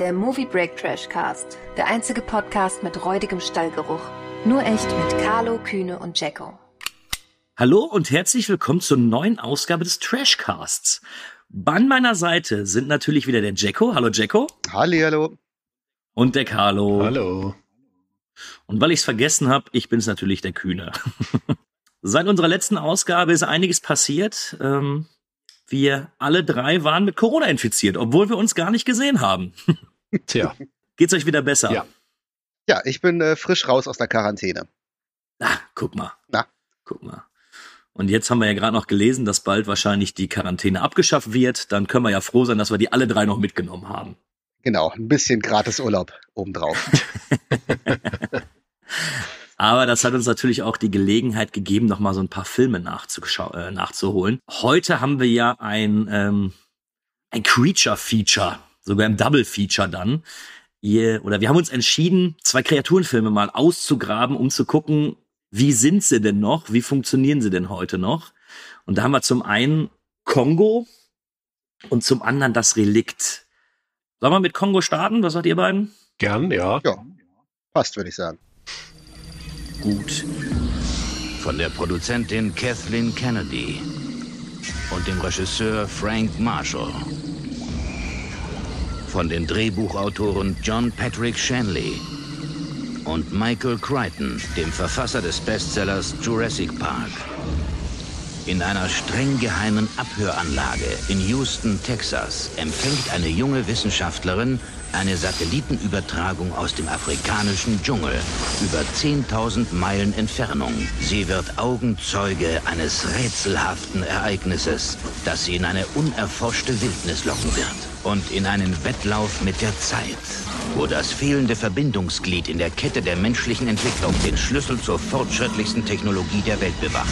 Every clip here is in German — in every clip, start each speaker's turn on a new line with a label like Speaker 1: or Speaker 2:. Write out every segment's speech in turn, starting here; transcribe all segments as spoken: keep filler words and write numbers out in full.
Speaker 1: der Movie Break Trash Cast. Der einzige Podcast mit räudigem Stallgeruch. Nur echt mit Carlo, Kühne und Jacko.
Speaker 2: Hallo und herzlich willkommen zur neuen Ausgabe des Trashcasts. An meiner Seite sind natürlich wieder der Jacko. Hallo Jacko.
Speaker 3: Hallihallo.
Speaker 2: Und der Carlo.
Speaker 4: Hallo.
Speaker 2: Und weil ich es vergessen habe, ich bin's natürlich, der Kühne. Seit unserer letzten Ausgabe ist einiges passiert. Ähm, wir alle drei waren mit Corona infiziert, obwohl wir uns gar nicht gesehen haben.
Speaker 4: Tja.
Speaker 2: Geht's euch wieder besser?
Speaker 3: Ja. Ja, ich bin äh, frisch raus aus der Quarantäne.
Speaker 2: Ah, guck mal.
Speaker 3: Na.
Speaker 2: Guck mal. Und jetzt haben wir ja gerade noch gelesen, dass bald wahrscheinlich die Quarantäne abgeschafft wird. Dann können wir ja froh sein, dass wir die alle drei noch mitgenommen haben.
Speaker 3: Genau, ein bisschen gratis Urlaub obendrauf.
Speaker 2: Aber das hat uns natürlich auch die Gelegenheit gegeben, noch mal so ein paar Filme nachzuschau- äh, nachzuholen. Heute haben wir ja ein, ähm, ein Creature-Feature, sogar im Double-Feature dann. Ihr, oder wir haben uns entschieden, zwei Kreaturenfilme mal auszugraben, um zu gucken, wie sind sie denn noch? Wie funktionieren sie denn heute noch? Und da haben wir zum einen Kongo und zum anderen das Relikt. Sollen wir mit Kongo starten? Was sagt ihr beiden?
Speaker 4: Gern, ja.
Speaker 3: Ja, passt, würde ich sagen.
Speaker 2: Gut.
Speaker 5: Von der Produzentin Kathleen Kennedy und dem Regisseur Frank Marshall. Von den Drehbuchautoren John Patrick Shanley und Michael Crichton, dem Verfasser des Bestsellers Jurassic Park. In einer streng geheimen Abhöranlage in Houston, Texas, empfängt eine junge Wissenschaftlerin eine Satellitenübertragung aus dem afrikanischen Dschungel über zehntausend Meilen Entfernung. Sie wird Augenzeuge eines rätselhaften Ereignisses, das sie in eine unerforschte Wildnis locken wird. Und in einen Wettlauf mit der Zeit, wo das fehlende Verbindungsglied in der Kette der menschlichen Entwicklung den Schlüssel zur fortschrittlichsten Technologie der Welt bewacht.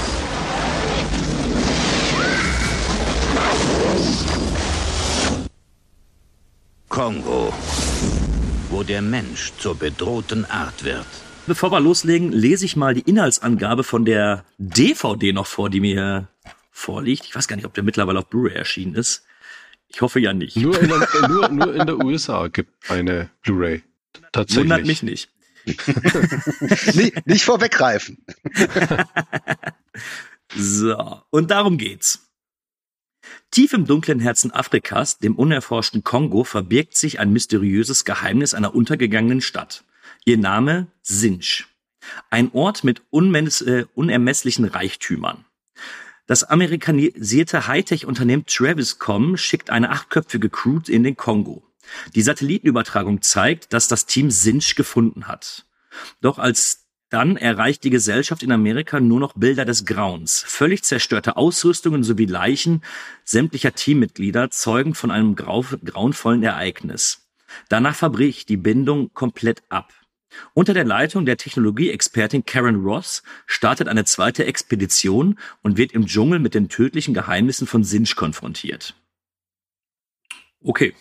Speaker 5: Kongo, wo der Mensch zur bedrohten Art wird.
Speaker 2: Bevor wir loslegen, lese ich mal die Inhaltsangabe von der D V D noch vor, die mir vorliegt. Ich weiß gar nicht, ob der mittlerweile auf Blu-ray erschienen ist. Ich hoffe ja nicht.
Speaker 4: Nur in der, nur, nur in der U S A gibt eine Blu-ray. Tatsächlich.
Speaker 2: Wundert mich nicht.
Speaker 3: nicht, nicht vorweggreifen.
Speaker 2: So, und darum geht's. Tief im dunklen Herzen Afrikas, dem unerforschten Kongo, verbirgt sich ein mysteriöses Geheimnis einer untergegangenen Stadt. Ihr Name Zinj. Ein Ort mit unmess- äh, unermesslichen Reichtümern. Das amerikanisierte Hightech-Unternehmen Traviscom schickt eine achtköpfige Crew in den Kongo. Die Satellitenübertragung zeigt, dass das Team Zinj gefunden hat. Doch als Dann erreicht die Gesellschaft in Amerika nur noch Bilder des Grauens. Völlig zerstörte Ausrüstungen sowie Leichen sämtlicher Teammitglieder zeugen von einem grau- grauenvollen Ereignis. Danach verbricht die Bindung komplett ab. Unter der Leitung der Technologieexpertin Karen Ross startet eine zweite Expedition und wird im Dschungel mit den tödlichen Geheimnissen von Zinj konfrontiert. Okay.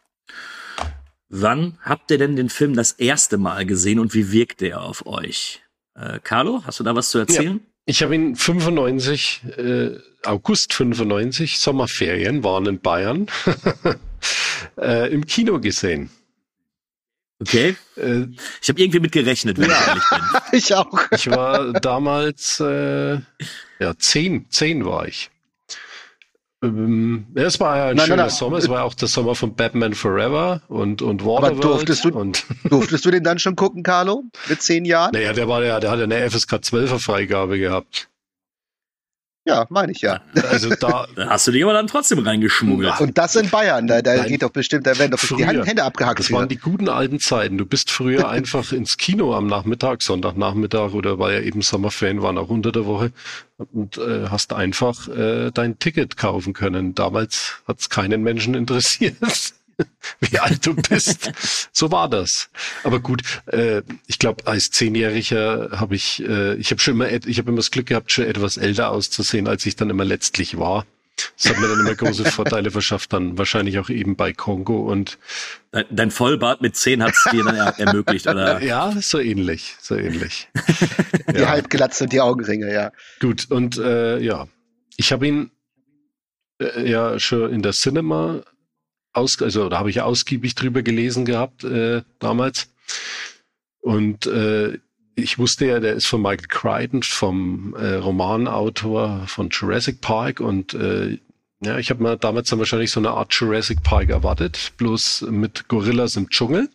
Speaker 2: Wann habt ihr denn den Film das erste Mal gesehen und wie wirkt der auf euch? Äh, Carlo, hast du da was zu erzählen?
Speaker 4: Ja, ich habe ihn fünfundneunzig, äh, August fünfundneunzig, Sommerferien, waren in Bayern, äh, im Kino gesehen.
Speaker 2: Okay.
Speaker 4: Äh,
Speaker 2: ich habe irgendwie mit gerechnet, wenn
Speaker 3: ja,
Speaker 2: ich ehrlich bin.
Speaker 3: Ich auch.
Speaker 4: Ich war damals, äh, ja, zehn, zehn war ich. Ähm, ja, es war ja ein
Speaker 3: nein,
Speaker 4: schöner
Speaker 3: nein, nein.
Speaker 4: Sommer, es war auch der Sommer von Batman Forever und, und Waterworld.
Speaker 3: Aber durftest du,
Speaker 4: und
Speaker 3: durftest du den dann schon gucken, Carlo? Mit zehn Jahren?
Speaker 4: Naja, der war ja, der hat ja eine F S K zwölfer Freigabe gehabt.
Speaker 3: Ja, meine ich ja.
Speaker 4: Also da,
Speaker 2: Da hast du dich aber dann trotzdem reingeschmuggelt.
Speaker 3: Und das in Bayern, da, da
Speaker 4: Nein.
Speaker 3: geht doch bestimmt, da werden doch
Speaker 4: Früher.
Speaker 3: die Hand- Hände abgehackt.
Speaker 4: Das
Speaker 3: für.
Speaker 4: waren die guten alten Zeiten. Du bist früher einfach ins Kino am Nachmittag, Sonntagnachmittag oder weil ja eben Sommerferien waren, auch unter der Woche und äh, hast einfach äh, dein Ticket kaufen können. Damals hat es keinen Menschen interessiert, wie alt du bist. So war das. Aber gut, äh, ich glaube, als Zehnjähriger habe ich, äh, ich habe schon immer, ich habe immer das Glück gehabt, schon etwas älter auszusehen, als ich dann immer letztlich war. Das hat mir dann immer große Vorteile verschafft, dann wahrscheinlich auch eben bei Kongo und
Speaker 2: Dein, dein Vollbart mit zehn hat es dir dann er, ermöglicht, oder?
Speaker 4: ja, so ähnlich, so ähnlich.
Speaker 3: Die
Speaker 4: ja.
Speaker 3: Halbglatze und die Augenringe, ja.
Speaker 4: Gut, und äh, ja, ich habe ihn äh, ja schon in der Cinema aus, also da habe ich ausgiebig drüber gelesen gehabt äh, damals. Und äh, ich wusste ja, der ist von Michael Crichton, vom äh, Romanautor von Jurassic Park. Und äh, ja, ich habe mir damals dann wahrscheinlich so eine Art Jurassic Park erwartet, bloß mit Gorillas im Dschungel.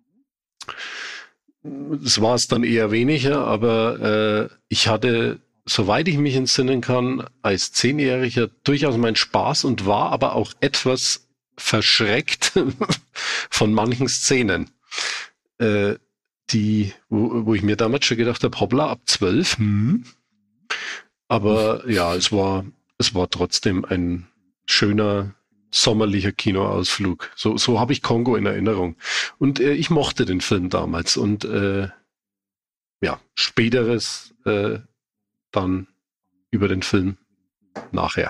Speaker 4: Das war es dann eher weniger, aber äh, ich hatte, soweit ich mich entsinnen kann, als Zehnjähriger durchaus meinen Spaß und war aber auch etwas verschreckt von manchen Szenen, äh, die, wo, wo ich mir damals schon gedacht habe, hoppla, ab zwölf, hm. Aber ja, es war, es war trotzdem ein schöner sommerlicher Kinoausflug. So, so habe ich Kongo in Erinnerung. Und äh, ich mochte den Film damals und äh, ja, späteres äh, dann über den Film nachher.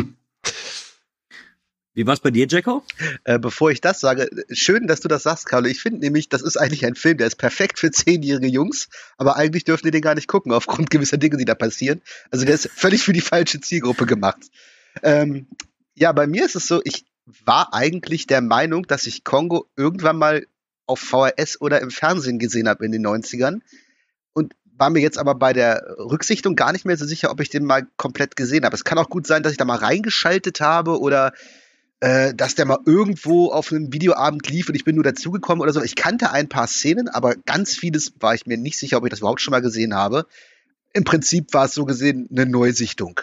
Speaker 2: Wie war's bei dir, Jacko?
Speaker 3: Äh, bevor ich das sage, schön, dass du das sagst, Carlo. Ich finde nämlich, das ist eigentlich ein Film, der ist perfekt für zehnjährige Jungs, aber eigentlich dürfen die den gar nicht gucken, aufgrund gewisser Dinge, die da passieren. Also der ist völlig für die falsche Zielgruppe gemacht. Ähm, ja, bei mir ist es so, ich war eigentlich der Meinung, dass ich Kongo irgendwann mal auf V H S oder im Fernsehen gesehen habe in den neunzigern und war mir jetzt aber bei der Rücksichtung gar nicht mehr so sicher, ob ich den mal komplett gesehen habe. Es kann auch gut sein, dass ich da mal reingeschaltet habe oder äh, dass der mal irgendwo auf einem Videoabend lief und ich bin nur dazugekommen oder so. Ich kannte ein paar Szenen, aber ganz vieles war ich mir nicht sicher, ob ich das überhaupt schon mal gesehen habe. Im Prinzip war es so gesehen eine Neusichtung.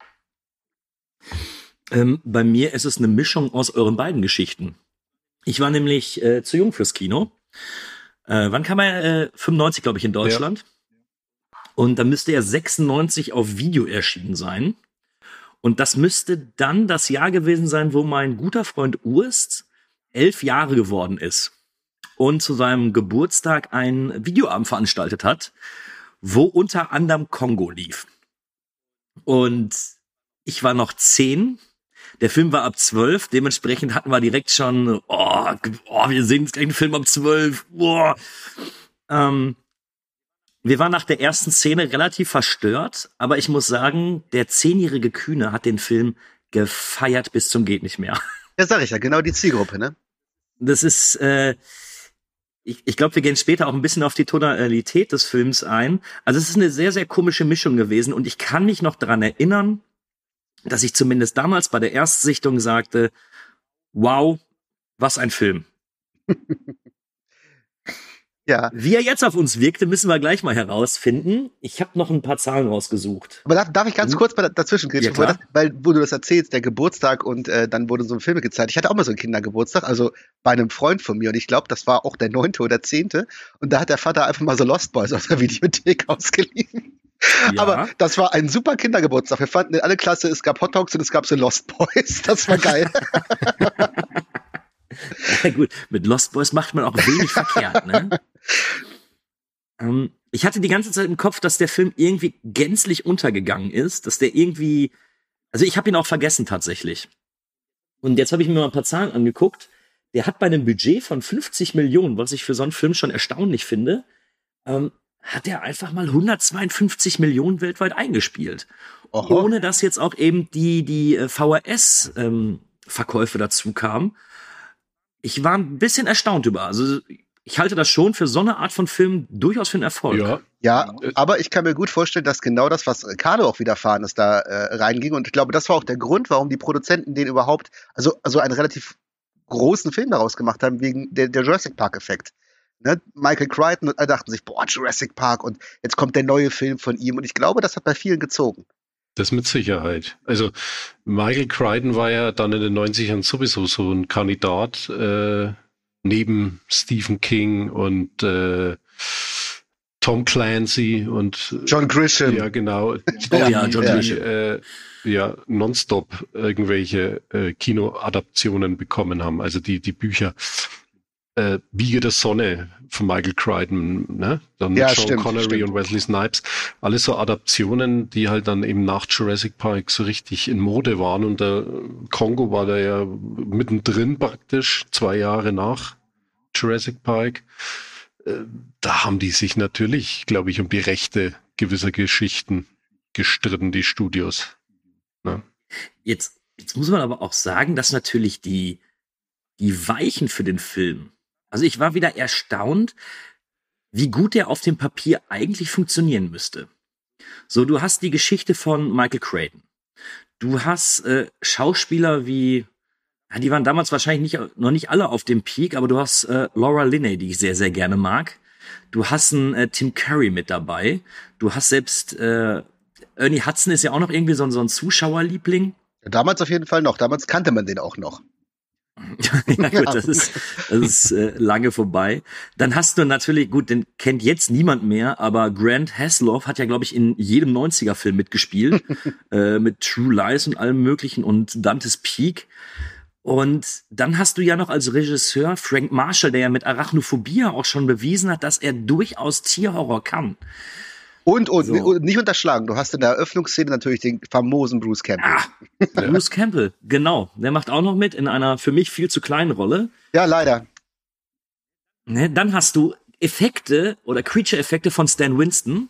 Speaker 2: Ähm, bei mir ist es eine Mischung aus euren beiden Geschichten. Ich war nämlich äh, zu jung fürs Kino. Äh, wann kam er? Äh, fünfundneunzig, glaube ich, in Deutschland. Ja. Und dann müsste er sechsundneunzig auf Video erschienen sein. Und das müsste dann das Jahr gewesen sein, wo mein guter Freund Urs elf Jahre geworden ist und zu seinem Geburtstag einen Videoabend veranstaltet hat, wo unter anderem Kongo lief. Und ich war noch zehn. Der Film war ab zwölf, dementsprechend hatten wir direkt schon, oh, oh wir sehen jetzt gleich einen Film ab zwölf. Oh. Ähm, wir waren nach der ersten Szene relativ verstört, aber ich muss sagen, der zehnjährige Kühne hat den Film gefeiert bis zum geht nicht mehr.
Speaker 3: Ja, sag ich ja, genau die Zielgruppe, ne?
Speaker 2: Das ist, äh, ich, ich glaube, wir gehen später auch ein bisschen auf die Tonalität des Films ein. Also es ist eine sehr, sehr komische Mischung gewesen und ich kann mich noch daran erinnern, dass ich zumindest damals bei der Erstsichtung sagte, wow, was ein Film.
Speaker 3: Ja.
Speaker 2: Wie er jetzt auf uns wirkte, müssen wir gleich mal herausfinden. Ich habe noch ein paar Zahlen rausgesucht.
Speaker 3: Aber darf, darf ich ganz kurz mal dazwischen gehen,
Speaker 2: ja,
Speaker 3: weil wo du das erzählst, der Geburtstag und äh, dann wurden so Filme gezeigt. Ich hatte auch mal so einen Kindergeburtstag, also bei einem Freund von mir und ich glaube, das war auch der neunte oder zehnte und da hat der Vater einfach mal so Lost Boys aus der Videothek ausgeliehen. Ja. Aber das war ein super Kindergeburtstag. Wir fanden in alle Klasse, es gab Hot Dogs und es gab so Lost Boys. Das war geil.
Speaker 2: Ja gut, mit Lost Boys macht man auch wenig verkehrt, ne? ähm, ich hatte die ganze Zeit im Kopf, dass der Film irgendwie gänzlich untergegangen ist, dass der irgendwie, also ich habe ihn auch vergessen tatsächlich. Und jetzt habe ich mir mal ein paar Zahlen angeguckt. Der hat bei einem Budget von fünfzig Millionen, was ich für so einen Film schon erstaunlich finde, ähm, hat er einfach mal hundertzweiundfünfzig Millionen weltweit eingespielt. Oho. Ohne dass jetzt auch eben die, die V H S-Verkäufe ähm, dazu kamen. Ich war ein bisschen erstaunt über. Also ich halte das schon für so eine Art von Film durchaus für einen Erfolg.
Speaker 3: Ja, ja, aber ich kann mir gut vorstellen, dass genau das, was Carlo auch widerfahren ist, da äh, reinging. Und ich glaube, das war auch der Grund, warum die Produzenten den überhaupt, also, also einen relativ großen Film daraus gemacht haben, wegen der, der Jurassic Park-Effekt. Ne? Michael Crichton und alle dachten sich, boah, Jurassic Park und jetzt kommt der neue Film von ihm. Und ich glaube, das hat bei vielen gezogen.
Speaker 4: Das mit Sicherheit. Also Michael Crichton war ja dann in den neunzigern sowieso so ein Kandidat, äh, neben Stephen King und äh, Tom Clancy und
Speaker 3: John Grisham.
Speaker 4: Ja, genau. Die,
Speaker 2: oh ja, John
Speaker 4: die,
Speaker 2: Grisham.
Speaker 4: Äh, ja, nonstop irgendwelche äh, Kinoadaptionen bekommen haben. Also die, die Bücher. Äh, Wiege der Sonne von Michael Crichton, ne? Dann
Speaker 3: ja,
Speaker 4: Sean
Speaker 3: stimmt,
Speaker 4: Connery
Speaker 3: stimmt.
Speaker 4: und Wesley Snipes. Alles so Adaptionen, die halt dann eben nach Jurassic Park so richtig in Mode waren. Und der Kongo war da ja mittendrin praktisch, zwei Jahre nach Jurassic Park. Äh, da haben die sich natürlich, glaube ich, um die Rechte gewisser Geschichten gestritten, die Studios. Ne?
Speaker 2: Jetzt, jetzt muss man aber auch sagen, dass natürlich die die Weichen für den Film. Also ich war wieder erstaunt, wie gut der auf dem Papier eigentlich funktionieren müsste. So, du hast die Geschichte von Michael Crichton. Du hast äh, Schauspieler wie, ja, die waren damals wahrscheinlich nicht, noch nicht alle auf dem Peak, aber du hast äh, Laura Linney, die ich sehr, sehr gerne mag. Du hast einen äh, Tim Curry mit dabei. Du hast selbst äh, Ernie Hudson ist ja auch noch irgendwie so, so ein Zuschauerliebling.
Speaker 3: Ja, damals auf jeden Fall noch. Damals kannte man den auch noch.
Speaker 2: Ja gut, das ist, das ist äh, lange vorbei. Dann hast du natürlich, gut, den kennt jetzt niemand mehr, aber Grant Heslov hat ja, glaube ich, in jedem neunziger-Film mitgespielt. äh, mit True Lies und allem möglichen und Dante's Peak. Und dann hast du ja noch als Regisseur Frank Marshall, der ja mit Arachnophobia auch schon bewiesen hat, dass er durchaus Tierhorror kann.
Speaker 3: Und, und,
Speaker 2: So.
Speaker 3: und nicht unterschlagen, du hast in der Eröffnungsszene natürlich den famosen Bruce Campbell.
Speaker 2: Ah, Bruce Campbell, genau. Der macht auch noch mit in einer für mich viel zu kleinen Rolle.
Speaker 3: Ja, leider.
Speaker 2: Ne, dann hast du Effekte oder Creature-Effekte von Stan Winston.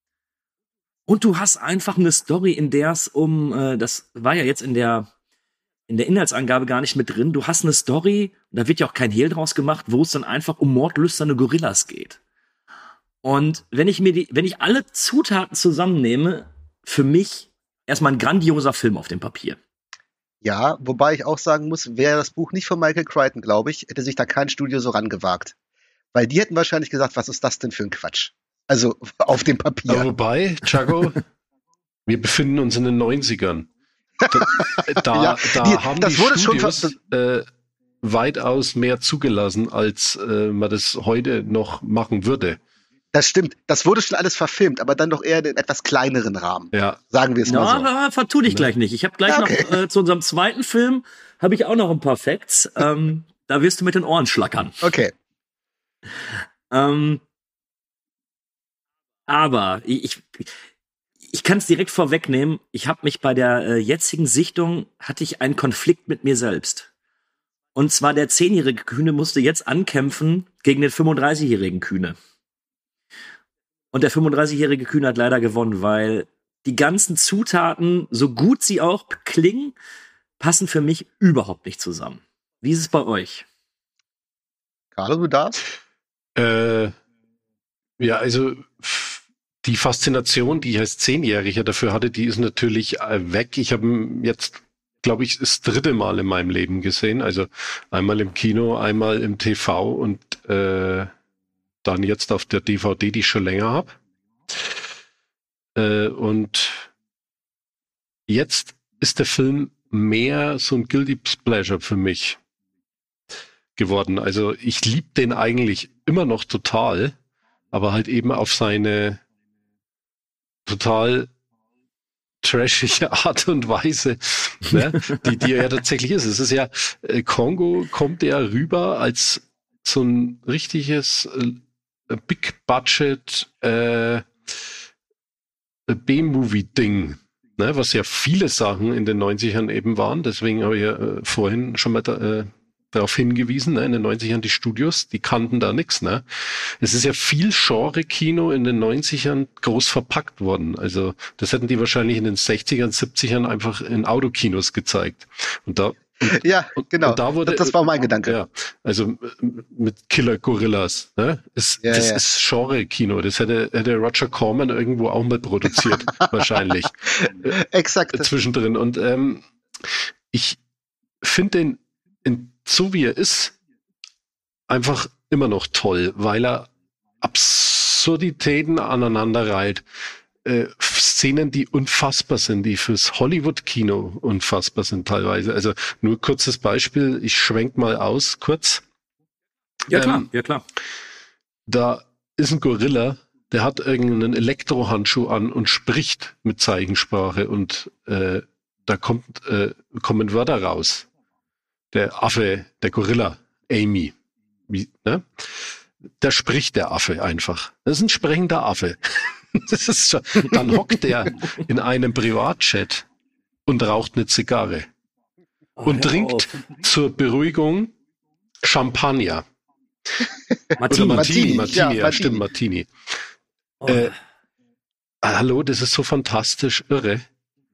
Speaker 2: Und du hast einfach eine Story, in der es um, äh, das war ja jetzt in der, in der Inhaltsangabe gar nicht mit drin, du hast eine Story, da wird ja auch kein Hehl draus gemacht, wo es dann einfach um mordlüsterne Gorillas geht. Und wenn ich mir die, wenn ich alle Zutaten zusammennehme, für mich erstmal ein grandioser Film auf dem Papier.
Speaker 3: Ja, wobei ich auch sagen muss, wäre das Buch nicht von Michael Crichton, glaube ich, hätte sich da kein Studio so rangewagt. Weil die hätten wahrscheinlich gesagt, was ist das denn für ein Quatsch? Also auf dem Papier.
Speaker 4: Aber wobei, Chago, wir befinden uns in den neunzigern. Da, da,
Speaker 3: Ja,
Speaker 4: da
Speaker 3: die-
Speaker 4: haben
Speaker 3: das
Speaker 4: die
Speaker 3: wurde schon
Speaker 4: Studios äh, weitaus mehr zugelassen, als äh, man das heute noch machen würde.
Speaker 3: Das stimmt, das wurde schon alles verfilmt, aber dann doch eher in etwas kleineren Rahmen.
Speaker 4: Ja.
Speaker 3: Sagen wir es
Speaker 2: Ja,
Speaker 3: mal so.
Speaker 2: aber vertu dich gleich nicht. Ich habe gleich
Speaker 3: Ja, okay.
Speaker 2: noch äh, zu unserem zweiten Film habe ich auch noch ein paar Facts. Ähm, da wirst du mit den Ohren schlackern.
Speaker 3: Okay.
Speaker 2: Ähm, aber ich, ich, ich kann es direkt vorwegnehmen. Ich habe mich bei der äh, jetzigen Sichtung, hatte ich einen Konflikt mit mir selbst. Und zwar der zehnjährige Kühne musste jetzt ankämpfen gegen den fünfunddreißigjährigen Kühne. Und der fünfunddreißigjährige Kühne hat leider gewonnen, weil die ganzen Zutaten, so gut sie auch klingen, passen für mich überhaupt nicht zusammen. Wie ist es bei euch?
Speaker 3: Carlo, du darfst?
Speaker 4: Äh, ja, also f- die Faszination, die ich als Zehnjähriger dafür hatte, die ist natürlich äh, weg. Ich habe ihn jetzt, glaube ich, das dritte Mal in meinem Leben gesehen. Also einmal im Kino, einmal im T V und äh, dann jetzt auf der D V D, die ich schon länger habe. Äh, und jetzt ist der Film mehr so ein Guilty Pleasure für mich geworden. Also ich liebe den eigentlich immer noch total, aber halt eben auf seine total trashige Art und Weise, ne? die, die er ja tatsächlich ist. Es ist ja, äh, Kongo kommt ja rüber als so ein richtiges äh, Big-Budget äh, B-Movie-Ding, ne? Was ja viele Sachen in den neunzigern eben waren. Deswegen habe ich ja äh, vorhin schon mal da, äh, darauf hingewiesen, ne? In den neunzigern die Studios, die kannten da nichts. Ne? Es ist ja viel Genre-Kino in den neunzigern groß verpackt worden. Also das hätten die wahrscheinlich in den sechzigern, siebzigern einfach in Autokinos gezeigt. Und da
Speaker 3: Ja,
Speaker 4: und,
Speaker 3: genau.
Speaker 4: Und da wurde,
Speaker 3: das, das war mein Gedanke.
Speaker 4: Ja, also mit Killer Gorillas. Ne? Es,
Speaker 3: Ja,
Speaker 4: das
Speaker 3: ja.
Speaker 4: ist Genre-Kino. Das hätte, hätte Roger Corman irgendwo auch mal produziert, wahrscheinlich. Äh,
Speaker 3: Exakt.
Speaker 4: Zwischendrin. Und ähm, ich finde den, in, so wie er ist, einfach immer noch toll, weil er Absurditäten aneinander reiht. Äh, Szenen, die unfassbar sind, die fürs Hollywood-Kino unfassbar sind teilweise. Also nur kurzes Beispiel, ich schwenk mal aus, kurz.
Speaker 2: Ja klar,
Speaker 4: Ähm,
Speaker 2: ja klar.
Speaker 4: Da ist ein Gorilla, der hat irgendeinen Elektrohandschuh an und spricht mit Zeichensprache und äh, da kommt, äh, kommen Wörter raus. Der Affe, der Gorilla, Amy, wie, ne? Da spricht der Affe einfach. Das ist ein sprechender Affe. Das ist schon, dann hockt der in einem Privatjet und raucht eine Zigarre
Speaker 2: Oh,
Speaker 4: und
Speaker 2: hör
Speaker 4: trinkt
Speaker 2: auf.
Speaker 4: zur Beruhigung Champagner. Oder
Speaker 2: Martini.
Speaker 4: Martini,
Speaker 3: Martini,
Speaker 4: Martini,
Speaker 3: ja,
Speaker 4: ja,
Speaker 3: Martini.
Speaker 4: stimmt, Martini.
Speaker 2: Oh.
Speaker 4: Äh, hallo, das ist so fantastisch irre.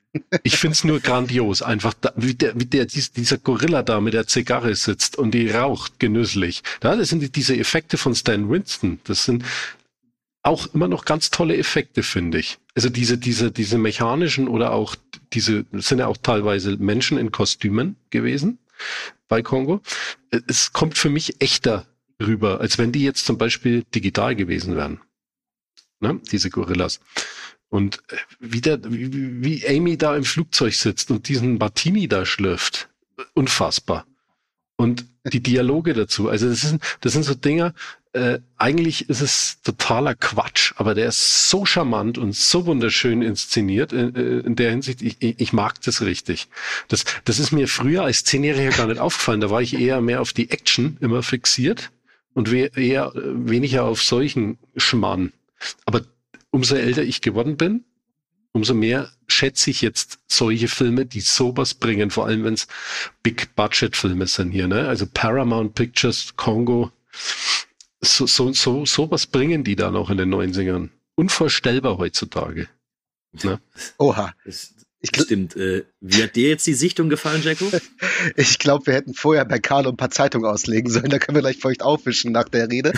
Speaker 4: Ich find's nur grandios, einfach da, wie der, wie der, dieser Gorilla da mit der Zigarre sitzt und die raucht genüsslich. Ja, das sind die, diese Effekte von Stan Winston. Das sind auch immer noch ganz tolle Effekte, finde ich. Also diese, diese, diese mechanischen oder auch diese, das sind ja auch teilweise Menschen in Kostümen gewesen bei Kongo. Es kommt für mich echter rüber, als wenn die jetzt zum Beispiel digital gewesen wären. Ne? Diese Gorillas. Und wie, der, wie, wie Amy da im Flugzeug sitzt und diesen Martini da schlürft. Unfassbar. Und die Dialoge dazu. Also das sind, das sind so Dinger, äh, eigentlich ist es totaler Quatsch, aber der ist so charmant und so wunderschön inszeniert in, in der Hinsicht, ich, ich mag das richtig. Das, das ist mir früher als Zehnjähriger gar nicht aufgefallen. Da war ich eher mehr auf die Action immer fixiert und eher weniger auf solchen Schmarrn. Aber umso älter ich geworden bin, umso mehr schätze ich jetzt solche Filme, die sowas bringen, vor allem wenn es Big-Budget-Filme sind hier, ne? Also Paramount Pictures, Kongo, so, so, so, sowas bringen die da noch in den neunzigern. Unvorstellbar heutzutage. Ne?
Speaker 3: Oha.
Speaker 2: Das, das stimmt. Äh, wie hat dir jetzt die Sichtung gefallen, Jacko?
Speaker 3: Ich glaube, wir hätten vorher bei Carlo ein paar Zeitungen auslegen sollen, da können wir gleich feucht aufwischen nach der Rede.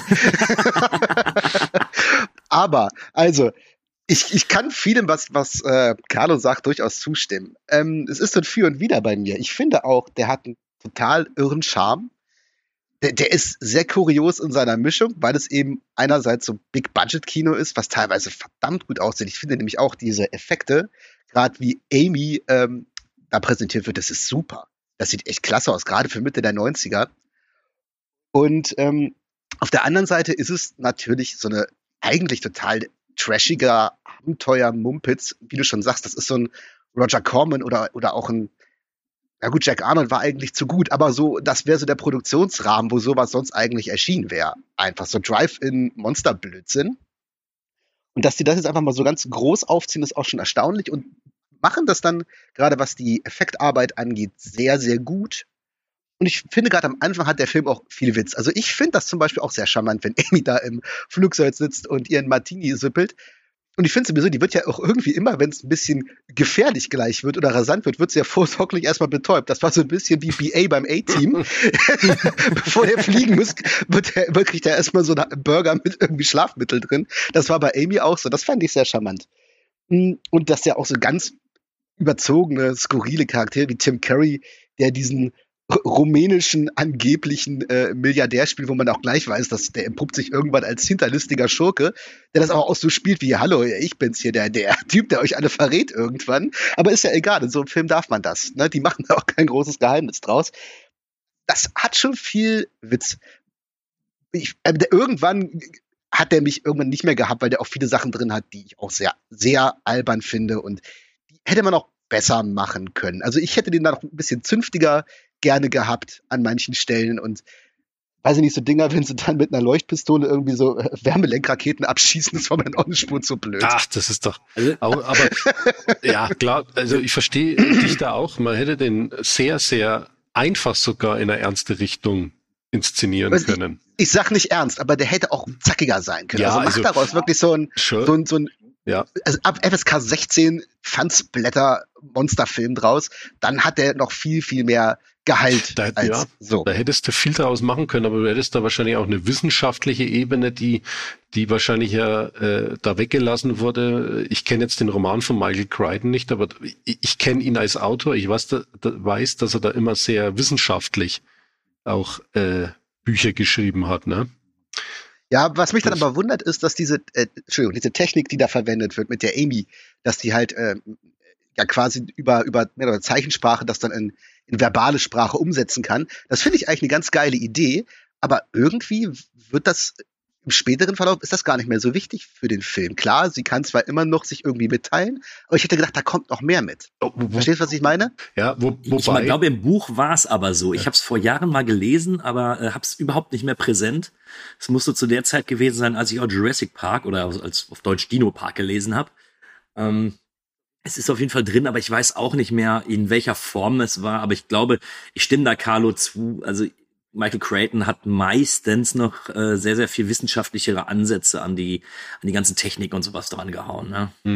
Speaker 3: Aber, also, Ich, ich kann vielem, was, was äh, Carlo sagt, durchaus zustimmen. Ähm, es ist so ein Für und Wider bei mir. Ich finde auch, der hat einen total irren Charme. Der, der ist sehr kurios in seiner Mischung, weil es eben einerseits so Big-Budget-Kino ist, was teilweise verdammt gut aussieht. Ich finde nämlich auch diese Effekte, gerade wie Amy ähm, da präsentiert wird, das ist super. Das sieht echt klasse aus, gerade für Mitte der neunziger. Und ähm, auf der anderen Seite ist es natürlich so eine eigentlich total trashiger Abenteuer-Mumpitz, wie du schon sagst, das ist so ein Roger Corman oder, oder auch ein, na gut, Jack Arnold war eigentlich zu gut, aber so, das wäre so der Produktionsrahmen, wo sowas sonst eigentlich erschienen wäre. Einfach so Drive-in-Monster-Blödsinn. Und dass die das jetzt einfach mal so ganz groß aufziehen, ist auch schon erstaunlich und machen das dann, gerade was die Effektarbeit angeht, sehr, sehr gut. Und ich finde, gerade am Anfang hat der Film auch viel Witz. Also ich finde das zum Beispiel auch sehr charmant, wenn Amy da im Flugzeug sitzt und ihren Martini sippelt. Und ich finde sowieso, die wird ja auch irgendwie immer, wenn es ein bisschen gefährlich gleich wird oder rasant wird, wird sie ja vorsorglich erstmal betäubt. Das war so ein bisschen wie B A beim A-Team. Bevor der fliegen muss, wird der, kriegt er erstmal so einen Burger mit irgendwie Schlafmittel drin. Das war bei Amy auch so. Das fand ich sehr charmant. Und dass ja auch so ganz überzogene, skurrile Charaktere wie Tim Curry, der diesen rumänischen angeblichen äh, Milliardär spielt, wo man auch gleich weiß, dass der entpuppt sich irgendwann als hinterlistiger Schurke, der das aber auch so spielt wie, hallo, ich bin's hier, der, der Typ, der euch alle verrät irgendwann. Aber ist ja egal, in so einem Film darf man das. Ne? Die machen da auch kein großes Geheimnis draus. Das hat schon viel Witz. Ich, äh, der, irgendwann hat der mich irgendwann nicht mehr gehabt, weil der auch viele Sachen drin hat, die ich auch sehr, sehr albern finde und die hätte man auch besser machen können. Also ich hätte den da noch ein bisschen zünftiger gerne gehabt an manchen Stellen und weiß ich nicht, so Dinger, wenn sie dann mit einer Leuchtpistole irgendwie so Wärmelenkraketen abschießen, das war mir dann auch eine Spur zu blöd.
Speaker 4: Ach, das ist doch, also, aber ja, klar, also ich verstehe dich da auch, man hätte den sehr, sehr einfach sogar in eine ernste Richtung inszenieren
Speaker 3: also
Speaker 4: können.
Speaker 3: Ich, ich sag nicht ernst, aber der hätte auch zackiger sein können.
Speaker 4: Ja,
Speaker 3: also macht
Speaker 4: also,
Speaker 3: daraus wirklich so ein,
Speaker 4: sure.
Speaker 3: so ein, so ein
Speaker 4: ja.
Speaker 3: Also ab F S K sechzehn Fansblätter Monsterfilm draus, dann hat der noch viel, viel mehr Gehalt
Speaker 4: da,
Speaker 3: als
Speaker 4: ja,
Speaker 3: so.
Speaker 4: Da hättest du viel daraus machen können, aber du hättest da wahrscheinlich auch eine wissenschaftliche Ebene, die, die wahrscheinlich ja äh, da weggelassen wurde. Ich kenne jetzt den Roman von Michael Crichton nicht, aber ich, ich kenne ihn als Autor. Ich weiß, da, da, weiß, dass er da immer sehr wissenschaftlich auch äh, Bücher geschrieben hat, ne?
Speaker 3: Ja, was mich dann aber wundert, ist, dass diese, äh, Entschuldigung, diese Technik, die da verwendet wird mit der Amy, dass die halt äh, ja quasi über, über ja, Zeichensprache das dann in, in verbale Sprache umsetzen kann. Das finde ich eigentlich eine ganz geile Idee, aber irgendwie wird das im späteren Verlauf ist das gar nicht mehr so wichtig für den Film. Klar, sie kann zwar immer noch sich irgendwie mitteilen, aber ich hätte gedacht, da kommt noch mehr mit.
Speaker 4: Oh, wo,
Speaker 3: Verstehst du, was ich meine?
Speaker 4: Ja, wo, wobei,
Speaker 2: ich mein, glaube, im Buch war es aber so. Ich habe es vor Jahren mal gelesen, aber äh, habe es überhaupt nicht mehr präsent. Es musste zu der Zeit gewesen sein, als ich auch Jurassic Park oder als auf Deutsch Dino Park gelesen habe. Ähm, es ist auf jeden Fall drin, aber ich weiß auch nicht mehr, in welcher Form es war. Aber ich glaube, ich stimme da Carlo zu. Also Michael Crichton hat meistens noch äh, sehr, sehr viel wissenschaftlichere Ansätze an die an die ganzen Technik und sowas dran gehauen. Ne?
Speaker 4: Mhm.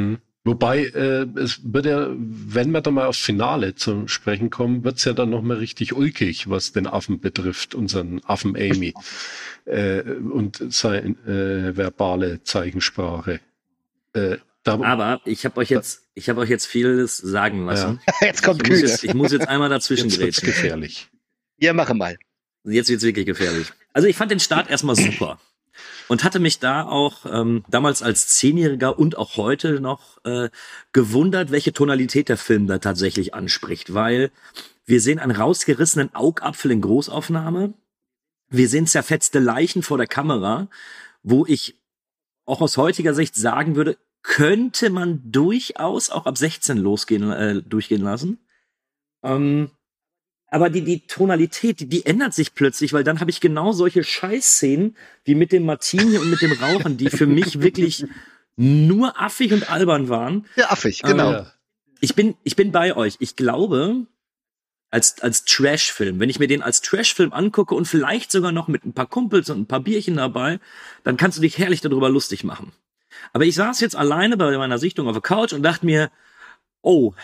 Speaker 4: Wobei, äh, es wird ja, wenn wir dann mal aufs Finale zum Sprechen kommen, wird's ja dann nochmal richtig ulkig, was den Affen betrifft, unseren Affen Amy äh, und seine äh, verbale Zeichensprache. Äh, da,
Speaker 2: Aber ich habe euch jetzt, ich habe euch jetzt vieles sagen lassen.
Speaker 3: Ja. Jetzt kommt
Speaker 2: ich, muss
Speaker 3: Kühne.
Speaker 2: jetzt, ich muss jetzt einmal dazwischen
Speaker 4: jetzt wird's
Speaker 2: grätschen.
Speaker 4: gefährlich.
Speaker 3: Ja, mache mal.
Speaker 2: Jetzt wird's wirklich gefährlich. Also ich fand den Start erstmal super und hatte mich da auch ähm, damals als Zehnjähriger und auch heute noch äh, gewundert, welche Tonalität der Film da tatsächlich anspricht, weil wir sehen einen rausgerissenen Augapfel in Großaufnahme, wir sehen zerfetzte Leichen vor der Kamera, wo ich auch aus heutiger Sicht sagen würde, könnte man durchaus auch ab sechzehn losgehen, äh, durchgehen lassen. Ähm, Aber die, die Tonalität, die, die ändert sich plötzlich, weil dann habe ich genau solche Scheißszenen wie mit dem Martini und mit dem Rauchen, die für mich wirklich nur affig und albern waren.
Speaker 3: Ja, affig, genau.
Speaker 2: Ähm, ich bin, ich bin bei euch. Ich glaube, als, als Trash-Film, wenn ich mir den als Trash-Film angucke und vielleicht sogar noch mit ein paar Kumpels und ein paar Bierchen dabei, dann kannst du dich herrlich darüber lustig machen. Aber ich saß jetzt alleine bei meiner Sichtung auf der Couch und dachte mir, oh,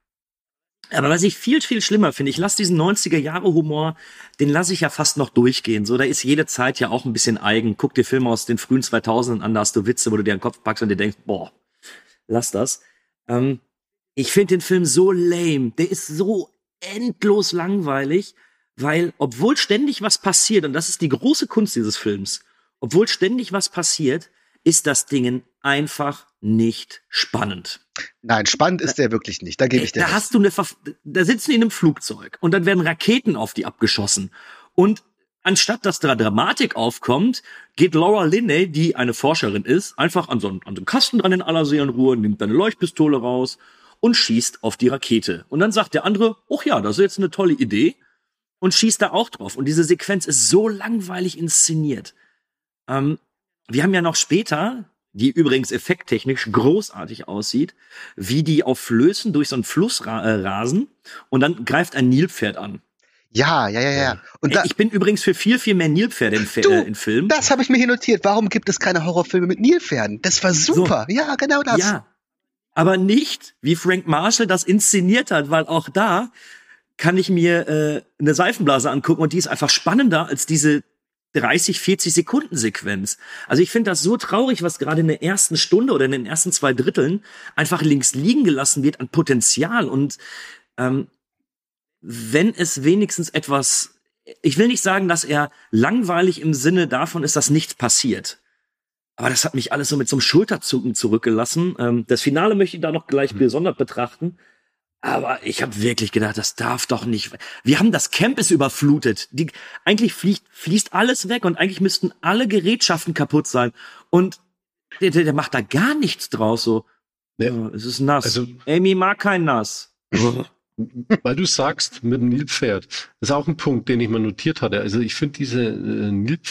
Speaker 2: aber was ich viel, viel schlimmer finde, ich lasse diesen neunziger-Jahre-Humor, den lasse ich ja fast noch durchgehen. So, da ist jede Zeit ja auch ein bisschen eigen. Guck dir Filme aus den frühen zweitausendern an, da hast du Witze, wo du dir den Kopf packst und dir denkst, boah, lass das. Ähm, ich finde den Film so lame. Der ist so endlos langweilig, weil, obwohl ständig was passiert, und das ist die große Kunst dieses Films, obwohl ständig was passiert, ist das Ding einfach nicht spannend.
Speaker 3: Nein, spannend ist der wirklich nicht. Da gebe ich dir
Speaker 2: Da
Speaker 3: recht.
Speaker 2: hast du eine, Verf- da sitzen die in einem Flugzeug und dann werden Raketen auf die abgeschossen. Und anstatt dass da Dramatik aufkommt, geht Laura Linney, die eine Forscherin ist, einfach an so einen, an so einen Kasten dran in aller Seelenruhe, nimmt eine Leuchtpistole raus und schießt auf die Rakete. Und dann sagt der andere, oh ja, das ist jetzt eine tolle Idee, und schießt da auch drauf. Und diese Sequenz ist so langweilig inszeniert. Ähm, wir haben ja noch später, die übrigens effekttechnisch großartig aussieht, wie die auf Flößen durch so einen Fluss ra- äh, rasen und dann greift ein Nilpferd an.
Speaker 3: Ja, ja, ja, ja. Und da,
Speaker 2: Ey, ich bin übrigens für viel, viel mehr Nilpferde in, Fe-
Speaker 3: Du,
Speaker 2: äh, in Filmen.
Speaker 3: das habe ich mir hier notiert. Warum gibt es keine Horrorfilme mit Nilpferden? Das war super. Ja, genau das.
Speaker 2: Ja, aber nicht, wie Frank Marshall das inszeniert hat, weil auch da kann ich mir äh, eine Seifenblase angucken und die ist einfach spannender als diese dreißig, vierzig Sekunden Sequenz. Also ich finde das so traurig, was gerade in der ersten Stunde oder in den ersten zwei Dritteln einfach links liegen gelassen wird an Potenzial. Und ähm, wenn es wenigstens etwas, ich will nicht sagen, dass er langweilig im Sinne davon ist, dass nichts passiert. Aber das hat mich alles so mit so einem Schulterzucken zurückgelassen. Ähm, das Finale möchte ich da noch gleich mhm. besonders betrachten. Aber ich habe wirklich gedacht, das darf doch nicht. Wir haben das Camp ist überflutet. Die, eigentlich fließt, fließt alles weg und eigentlich müssten alle Gerätschaften kaputt sein. Und der, der, der macht da gar nichts draus. So, ja, oh, es ist nass. Also, Amy mag kein Nass.
Speaker 4: Weil du sagst, mit dem Nilpferd, das ist auch ein Punkt, den ich mal notiert hatte. Also ich finde diese äh,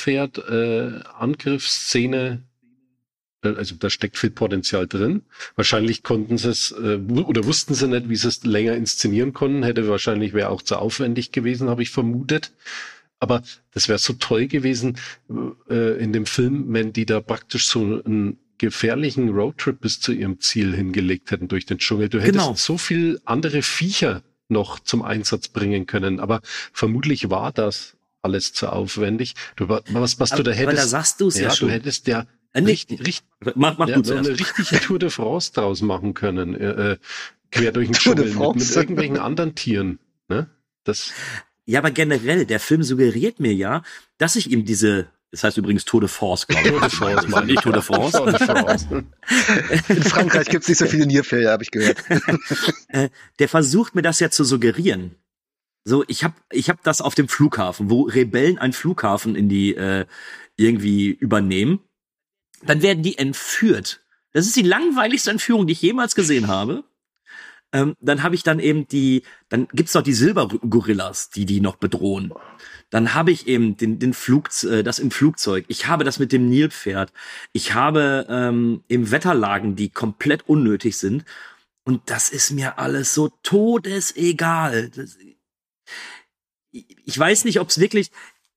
Speaker 4: Nilpferd-Angriffsszene, äh, also da steckt viel Potenzial drin. Wahrscheinlich konnten sie es, äh, oder wussten sie nicht, wie sie es länger inszenieren konnten. Hätte wahrscheinlich, wäre auch zu aufwendig gewesen, habe ich vermutet. Aber das wäre so toll gewesen äh, in dem Film, wenn die da praktisch so einen gefährlichen Roadtrip bis zu ihrem Ziel hingelegt hätten durch den Dschungel. Du hättest genau. so viel andere Viecher noch zum Einsatz bringen können. Aber vermutlich war das alles zu aufwendig. Du, was, was
Speaker 2: aber,
Speaker 4: du da hättest,
Speaker 2: aber da sagst du's ja,
Speaker 4: ja
Speaker 2: schon.
Speaker 4: Du hättest ja
Speaker 2: Äh, nicht,
Speaker 4: richtig, richtig,
Speaker 2: mach, mach
Speaker 4: ja,
Speaker 2: du
Speaker 4: so eine richtige Tour de France draus machen können, äh, quer durch den Dschungel mit, mit irgendwelchen anderen Tieren. Ne? Das
Speaker 2: ja, aber generell, der Film suggeriert mir ja, dass ich ihm diese, das heißt übrigens Tour de France, glaube ich.
Speaker 4: Tour de France, meine
Speaker 2: nicht Tour de France.
Speaker 4: Tour de France.
Speaker 3: In Frankreich gibt's nicht so viele Nilpferde, habe ich gehört.
Speaker 2: Der versucht mir das ja zu suggerieren. So, ich hab, ich hab das auf dem Flughafen, wo Rebellen einen Flughafen in die äh, irgendwie übernehmen. Dann werden die entführt. Das ist die langweiligste Entführung, die ich jemals gesehen habe. Ähm, dann habe ich dann eben die, dann gibt's noch die Silberrücken-Gorillas, die die noch bedrohen. Dann habe ich eben den, den Flug, äh, das im Flugzeug. Ich habe das mit dem Nilpferd. Ich habe ähm, eben Wetterlagen, die komplett unnötig sind. Und das ist mir alles so todesegal. Das, ich weiß nicht, ob es wirklich.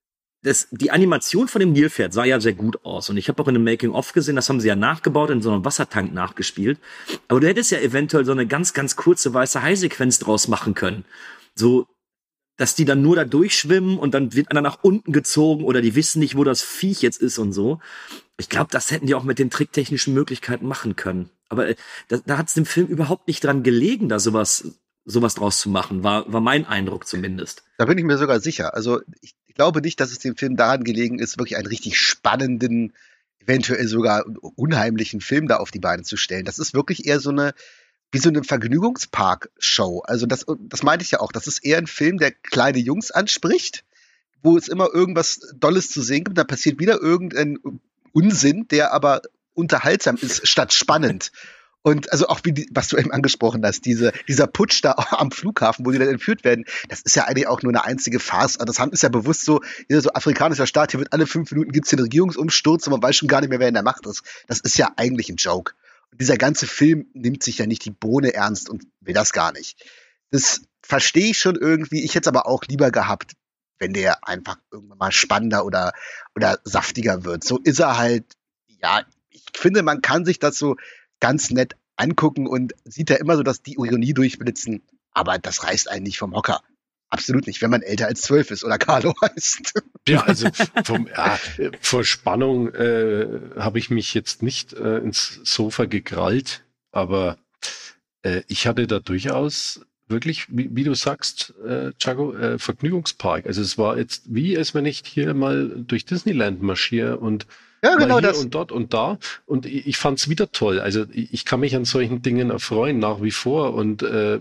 Speaker 2: das, die Animation von dem Nilpferd sah ja sehr gut aus. Und ich habe auch in einem Making-of gesehen, das haben sie ja nachgebaut, in so einem Wassertank nachgespielt. Aber du hättest ja eventuell so eine ganz, ganz kurze weiße Hai-Sequenz draus machen können. So, dass die dann nur da durchschwimmen und dann wird einer nach unten gezogen oder die wissen nicht, wo das Viech jetzt ist und so. Ich glaube, das hätten die auch mit den tricktechnischen Möglichkeiten machen können. Aber äh, da, da hat es dem Film überhaupt nicht dran gelegen, da sowas, sowas draus zu machen. War, war mein Eindruck zumindest.
Speaker 3: Da bin ich mir sogar sicher. Also ich Ich glaube nicht, dass es dem Film daran gelegen ist, wirklich einen richtig spannenden, eventuell sogar unheimlichen Film da auf die Beine zu stellen. Das ist wirklich eher so eine, wie so eine Vergnügungspark-Show. Also das, das meinte ich ja auch. Das ist eher ein Film, der kleine Jungs anspricht, wo es immer irgendwas Dolles zu sehen gibt. Da passiert wieder irgendein Unsinn, der aber unterhaltsam ist, statt spannend. Und also auch wie die, was du eben angesprochen hast, diese, dieser Putsch da am Flughafen, wo die dann entführt werden, das ist ja eigentlich auch nur eine einzige Farce. Das ist ja bewusst so, dieser so afrikanischer Staat, hier wird alle fünf Minuten gibt's den Regierungsumsturz und man weiß schon gar nicht mehr, wer in der Macht ist. Das ist ja eigentlich ein Joke. Und dieser ganze Film nimmt sich ja nicht die Bohne ernst und will das gar nicht. Das verstehe ich schon irgendwie. Ich hätte es aber auch lieber gehabt, wenn der einfach irgendwann mal spannender oder, oder saftiger wird. So ist er halt, ja, ich finde, man kann sich das so ganz nett angucken und sieht da immer so, dass die Ironie durchblitzen. Aber das reißt einen nicht vom Hocker. Absolut nicht, wenn man älter als zwölf ist oder Carlo heißt.
Speaker 4: Ja, also vom, ja, vor Spannung äh, habe ich mich jetzt nicht äh, ins Sofa gekrallt, aber äh, ich hatte da durchaus wirklich, wie, wie du sagst, äh, Chago, äh, Vergnügungspark. Also es war jetzt wie, als wenn ich hier mal durch Disneyland marschiere und
Speaker 3: ja, genau
Speaker 4: hier
Speaker 3: das.
Speaker 4: Und dort und da. Und ich, ich fand es wieder toll. Also ich, ich kann mich an solchen Dingen erfreuen, nach wie vor. Und äh,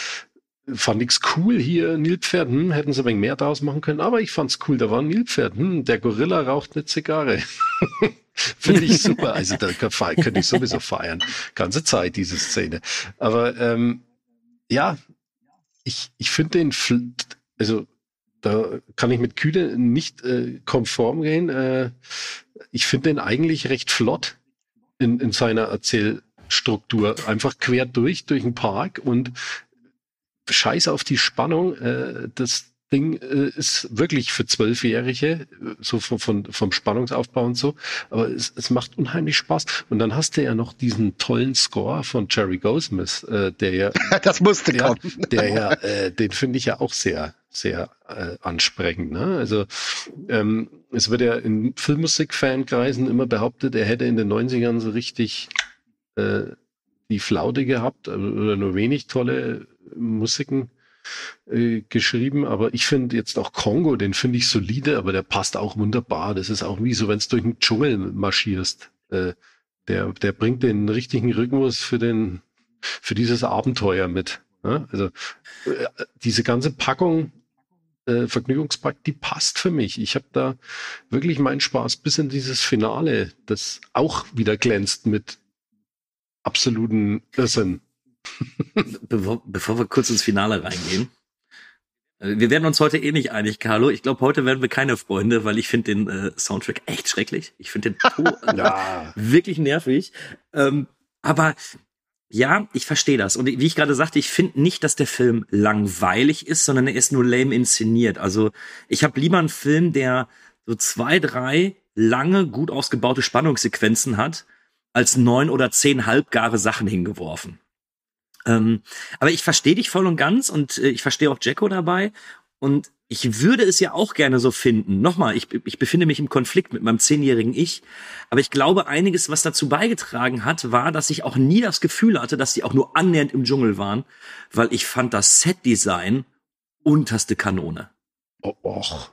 Speaker 4: fand ich's cool hier, Nilpferd, hm, hätten sie ein wenig mehr draus machen können, aber ich fand's cool, da war ein Nilpferd, hm, der Gorilla raucht eine Zigarre. Finde ich super. Also da könnte ich sowieso feiern. Ganze Zeit, diese Szene. Aber ähm, ja, ich, ich finde den, Fl- also da kann ich mit Kühne nicht äh, konform gehen. Äh, ich finde den eigentlich recht flott in, in seiner Erzählstruktur. Einfach quer durch, durch den Park und scheiß auf die Spannung. Äh, das Ding äh, ist wirklich für Zwölfjährige, so von, von, vom Spannungsaufbau und so. Aber es, es macht unheimlich Spaß. Und dann hast du ja noch diesen tollen Score von Jerry Goldsmith, äh, der ja...
Speaker 3: das musste
Speaker 4: der,
Speaker 3: kommen.
Speaker 4: Der ja, äh, den finde ich ja auch sehr, sehr äh, ansprechend. Ne? Also ähm, es wird ja in Filmmusik-Fankreisen immer behauptet, er hätte in den neunzigern so richtig äh, die Flaute gehabt oder nur wenig tolle Musiken äh, geschrieben, aber ich finde jetzt auch Kongo, den finde ich solide, aber der passt auch wunderbar. Das ist auch wie so, wenn du durch den Dschungel marschierst. Äh, der, der bringt den richtigen Rhythmus für den, für dieses Abenteuer mit. Ja? Also äh, diese ganze Packung äh, Vergnügungspark, die passt für mich. Ich habe da wirklich meinen Spaß bis in dieses Finale, das auch wieder glänzt mit absoluten Irrsinn.
Speaker 2: Bevor, bevor wir kurz ins Finale reingehen. Wir werden uns heute eh nicht einig, Carlo. Ich glaube, heute werden wir keine Freunde, weil ich finde den äh, Soundtrack echt schrecklich. Ich finde den to-
Speaker 4: ja.
Speaker 2: wirklich nervig. Ähm, aber ja, ich verstehe das. Und wie ich gerade sagte, ich finde nicht, dass der Film langweilig ist, sondern er ist nur lame inszeniert. Also ich habe lieber einen Film, der so zwei, drei lange, gut ausgebaute Spannungssequenzen hat, als neun oder zehn halbgare Sachen hingeworfen. Ähm, aber ich verstehe dich voll und ganz und äh, ich verstehe auch Jacko dabei und ich würde es ja auch gerne so finden. Nochmal, ich, ich befinde mich im Konflikt mit meinem zehnjährigen Ich, aber ich glaube, einiges, was dazu beigetragen hat, war, dass ich auch nie das Gefühl hatte, dass die auch nur annähernd im Dschungel waren, weil ich fand das Setdesign unterste Kanone.
Speaker 4: Oh, och.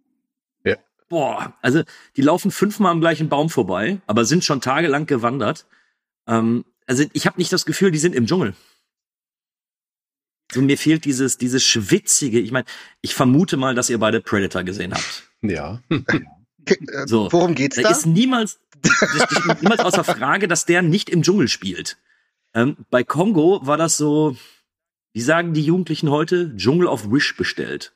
Speaker 2: Boah, also die laufen fünfmal am gleichen Baum vorbei, aber sind schon tagelang gewandert. Ähm, also ich habe nicht das Gefühl, die sind im Dschungel. So, mir fehlt dieses, dieses schwitzige. Ich meine, ich vermute mal, dass ihr beide Predator gesehen habt.
Speaker 4: Ja.
Speaker 2: So,
Speaker 3: worum geht's da?
Speaker 2: Da ist niemals, das steht niemals außer Frage, dass der nicht im Dschungel spielt. Ähm, bei Kongo war das so, wie sagen die Jugendlichen heute, Dschungel auf Wish bestellt.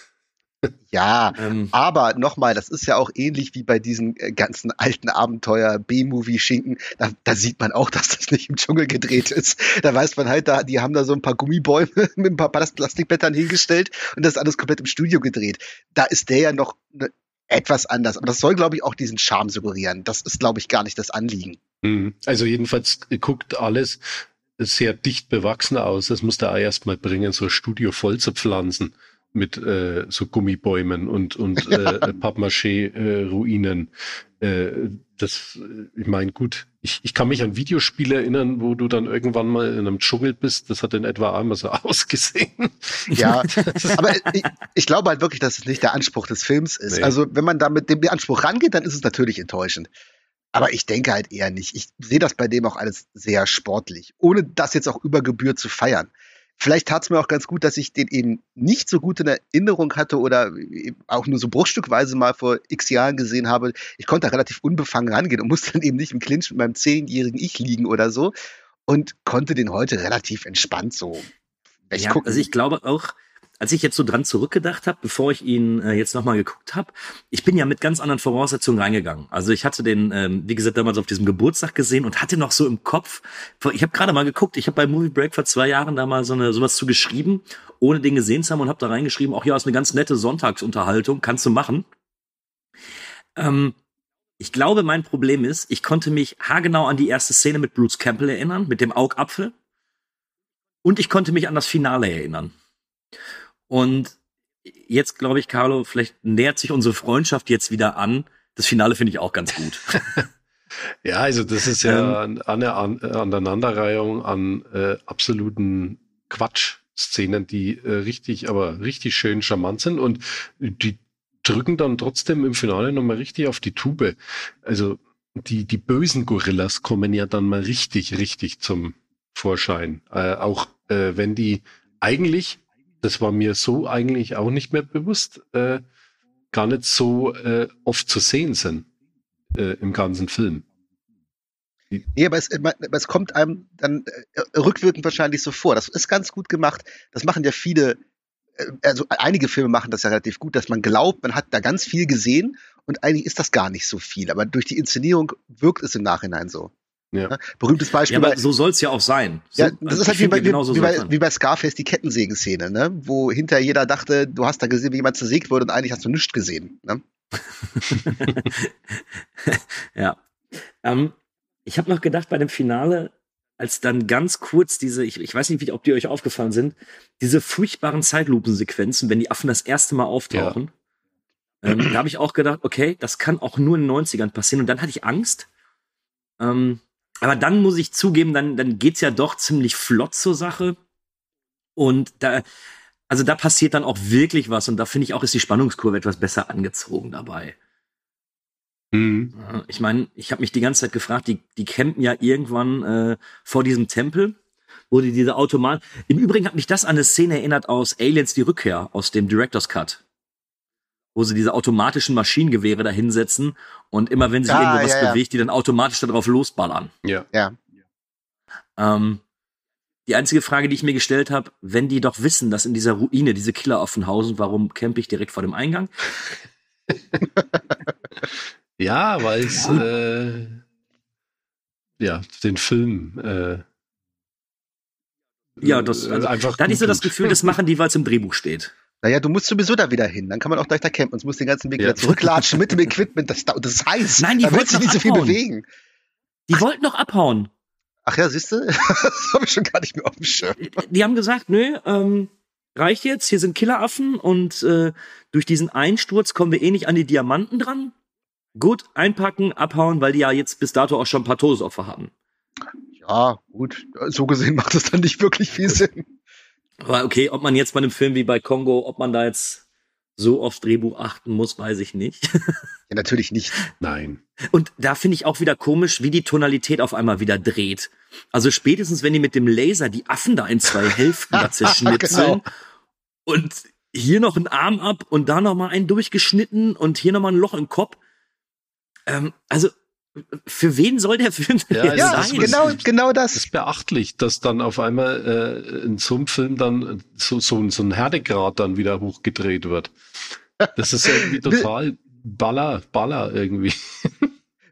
Speaker 3: Ja,
Speaker 2: Ähm,
Speaker 3: aber nochmal, das ist ja auch ähnlich wie bei diesen äh, ganzen alten Abenteuer-B-Movie-Schinken. Da, da sieht man auch, dass das nicht im Dschungel gedreht ist. Da weiß man halt, da, die haben da so ein paar Gummibäume mit ein paar Plastikblättern hingestellt und das ist alles komplett im Studio gedreht. Da ist der ja noch ne, etwas anders. Aber das soll, glaube ich, auch diesen Charme suggerieren. Das ist, glaube ich, gar nicht das Anliegen.
Speaker 4: Also jedenfalls guckt alles sehr dicht bewachsen aus. Das muss der auch erstmal bringen, so ein Studio voll zu pflanzen mit äh, so Gummibäumen und, und äh, Pappmaché-Ruinen. Äh, das, ich meine, gut, ich, ich kann mich an Videospiele erinnern, wo du dann irgendwann mal in einem Dschungel bist. Das hat in etwa einmal so ausgesehen.
Speaker 3: Ja, aber ich, ich glaube halt wirklich, dass es nicht der Anspruch des Films ist. Nee. Also wenn man da mit dem Anspruch rangeht, dann ist es natürlich enttäuschend. Aber ich denke halt eher nicht. Ich sehe das bei dem auch alles sehr sportlich, ohne das jetzt auch über Gebühr zu feiern. Vielleicht tat es mir auch ganz gut, dass ich den eben nicht so gut in Erinnerung hatte oder auch nur so bruchstückweise mal vor x Jahren gesehen habe. Ich konnte da relativ unbefangen rangehen und musste dann eben nicht im Clinch mit meinem zehnjährigen Ich liegen oder so und konnte den heute relativ entspannt so
Speaker 2: ja, gucken. Also ich glaube auch, als ich jetzt so dran zurückgedacht habe, bevor ich ihn äh, jetzt nochmal geguckt habe, ich bin ja mit ganz anderen Voraussetzungen reingegangen. Also ich hatte den, ähm, wie gesagt, damals auf diesem Geburtstag gesehen und hatte noch so im Kopf, ich habe gerade mal geguckt, ich habe bei Movie Break vor zwei Jahren da mal so eine sowas zu geschrieben, ohne den gesehen zu haben und habe da reingeschrieben, auch ja, ist eine ganz nette Sonntagsunterhaltung, kannst du machen. Ähm, ich glaube, mein Problem ist, ich konnte mich haargenau an die erste Szene mit Bruce Campbell erinnern, mit dem Augapfel, und ich konnte mich an das Finale erinnern. Und jetzt glaube ich, Carlo, vielleicht nähert sich unsere Freundschaft jetzt wieder an. Das Finale finde ich auch ganz gut.
Speaker 4: Ja, also das ist ja ähm, eine an, Aneinanderreihung an äh, absoluten Quatsch-Szenen, die äh, richtig, aber richtig schön charmant sind und die drücken dann trotzdem im Finale nochmal richtig auf die Tube. Also die, die bösen Gorillas kommen ja dann mal richtig, richtig zum Vorschein. Äh, auch äh, wenn die eigentlich, das war mir so eigentlich auch nicht mehr bewusst, äh, gar nicht so äh, oft zu sehen sind äh, im ganzen Film.
Speaker 3: Nee, aber es, aber es kommt einem dann äh, rückwirkend wahrscheinlich so vor. Das ist ganz gut gemacht. Das machen ja viele, äh, also einige Filme machen das ja relativ gut, dass man glaubt, man hat da ganz viel gesehen und eigentlich ist das gar nicht so viel. Aber durch die Inszenierung wirkt es im Nachhinein so.
Speaker 4: Ja.
Speaker 3: Ja, berühmtes Beispiel.
Speaker 2: Ja, aber
Speaker 3: bei,
Speaker 2: so soll es ja auch sein. So,
Speaker 3: ja, das
Speaker 2: also
Speaker 3: ist halt wie bei, wie,
Speaker 2: wie,
Speaker 3: bei, wie bei Scarface die Kettensägen-Szene, ne? Wo hinterher jeder dachte, du hast da gesehen, wie jemand zersägt wurde und eigentlich hast du nichts gesehen. Ne?
Speaker 2: Ja. Ähm, ich habe noch gedacht bei dem Finale, als dann ganz kurz diese, ich, ich weiß nicht, wie, ob die euch aufgefallen sind, diese furchtbaren Zeitlupensequenzen, wenn die Affen das erste Mal auftauchen. Ja. Ähm, da habe ich auch gedacht, okay, das kann auch nur in den neunzigern passieren. Und dann hatte ich Angst. Ähm, Aber dann muss ich zugeben, dann, dann geht's ja doch ziemlich flott zur Sache. Und da, also da passiert dann auch wirklich was. Und da finde ich auch, ist die Spannungskurve etwas besser angezogen dabei.
Speaker 4: Mhm.
Speaker 2: Ich meine, ich habe mich die ganze Zeit gefragt, die, die campen ja irgendwann äh, vor diesem Tempel, wo die diese Automat. Im Übrigen hat mich das an eine Szene erinnert aus Aliens die Rückkehr, aus dem Director's Cut. Wo sie diese automatischen Maschinengewehre da hinsetzen und immer wenn sich
Speaker 3: ah,
Speaker 2: irgendwo was
Speaker 3: ja, ja.
Speaker 2: bewegt, die dann automatisch darauf losballern.
Speaker 4: Ja.
Speaker 3: Ja.
Speaker 2: Ähm, die einzige Frage, die ich mir gestellt habe, wenn die doch wissen, dass in dieser Ruine diese Killeraffen hausen, warum campe ich direkt vor dem Eingang?
Speaker 4: Ja, weil es äh, ja den Film äh,
Speaker 2: ja, das also,
Speaker 4: einfach
Speaker 2: da hatte ich so
Speaker 4: tut.
Speaker 2: das Gefühl, das machen die, weil es im Drehbuch steht.
Speaker 3: Naja, du musst sowieso da wieder hin. Dann kann man auch gleich da campen. Sonst musst du den ganzen Weg
Speaker 4: Ja.
Speaker 3: wieder zurücklatschen mit dem Equipment. Das, das ist heiß.
Speaker 2: Nein, die
Speaker 3: da
Speaker 2: wollten
Speaker 3: willst du nicht
Speaker 2: noch
Speaker 3: so viel
Speaker 2: abhauen.
Speaker 3: bewegen.
Speaker 2: Die wollten noch abhauen.
Speaker 3: Ach ja, siehst du? Das habe ich schon gar nicht mehr auf dem Schirm.
Speaker 2: Die haben gesagt, nö, ähm, reicht jetzt, hier sind Killeraffen und äh, durch diesen Einsturz kommen wir eh nicht an die Diamanten dran. Gut, einpacken, abhauen, weil die ja jetzt bis dato auch schon ein paar Todesopfer hatten.
Speaker 3: Ja, gut. So gesehen macht es dann nicht wirklich viel Sinn.
Speaker 2: Aber okay, ob man jetzt bei einem Film wie bei Kongo, ob man da jetzt so aufs Drehbuch achten muss, weiß ich nicht.
Speaker 3: Ja, natürlich nicht.
Speaker 4: Nein.
Speaker 2: Und da finde ich auch wieder komisch, wie die Tonalität auf einmal wieder dreht. Also spätestens, wenn die mit dem Laser die Affen da in zwei Hälften da zerschnitzeln
Speaker 3: Genau.
Speaker 2: und hier noch ein Arm ab und da noch mal einen durchgeschnitten und hier noch mal ein Loch im Kopf. Ähm, also für wen soll der Film denn
Speaker 4: Ja,
Speaker 2: jetzt
Speaker 3: Ja,
Speaker 4: das
Speaker 2: sein?
Speaker 4: ist-
Speaker 3: genau, genau
Speaker 4: Das
Speaker 3: das.
Speaker 4: ist beachtlich, dass dann auf einmal äh, in so einem Film dann so, so, so ein Härtegrad dann wieder hochgedreht wird. Das ist irgendwie total Baller, Baller irgendwie.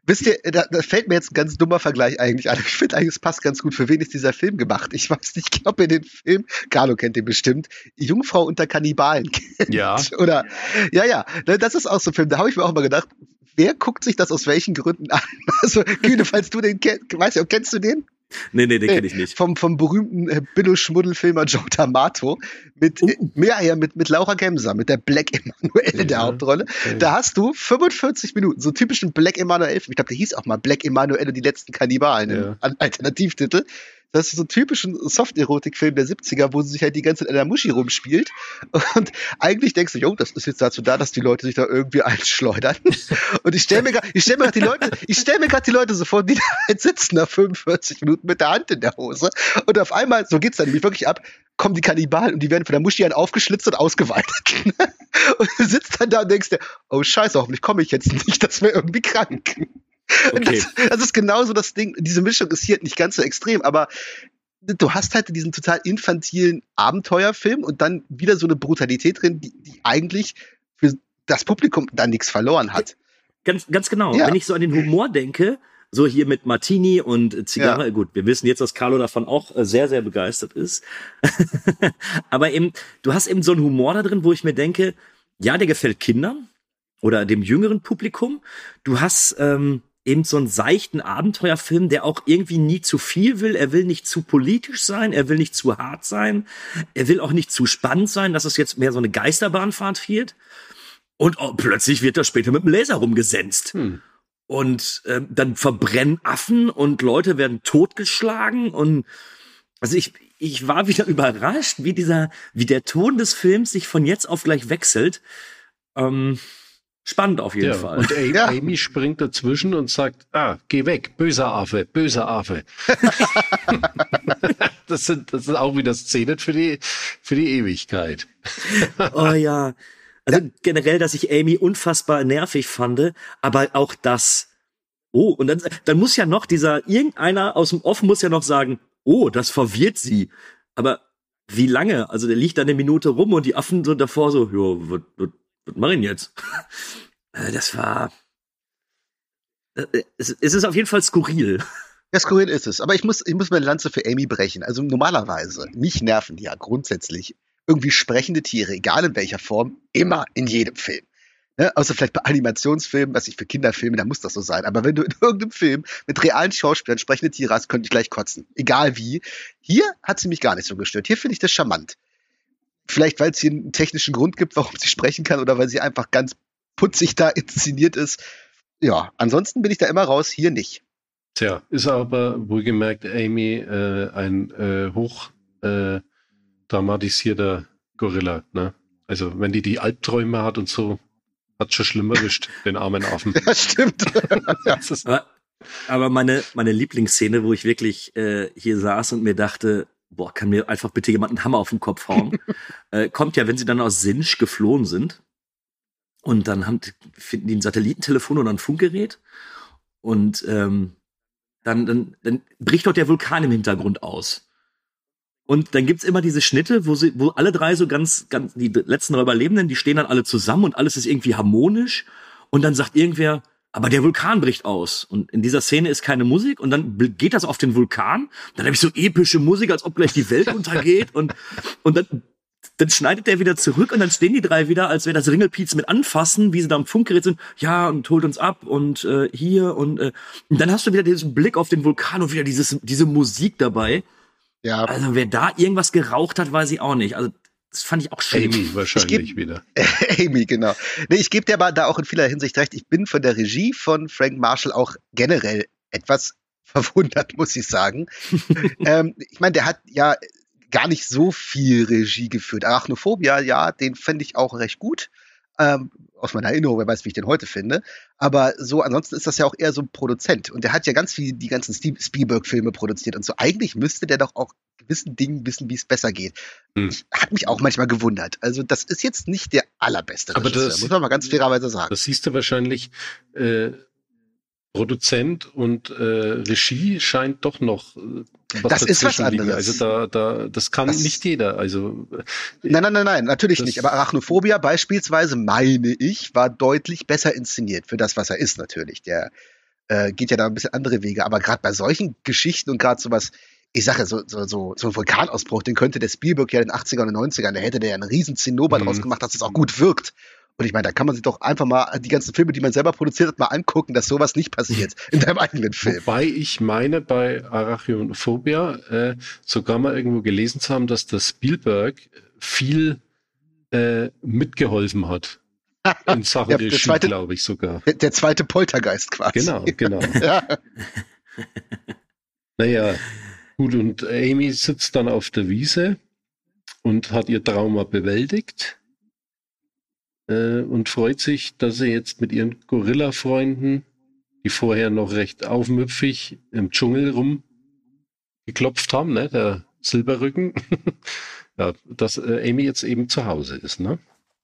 Speaker 3: Wisst ihr, da, da fällt mir jetzt ein ganz dummer Vergleich eigentlich an. Ich finde eigentlich, es passt ganz gut. Für wen ist dieser Film gemacht? Ich weiß nicht, ich glaube, ihr den Film, Carlo kennt den bestimmt, Jungfrau unter Kannibalen kennt.
Speaker 4: Ja.
Speaker 3: Oder, ja, ja, das ist auch so ein Film. Da habe ich mir auch mal gedacht, wer guckt sich das aus welchen Gründen an? Also, Kühne, falls du den kennst, weißt du, kennst du den?
Speaker 2: Nee, nee, den kenne ich nicht.
Speaker 3: Vom, vom berühmten äh, Billo-Schmuddelfilmer Joe D'Amato mit,
Speaker 2: Uh.
Speaker 3: äh, mehr, ja, mit, mit Laura Gemser, mit der Black Emanuelle in der
Speaker 4: Ja.
Speaker 3: Hauptrolle. Da hast du fünfundvierzig Minuten, so typischen Black Emanuelle-Film. Ich glaube, der hieß auch mal Black Emanuelle und die letzten Kannibalen,
Speaker 4: Ja.
Speaker 3: im Alternativtitel. Das ist so ein typischen Soft-Erotik-Film der siebziger, wo sie sich halt die ganze Zeit in der Muschi rumspielt. Und eigentlich denkst du, jo, das ist jetzt dazu da, dass die Leute sich da irgendwie einschleudern. Und ich stelle mir gerade, ich stelle mir gerade die Leute, ich stelle mir gerade die Leute so vor, die da halt sitzen nach fünfundvierzig Minuten mit der Hand in der Hose. Und auf einmal, so geht's dann nämlich wirklich ab, kommen die Kannibalen und die werden von der Muschi an aufgeschlitzt und ausgeweitet. Und du sitzt dann da und denkst dir, oh Scheiße, hoffentlich komme ich jetzt nicht, das wäre irgendwie krank.
Speaker 2: Okay.
Speaker 3: Das, das ist genauso das Ding. Diese Mischung ist hier nicht ganz so extrem, aber du hast halt diesen total infantilen Abenteuerfilm und dann wieder so eine Brutalität drin, die, die eigentlich für das Publikum da nichts verloren hat.
Speaker 2: Ganz, ganz genau.
Speaker 3: Ja.
Speaker 2: Wenn ich so an den Humor denke, so hier mit Martini und Zigarre,
Speaker 3: Ja.
Speaker 2: gut, wir wissen jetzt, dass Carlo davon auch äh, sehr, sehr begeistert ist. Aber eben, du hast eben so einen Humor da drin, wo ich mir denke, ja, der gefällt Kindern oder dem jüngeren Publikum. Du hast ähm, eben so einen seichten Abenteuerfilm, der auch irgendwie nie zu viel will. Er will nicht zu politisch sein, er will nicht zu hart sein, er will auch nicht zu spannend sein, dass es jetzt mehr so eine Geisterbahnfahrt wird. Und oh, plötzlich wird er später mit dem Laser rumgesenzt.
Speaker 4: Hm.
Speaker 2: Und ähm, dann verbrennen Affen und Leute werden totgeschlagen. Und also ich, ich war wieder überrascht, wie dieser, wie der Ton des Films sich von jetzt auf gleich wechselt. Ähm, Spannend auf jeden
Speaker 4: Ja,
Speaker 2: Fall.
Speaker 4: und Amy,
Speaker 3: Ja.
Speaker 4: Amy springt dazwischen und sagt, ah, geh weg, böser Affe, böser Affe. das sind, das sind auch wieder Szenen für die, für die Ewigkeit.
Speaker 2: Oh ja. Also ja. Generell, dass ich Amy unfassbar nervig fand, aber auch das. Oh, und dann, dann muss ja noch dieser, irgendeiner aus dem Off muss ja noch sagen, oh, das verwirrt sie. Aber wie lange? Also der liegt da eine Minute rum und die Affen so davor so, ja, was, was, was mach ich denn jetzt? Das war, es, es ist auf jeden Fall skurril.
Speaker 3: Ja, skurril ist es. Aber ich muss, ich muss meine Lanze für Amy brechen. Also normalerweise, mich nerven ja grundsätzlich irgendwie sprechende Tiere, egal in welcher Form, immer in jedem Film. Ne? Außer vielleicht bei Animationsfilmen, was ich für Kinderfilme, da muss das so sein. Aber wenn du in irgendeinem Film mit realen Schauspielern sprechende Tiere hast, könnte ich gleich kotzen. Egal wie. Hier hat sie mich gar nicht so gestört. Hier finde ich das charmant. Vielleicht, weil es hier einen technischen Grund gibt, warum sie sprechen kann, oder weil sie einfach ganz putzig da inszeniert ist. Ja, ansonsten bin ich da immer raus, hier nicht.
Speaker 4: Tja, ist aber wohlgemerkt Amy äh, ein äh, hoch äh, dramatisierter Gorilla, ne? Also wenn die die Albträume hat und so, hat schon schlimm erwischt, den armen Affen.
Speaker 3: Ja, stimmt.
Speaker 4: Das ist,
Speaker 2: Aber, aber meine, meine Lieblingsszene, wo ich wirklich äh, hier saß und mir dachte, boah, kann mir einfach bitte jemand einen Hammer auf den Kopf hauen, äh, kommt ja, wenn sie dann aus Sinj geflohen sind und dann haben, finden die ein Satellitentelefon oder ein Funkgerät und ähm, dann, dann, dann bricht dort der Vulkan im Hintergrund aus. Und dann gibt's immer diese Schnitte, wo sie, wo alle drei so ganz, ganz, die letzten drei Überlebenden, die stehen dann alle zusammen und alles ist irgendwie harmonisch. Und dann sagt irgendwer, aber der Vulkan bricht aus. Und in dieser Szene ist keine Musik. Und dann geht das auf den Vulkan. Dann habe ich so epische Musik, als ob gleich die Welt untergeht. Und, und dann, dann schneidet der wieder zurück und dann stehen die drei wieder, als wäre das Ringelpiez mit anfassen, wie sie da am Funkgerät sind. Ja, und holt uns ab und äh, hier. Und, äh, und dann hast du wieder diesen Blick auf den Vulkan und wieder dieses, diese Musik dabei.
Speaker 3: Ja.
Speaker 2: Also wer da irgendwas geraucht hat, weiß ich auch nicht. Also das fand ich auch schlimm.
Speaker 4: Amy wahrscheinlich
Speaker 3: geb,
Speaker 4: wieder.
Speaker 3: Amy, genau. Nee, ich gebe dir aber da auch in vieler Hinsicht recht. Ich bin von der Regie von Frank Marshall auch generell etwas verwundert, muss ich sagen. ähm, ich meine, der hat ja gar nicht so viel Regie geführt. Arachnophobia, ja, den fände ich auch recht gut. Ähm, aus meiner Erinnerung, wer weiß, wie ich den heute finde. Aber so, ansonsten ist das ja auch eher so ein Produzent. Und der hat ja ganz viel die ganzen Steve Spielberg-Filme produziert. Und so eigentlich müsste der doch auch gewissen Dingen wissen, wie es besser geht. Hm. Hat mich auch manchmal gewundert. Also das ist jetzt nicht der allerbeste
Speaker 4: Aber
Speaker 3: Regisseur,
Speaker 4: das,
Speaker 3: muss man mal ganz fairerweise sagen.
Speaker 4: Das siehst du wahrscheinlich, äh, Produzent und äh, Regie scheint doch noch äh, was
Speaker 3: das ist was
Speaker 4: liegen.
Speaker 3: anderes.
Speaker 4: Also da, da, das kann
Speaker 3: das
Speaker 4: nicht jeder. Also
Speaker 3: nein, nein, nein, nein, natürlich
Speaker 4: das
Speaker 3: nicht. Aber Arachnophobia beispielsweise, meine ich, war deutlich besser inszeniert für das, was er ist natürlich. Der äh, geht ja da ein bisschen andere Wege. Aber gerade bei solchen Geschichten und gerade sowas, ich sage ja, so, so, so, so ein Vulkanausbruch, den könnte der Spielberg ja in den achtzigern und neunzigern, da hätte der ja einen riesen Zinnober draus
Speaker 4: Mhm.
Speaker 3: gemacht, dass es auch gut wirkt. Und ich meine, da kann man sich doch einfach mal die ganzen Filme, die man selber produziert hat, mal angucken, dass sowas nicht passiert in deinem eigenen Film.
Speaker 4: Wobei ich meine, bei Arachnophobia äh, sogar mal irgendwo gelesen zu haben, dass der Spielberg viel äh, mitgeholfen hat. In Sachen
Speaker 3: Der- der
Speaker 4: Regie,
Speaker 3: zweite-
Speaker 4: glaube ich sogar.
Speaker 3: Der, der zweite Poltergeist quasi.
Speaker 4: Genau, genau.
Speaker 3: Ja.
Speaker 4: Naja, gut, und Amy sitzt dann auf der Wiese und hat ihr Trauma bewältigt äh, und freut sich, dass sie jetzt mit ihren Gorilla-Freunden, die vorher noch recht aufmüpfig im Dschungel rumgeklopft haben, ne, der Silberrücken, ja, dass äh, Amy jetzt eben zu Hause ist, ne?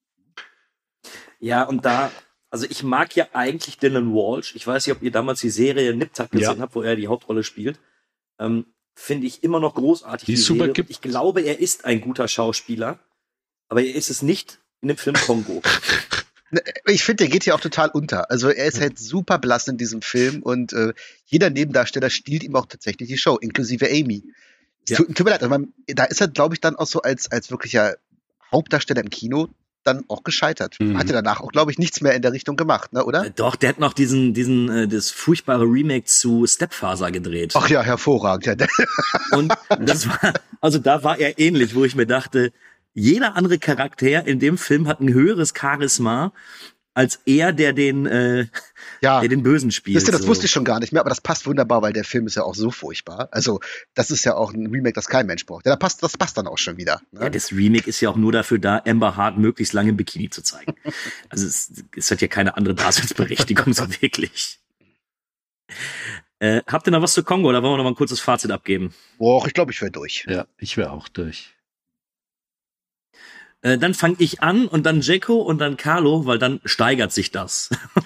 Speaker 2: Ja, und da, also ich mag ja eigentlich Dylan Walsh. Ich weiß nicht, ob ihr damals die Serie Nip-Tuck gesehen
Speaker 4: Ja.
Speaker 2: habt, wo er die Hauptrolle spielt. Ähm, Finde ich immer noch großartig.
Speaker 4: Die ist super
Speaker 2: Serie.
Speaker 4: gibt-
Speaker 2: Ich glaube, er ist ein guter Schauspieler, aber er ist es nicht in dem Film Kongo.
Speaker 3: Ich finde, der geht hier auch total unter. Also er ist halt super blass in diesem Film und äh, jeder Nebendarsteller stiehlt ihm auch tatsächlich die Show, inklusive Amy. Es
Speaker 2: Ja.
Speaker 3: tut, tut mir leid, also man, da ist er, glaube ich, dann auch so als, als wirklicher Hauptdarsteller im Kino dann auch gescheitert.
Speaker 4: Mhm.
Speaker 3: Hatte danach auch, glaube ich, nichts mehr in der Richtung gemacht, ne, oder?
Speaker 2: Äh, Doch, der hat noch diesen, diesen, äh, das furchtbare Remake zu Stepfather gedreht.
Speaker 3: Ach ja, hervorragend. Ja.
Speaker 2: Und das war, also da war er ähnlich, wo ich mir dachte, jeder andere Charakter in dem Film hat ein höheres Charisma als er, der den, äh,
Speaker 3: Ja.
Speaker 2: der den Bösen spielt.
Speaker 3: Wisst ihr, das
Speaker 2: so.
Speaker 3: wusste ich schon gar nicht mehr, aber das passt wunderbar, weil der Film ist ja auch so furchtbar. Also, das ist ja auch ein Remake, das kein Mensch braucht. Ja, da passt, das passt dann auch schon wieder. Ne?
Speaker 2: Ja, das Remake ist ja auch nur dafür da, Amber Hart möglichst lange im Bikini zu zeigen. Also es, es hat ja keine andere Daseinsberechtigung so wirklich. Äh, habt ihr noch was zu Kongo oder wollen wir noch mal ein kurzes Fazit abgeben?
Speaker 3: Boah, ich glaube, ich wäre durch.
Speaker 4: Ja, ich wäre auch durch.
Speaker 2: Äh, dann fange ich an und dann Jacko und dann Carlo, weil dann steigert sich das.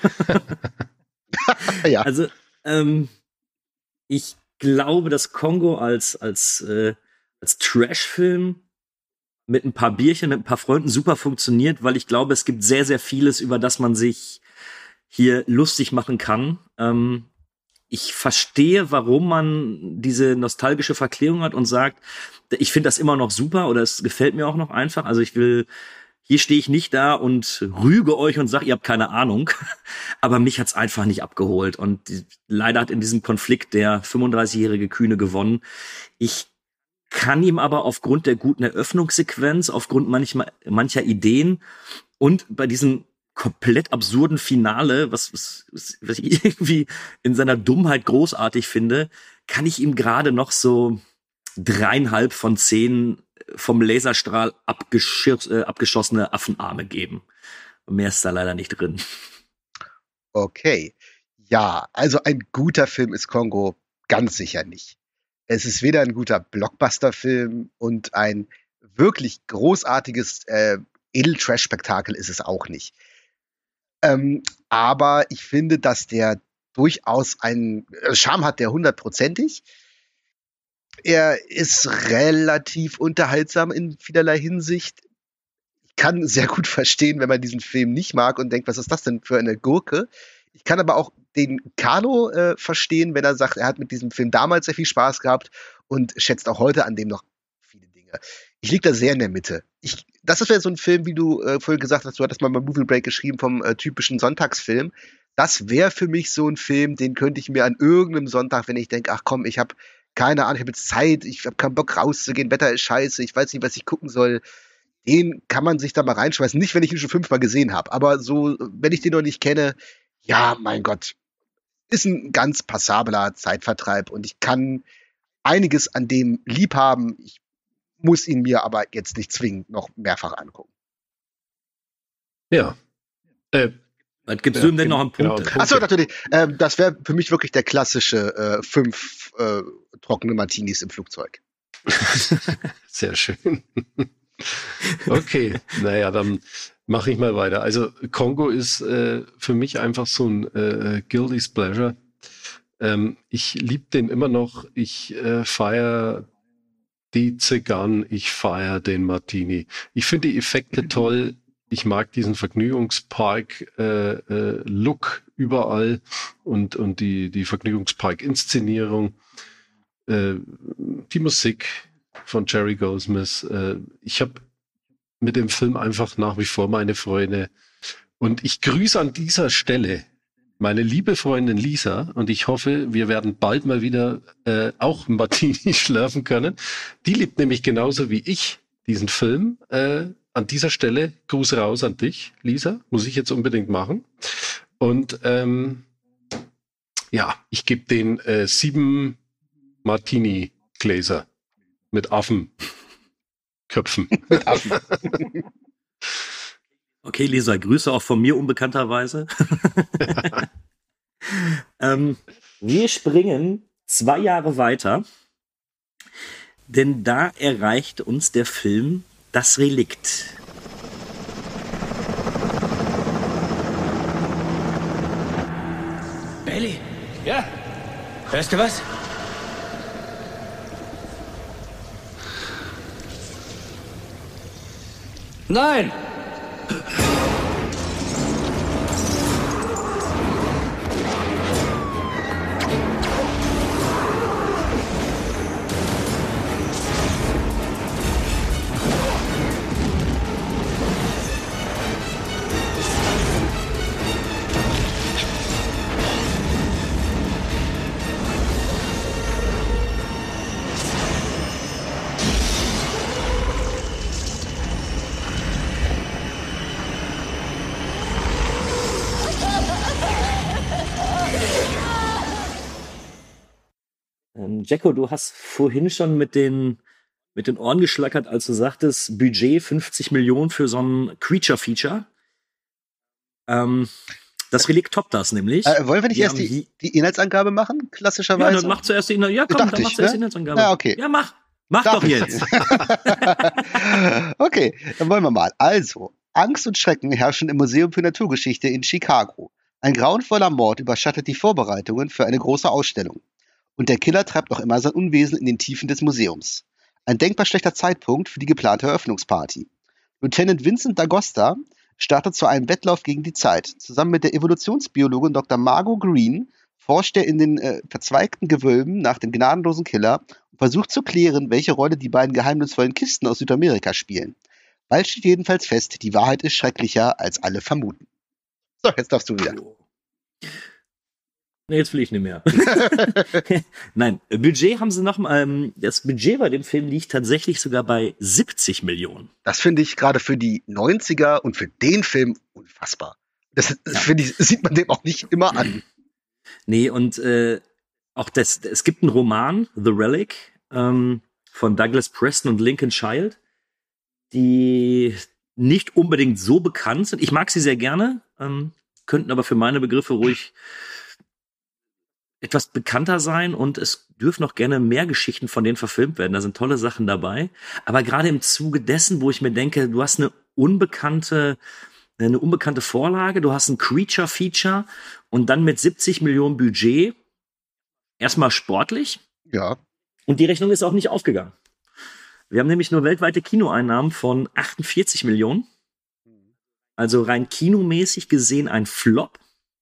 Speaker 3: Ja.
Speaker 2: Also ähm, ich glaube, dass Kongo als als äh, als Trash-Film mit ein paar Bierchen, mit ein paar Freunden super funktioniert, weil ich glaube, es gibt sehr, sehr vieles, über das man sich hier lustig machen kann. Ähm, ich verstehe, warum man diese nostalgische Verklärung hat und sagt, ich finde das immer noch super oder es gefällt mir auch noch einfach. Also ich will, hier stehe ich nicht da und rüge euch und sage, ihr habt keine Ahnung. Aber mich hat's einfach nicht abgeholt. Und die, leider hat in diesem Konflikt der fünfunddreißigjährige Kühne gewonnen. Ich kann ihm aber aufgrund der guten Eröffnungssequenz, aufgrund manchmal, mancher Ideen und bei diesem komplett absurden Finale, was, was, was ich irgendwie in seiner Dummheit großartig finde, kann ich ihm gerade noch so dreieinhalb von zehn vom Laserstrahl abgeschir- äh, abgeschossene Affenarme geben. Und mehr ist da leider nicht drin.
Speaker 3: Okay. Ja, also ein guter Film ist Kongo ganz sicher nicht. Es ist weder ein guter Blockbuster-Film und ein wirklich großartiges äh, Edel-Trash-Spektakel ist es auch nicht. Ähm, aber ich finde, dass der durchaus einen äh, Charme hat, der hundertprozentig. Er ist relativ unterhaltsam in vielerlei Hinsicht. Ich kann sehr gut verstehen, wenn man diesen Film nicht mag und denkt, was ist das denn für eine Gurke? Ich kann aber auch den Carlo äh, verstehen, wenn er sagt, er hat mit diesem Film damals sehr viel Spaß gehabt und schätzt auch heute an dem noch viele Dinge. Ich liege da sehr in der Mitte. Ich, das ist ja so ein Film, wie du äh, vorhin gesagt hast, du hattest mal beim Movie Break geschrieben vom äh, typischen Sonntagsfilm. Das wäre für mich so ein Film, den könnte ich mir an irgendeinem Sonntag, wenn ich denke, ach komm, ich habe keine Ahnung, ich habe jetzt Zeit, ich habe keinen Bock rauszugehen, Wetter ist scheiße, ich weiß nicht, was ich gucken soll. Den kann man sich da mal reinschmeißen. Nicht, wenn ich ihn schon fünfmal gesehen habe, aber so, wenn ich den noch nicht kenne, ja, mein Gott, ist ein ganz passabler Zeitvertreib und ich kann einiges an dem lieb haben. Ich muss ihn mir aber jetzt nicht zwingend noch mehrfach angucken.
Speaker 4: Ja. Äh,
Speaker 2: Was gibst
Speaker 4: Ja,
Speaker 2: du ihm denn
Speaker 4: genau,
Speaker 2: noch an
Speaker 4: genau.
Speaker 2: Punkte?
Speaker 4: Punkte.
Speaker 3: Achso, natürlich. Ähm, das wäre für mich wirklich der klassische äh, fünf äh, trockene Martinis im Flugzeug.
Speaker 4: Sehr schön. Okay, naja, dann mache ich mal weiter. Also Kongo ist äh, für mich einfach so ein äh, Guilty Pleasure. Ähm, ich liebe den immer noch. Ich äh, feiere die Zigarren, ich feiere den Martini. Ich finde die Effekte toll. ich mag diesen Vergnügungspark-Look äh, äh, überall und, und die, die Vergnügungspark-Inszenierung, äh, die Musik von Jerry Goldsmith. Äh, ich habe mit dem Film einfach nach wie vor meine Freude. Und ich grüße an dieser Stelle meine liebe Freundin Lisa und ich hoffe, wir werden bald mal wieder äh, auch Martini schlürfen können. Die liebt nämlich genauso wie ich diesen Film. Äh, an dieser Stelle Gruß raus an dich, Lisa. Muss ich jetzt unbedingt machen. Und ähm, ja, ich gebe den äh, sieben Martini-Gläser mit Affenköpfen.
Speaker 3: Mit Affen.
Speaker 2: Okay, Lisa, Grüße auch von mir unbekannterweise. ähm, wir springen zwei Jahre weiter, denn da erreicht uns der Film Das Relikt.
Speaker 6: Bailey? Ja? Hörst du was? Nein!
Speaker 2: Jacko, du hast vorhin schon mit den, mit den Ohren geschlackert, als du sagtest, Budget fünfzig Millionen für so ein Creature-Feature. Ähm, das Relikt toppt das nämlich.
Speaker 3: Äh, wollen wir nicht
Speaker 2: die
Speaker 3: erst die, die Inhaltsangabe machen, klassischerweise?
Speaker 2: Ja, dann mach zuerst die Inhaltsangabe. Ja, komm, dann mach zuerst die Inhaltsangabe.
Speaker 3: Ja, okay.
Speaker 2: Ja, mach. Mach
Speaker 3: Darf
Speaker 2: doch
Speaker 3: ich?
Speaker 2: jetzt.
Speaker 3: Okay, dann wollen wir mal. Also, Angst und Schrecken herrschen im Museum für Naturgeschichte in Chicago. Ein grauenvoller Mord überschattet die Vorbereitungen für eine große Ausstellung. Und der Killer treibt noch immer sein Unwesen in den Tiefen des Museums. Ein denkbar schlechter Zeitpunkt für die geplante Eröffnungsparty. Lieutenant Vincent D'Agosta startet zu einem Wettlauf gegen die Zeit. Zusammen mit der Evolutionsbiologin Doktor Margot Green forscht er in den äh, verzweigten Gewölben nach dem gnadenlosen Killer und versucht zu klären, welche Rolle die beiden geheimnisvollen Kisten aus Südamerika spielen. Bald steht jedenfalls fest, die Wahrheit ist schrecklicher, als alle vermuten. So, jetzt darfst du wieder.
Speaker 2: Nee, jetzt will ich nicht mehr. Nein, Budget haben sie noch mal, ähm, das Budget bei dem Film liegt tatsächlich sogar bei siebzig Millionen.
Speaker 3: Das finde ich gerade für die neunziger und für den Film unfassbar. Das, das
Speaker 2: Ja.
Speaker 3: finde ich, sieht man dem auch nicht immer an.
Speaker 2: Nee, und äh, auch das, es gibt einen Roman, The Relic, ähm, von Douglas Preston und Lincoln Child, die nicht unbedingt so bekannt sind. Ich mag sie sehr gerne, ähm, könnten aber für meine Begriffe ruhig etwas bekannter sein und es dürfen auch gerne mehr Geschichten von denen verfilmt werden. Da sind tolle Sachen dabei. Aber gerade im Zuge dessen, wo ich mir denke, du hast eine unbekannte, eine unbekannte Vorlage, du hast ein Creature-Feature und dann mit siebzig Millionen Budget erstmal sportlich
Speaker 3: Ja.
Speaker 2: und die Rechnung ist auch nicht aufgegangen. Wir haben nämlich nur weltweite Kinoeinnahmen von achtundvierzig Millionen. Also rein kinomäßig gesehen ein Flop.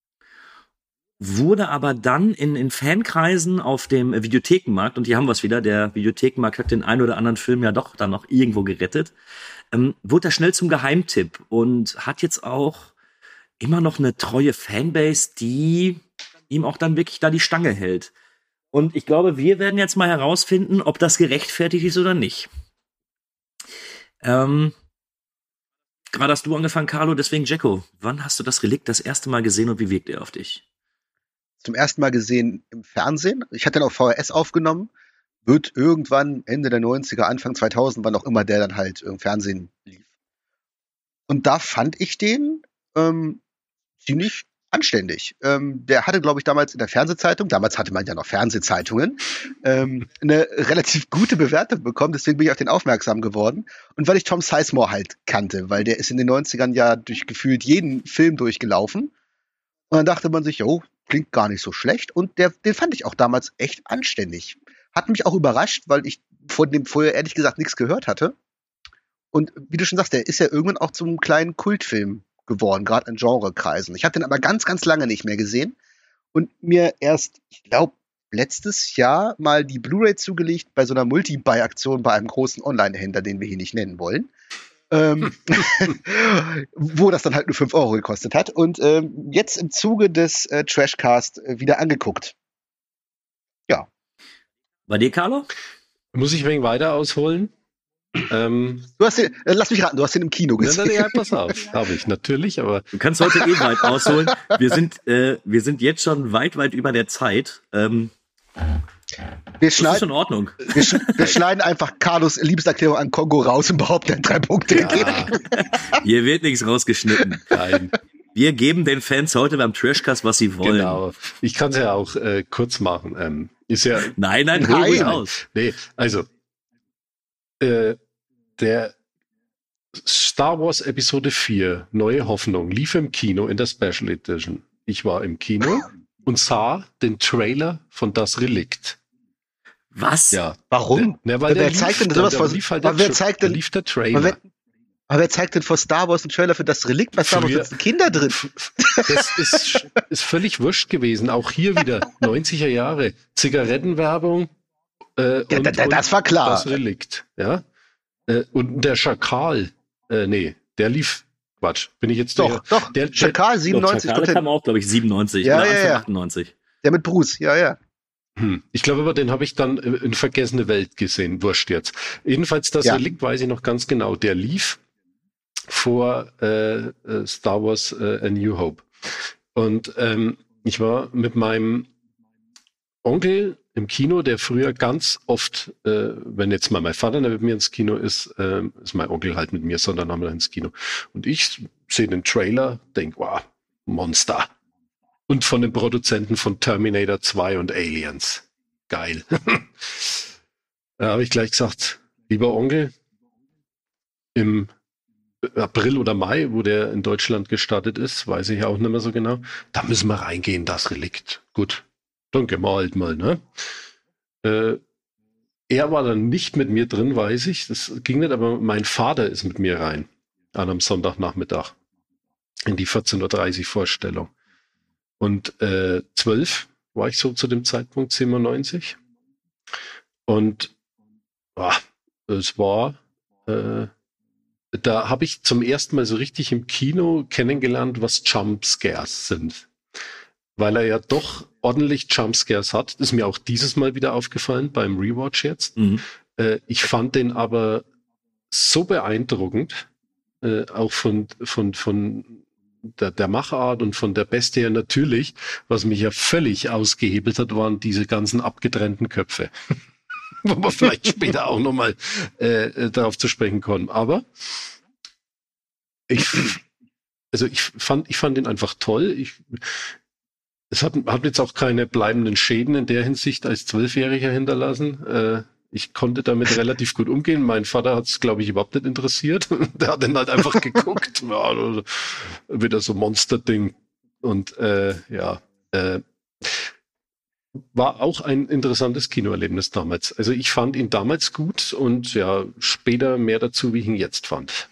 Speaker 2: Wurde aber dann in, in Fankreisen auf dem Videothekenmarkt, und hier haben wir es wieder, der Videothekenmarkt hat den einen oder anderen Film ja doch dann noch irgendwo gerettet, ähm, wurde er schnell zum Geheimtipp und hat jetzt auch immer noch eine treue Fanbase, die ihm auch dann wirklich da die Stange hält. Und ich glaube, wir werden jetzt mal herausfinden, ob das gerechtfertigt ist oder nicht. Ähm, gerade hast du angefangen, Carlo, deswegen Jacko, wann hast du das Relikt das erste Mal gesehen und wie wirkt er auf dich?
Speaker 3: Zum ersten Mal gesehen im Fernsehen. Ich hatte ihn auf V H S aufgenommen. Wird irgendwann Ende der neunziger, Anfang zweitausend, wann auch immer der dann halt im Fernsehen lief. Und da fand ich den ähm, ziemlich anständig. Ähm, der hatte, glaube ich, damals in der Fernsehzeitung, damals hatte man ja noch Fernsehzeitungen, ähm, eine relativ gute Bewertung bekommen. Deswegen bin ich auf den aufmerksam geworden. Und weil ich Tom Sizemore halt kannte, weil der ist in den neunzigern ja durch gefühlt jeden Film durchgelaufen. Und dann dachte man sich, jo, klingt gar nicht so schlecht. Und der, den fand ich auch damals echt anständig. Hat mich auch überrascht, weil ich von dem vorher ehrlich gesagt nichts gehört hatte. Und wie du schon sagst, der ist ja irgendwann auch zum kleinen Kultfilm geworden, gerade in Genrekreisen. Ich habe den aber ganz, ganz lange nicht mehr gesehen und mir erst, ich glaube, letztes Jahr mal die Blu-ray zugelegt bei so einer Multi-Buy-Aktion bei einem großen Online-Händler, den wir hier nicht nennen wollen. ähm, wo das dann halt nur fünf Euro gekostet hat. Und ähm, jetzt im Zuge des äh, Trashcast äh, wieder angeguckt. Ja.
Speaker 2: Bei dir, Carlo?
Speaker 4: Muss ich ein wenig weiter ausholen? Ähm,
Speaker 3: du hast den, äh, lass mich raten, du hast den im Kino gesehen.
Speaker 4: Ja, ja, pass auf, habe ich natürlich, aber
Speaker 2: du kannst heute eh weit ausholen. Wir sind, äh, wir sind jetzt schon weit, weit über der Zeit. Ähm,
Speaker 3: wir
Speaker 2: das
Speaker 3: schneiden,
Speaker 2: ist schon in Ordnung.
Speaker 3: Wir, sch wir schneiden einfach Carlos Liebeserklärung an Kongo raus und behaupten, er hat drei Punkte
Speaker 4: ja.
Speaker 3: gegeben.
Speaker 2: Hier wird nichts rausgeschnitten.
Speaker 4: Nein.
Speaker 2: Wir geben den Fans heute beim Trashcast, was sie wollen.
Speaker 4: Genau. Ich kann es ja auch äh, kurz machen. Ähm, ist ja.
Speaker 2: Nein, nein, hol ruhig aus.
Speaker 4: Nee, also äh, der Star Wars Episode vier, Neue Hoffnung, lief im Kino in der Special Edition. Ich war im Kino und sah den Trailer von Das Relikt.
Speaker 2: Was?
Speaker 4: Ja.
Speaker 3: Warum?
Speaker 4: Der, ne, weil
Speaker 3: wer
Speaker 4: der
Speaker 3: zeigt
Speaker 4: lief,
Speaker 3: denn sowas
Speaker 4: der,
Speaker 3: vor?
Speaker 4: der lief halt
Speaker 3: aber
Speaker 4: der,
Speaker 3: wer zeigt denn,
Speaker 4: lief der Trailer?
Speaker 3: Aber wer, aber wer zeigt denn vor Star Wars einen Trailer für Das Relikt? Bei Star Wars sitzen Kinder drin.
Speaker 4: Das ist, ist völlig wurscht gewesen. Auch hier wieder neunziger Jahre. Zigarettenwerbung. Äh,
Speaker 3: ja,
Speaker 4: und,
Speaker 3: da, da, das war klar.
Speaker 4: Das Relikt. Ja. Äh, und der Schakal. Äh, nee, der lief. Quatsch. Bin ich jetzt
Speaker 3: Doch,
Speaker 4: der,
Speaker 3: doch.
Speaker 4: Der,
Speaker 3: Schakal siebenundneunzig.
Speaker 2: Schakal kam auch, glaube ich, siebenundneunzig
Speaker 3: ja,
Speaker 2: oder
Speaker 3: ja,
Speaker 2: Anfang
Speaker 3: ja.
Speaker 2: achtundneunzig.
Speaker 3: Der mit Bruce, ja, ja.
Speaker 4: Hm. Ich glaube aber, den habe ich dann in Vergessene Welt gesehen. Wurscht jetzt. Jedenfalls, das
Speaker 3: ja.
Speaker 4: Relikt weiß ich noch ganz genau. Der lief vor äh, Star Wars äh, A New Hope. Und ähm, ich war mit meinem Onkel im Kino, der früher ganz oft, äh, wenn jetzt mal mein Vater mit mir ins Kino ist, äh, ist mein Onkel halt mit mir Sonntagnachmittag ins Kino. Und ich sehe den Trailer, denke, wow, Monster. Und von den Produzenten von Terminator zwei und Aliens. Geil. Da habe ich gleich gesagt, lieber Onkel, im April oder Mai, wo der in Deutschland gestartet ist, weiß ich auch nicht mehr so genau, da müssen wir reingehen, Das Relikt. Gut. Dann gehen wir halt mal, ne? Äh, er war dann nicht mit mir drin, weiß ich. Das ging nicht, aber mein Vater ist mit mir rein. An einem Sonntagnachmittag. In die vierzehn Uhr dreißig Vorstellung. Und äh, zwölf war ich so zu dem Zeitpunkt, siebenundneunzig. Und boah, es war, äh, da habe ich zum ersten Mal so richtig im Kino kennengelernt, was Jumpscares sind. Weil er ja doch ordentlich Jumpscares hat. Das ist mir auch dieses Mal wieder aufgefallen beim Rewatch jetzt. Mhm. Äh, ich fand den aber so beeindruckend, äh, auch von, von, von der, der Machart und von der Bestie her natürlich. Was mich ja völlig ausgehebelt hat, waren diese ganzen abgetrennten Köpfe. Wo wir vielleicht später auch nochmal äh, darauf zu sprechen kommen. Aber ich, also ich fand, ich fand den einfach toll. Ich, Es hat, hat jetzt auch keine bleibenden Schäden in der Hinsicht als Zwölfjähriger hinterlassen. Äh, ich konnte damit relativ gut umgehen. Mein Vater hat es, glaube ich, überhaupt nicht interessiert. Der hat dann halt einfach geguckt. Ja, wieder so Monster-Ding. Und äh, ja, äh, war auch ein interessantes Kinoerlebnis damals. Also ich fand ihn damals gut und ja, später mehr dazu, wie ich ihn jetzt fand.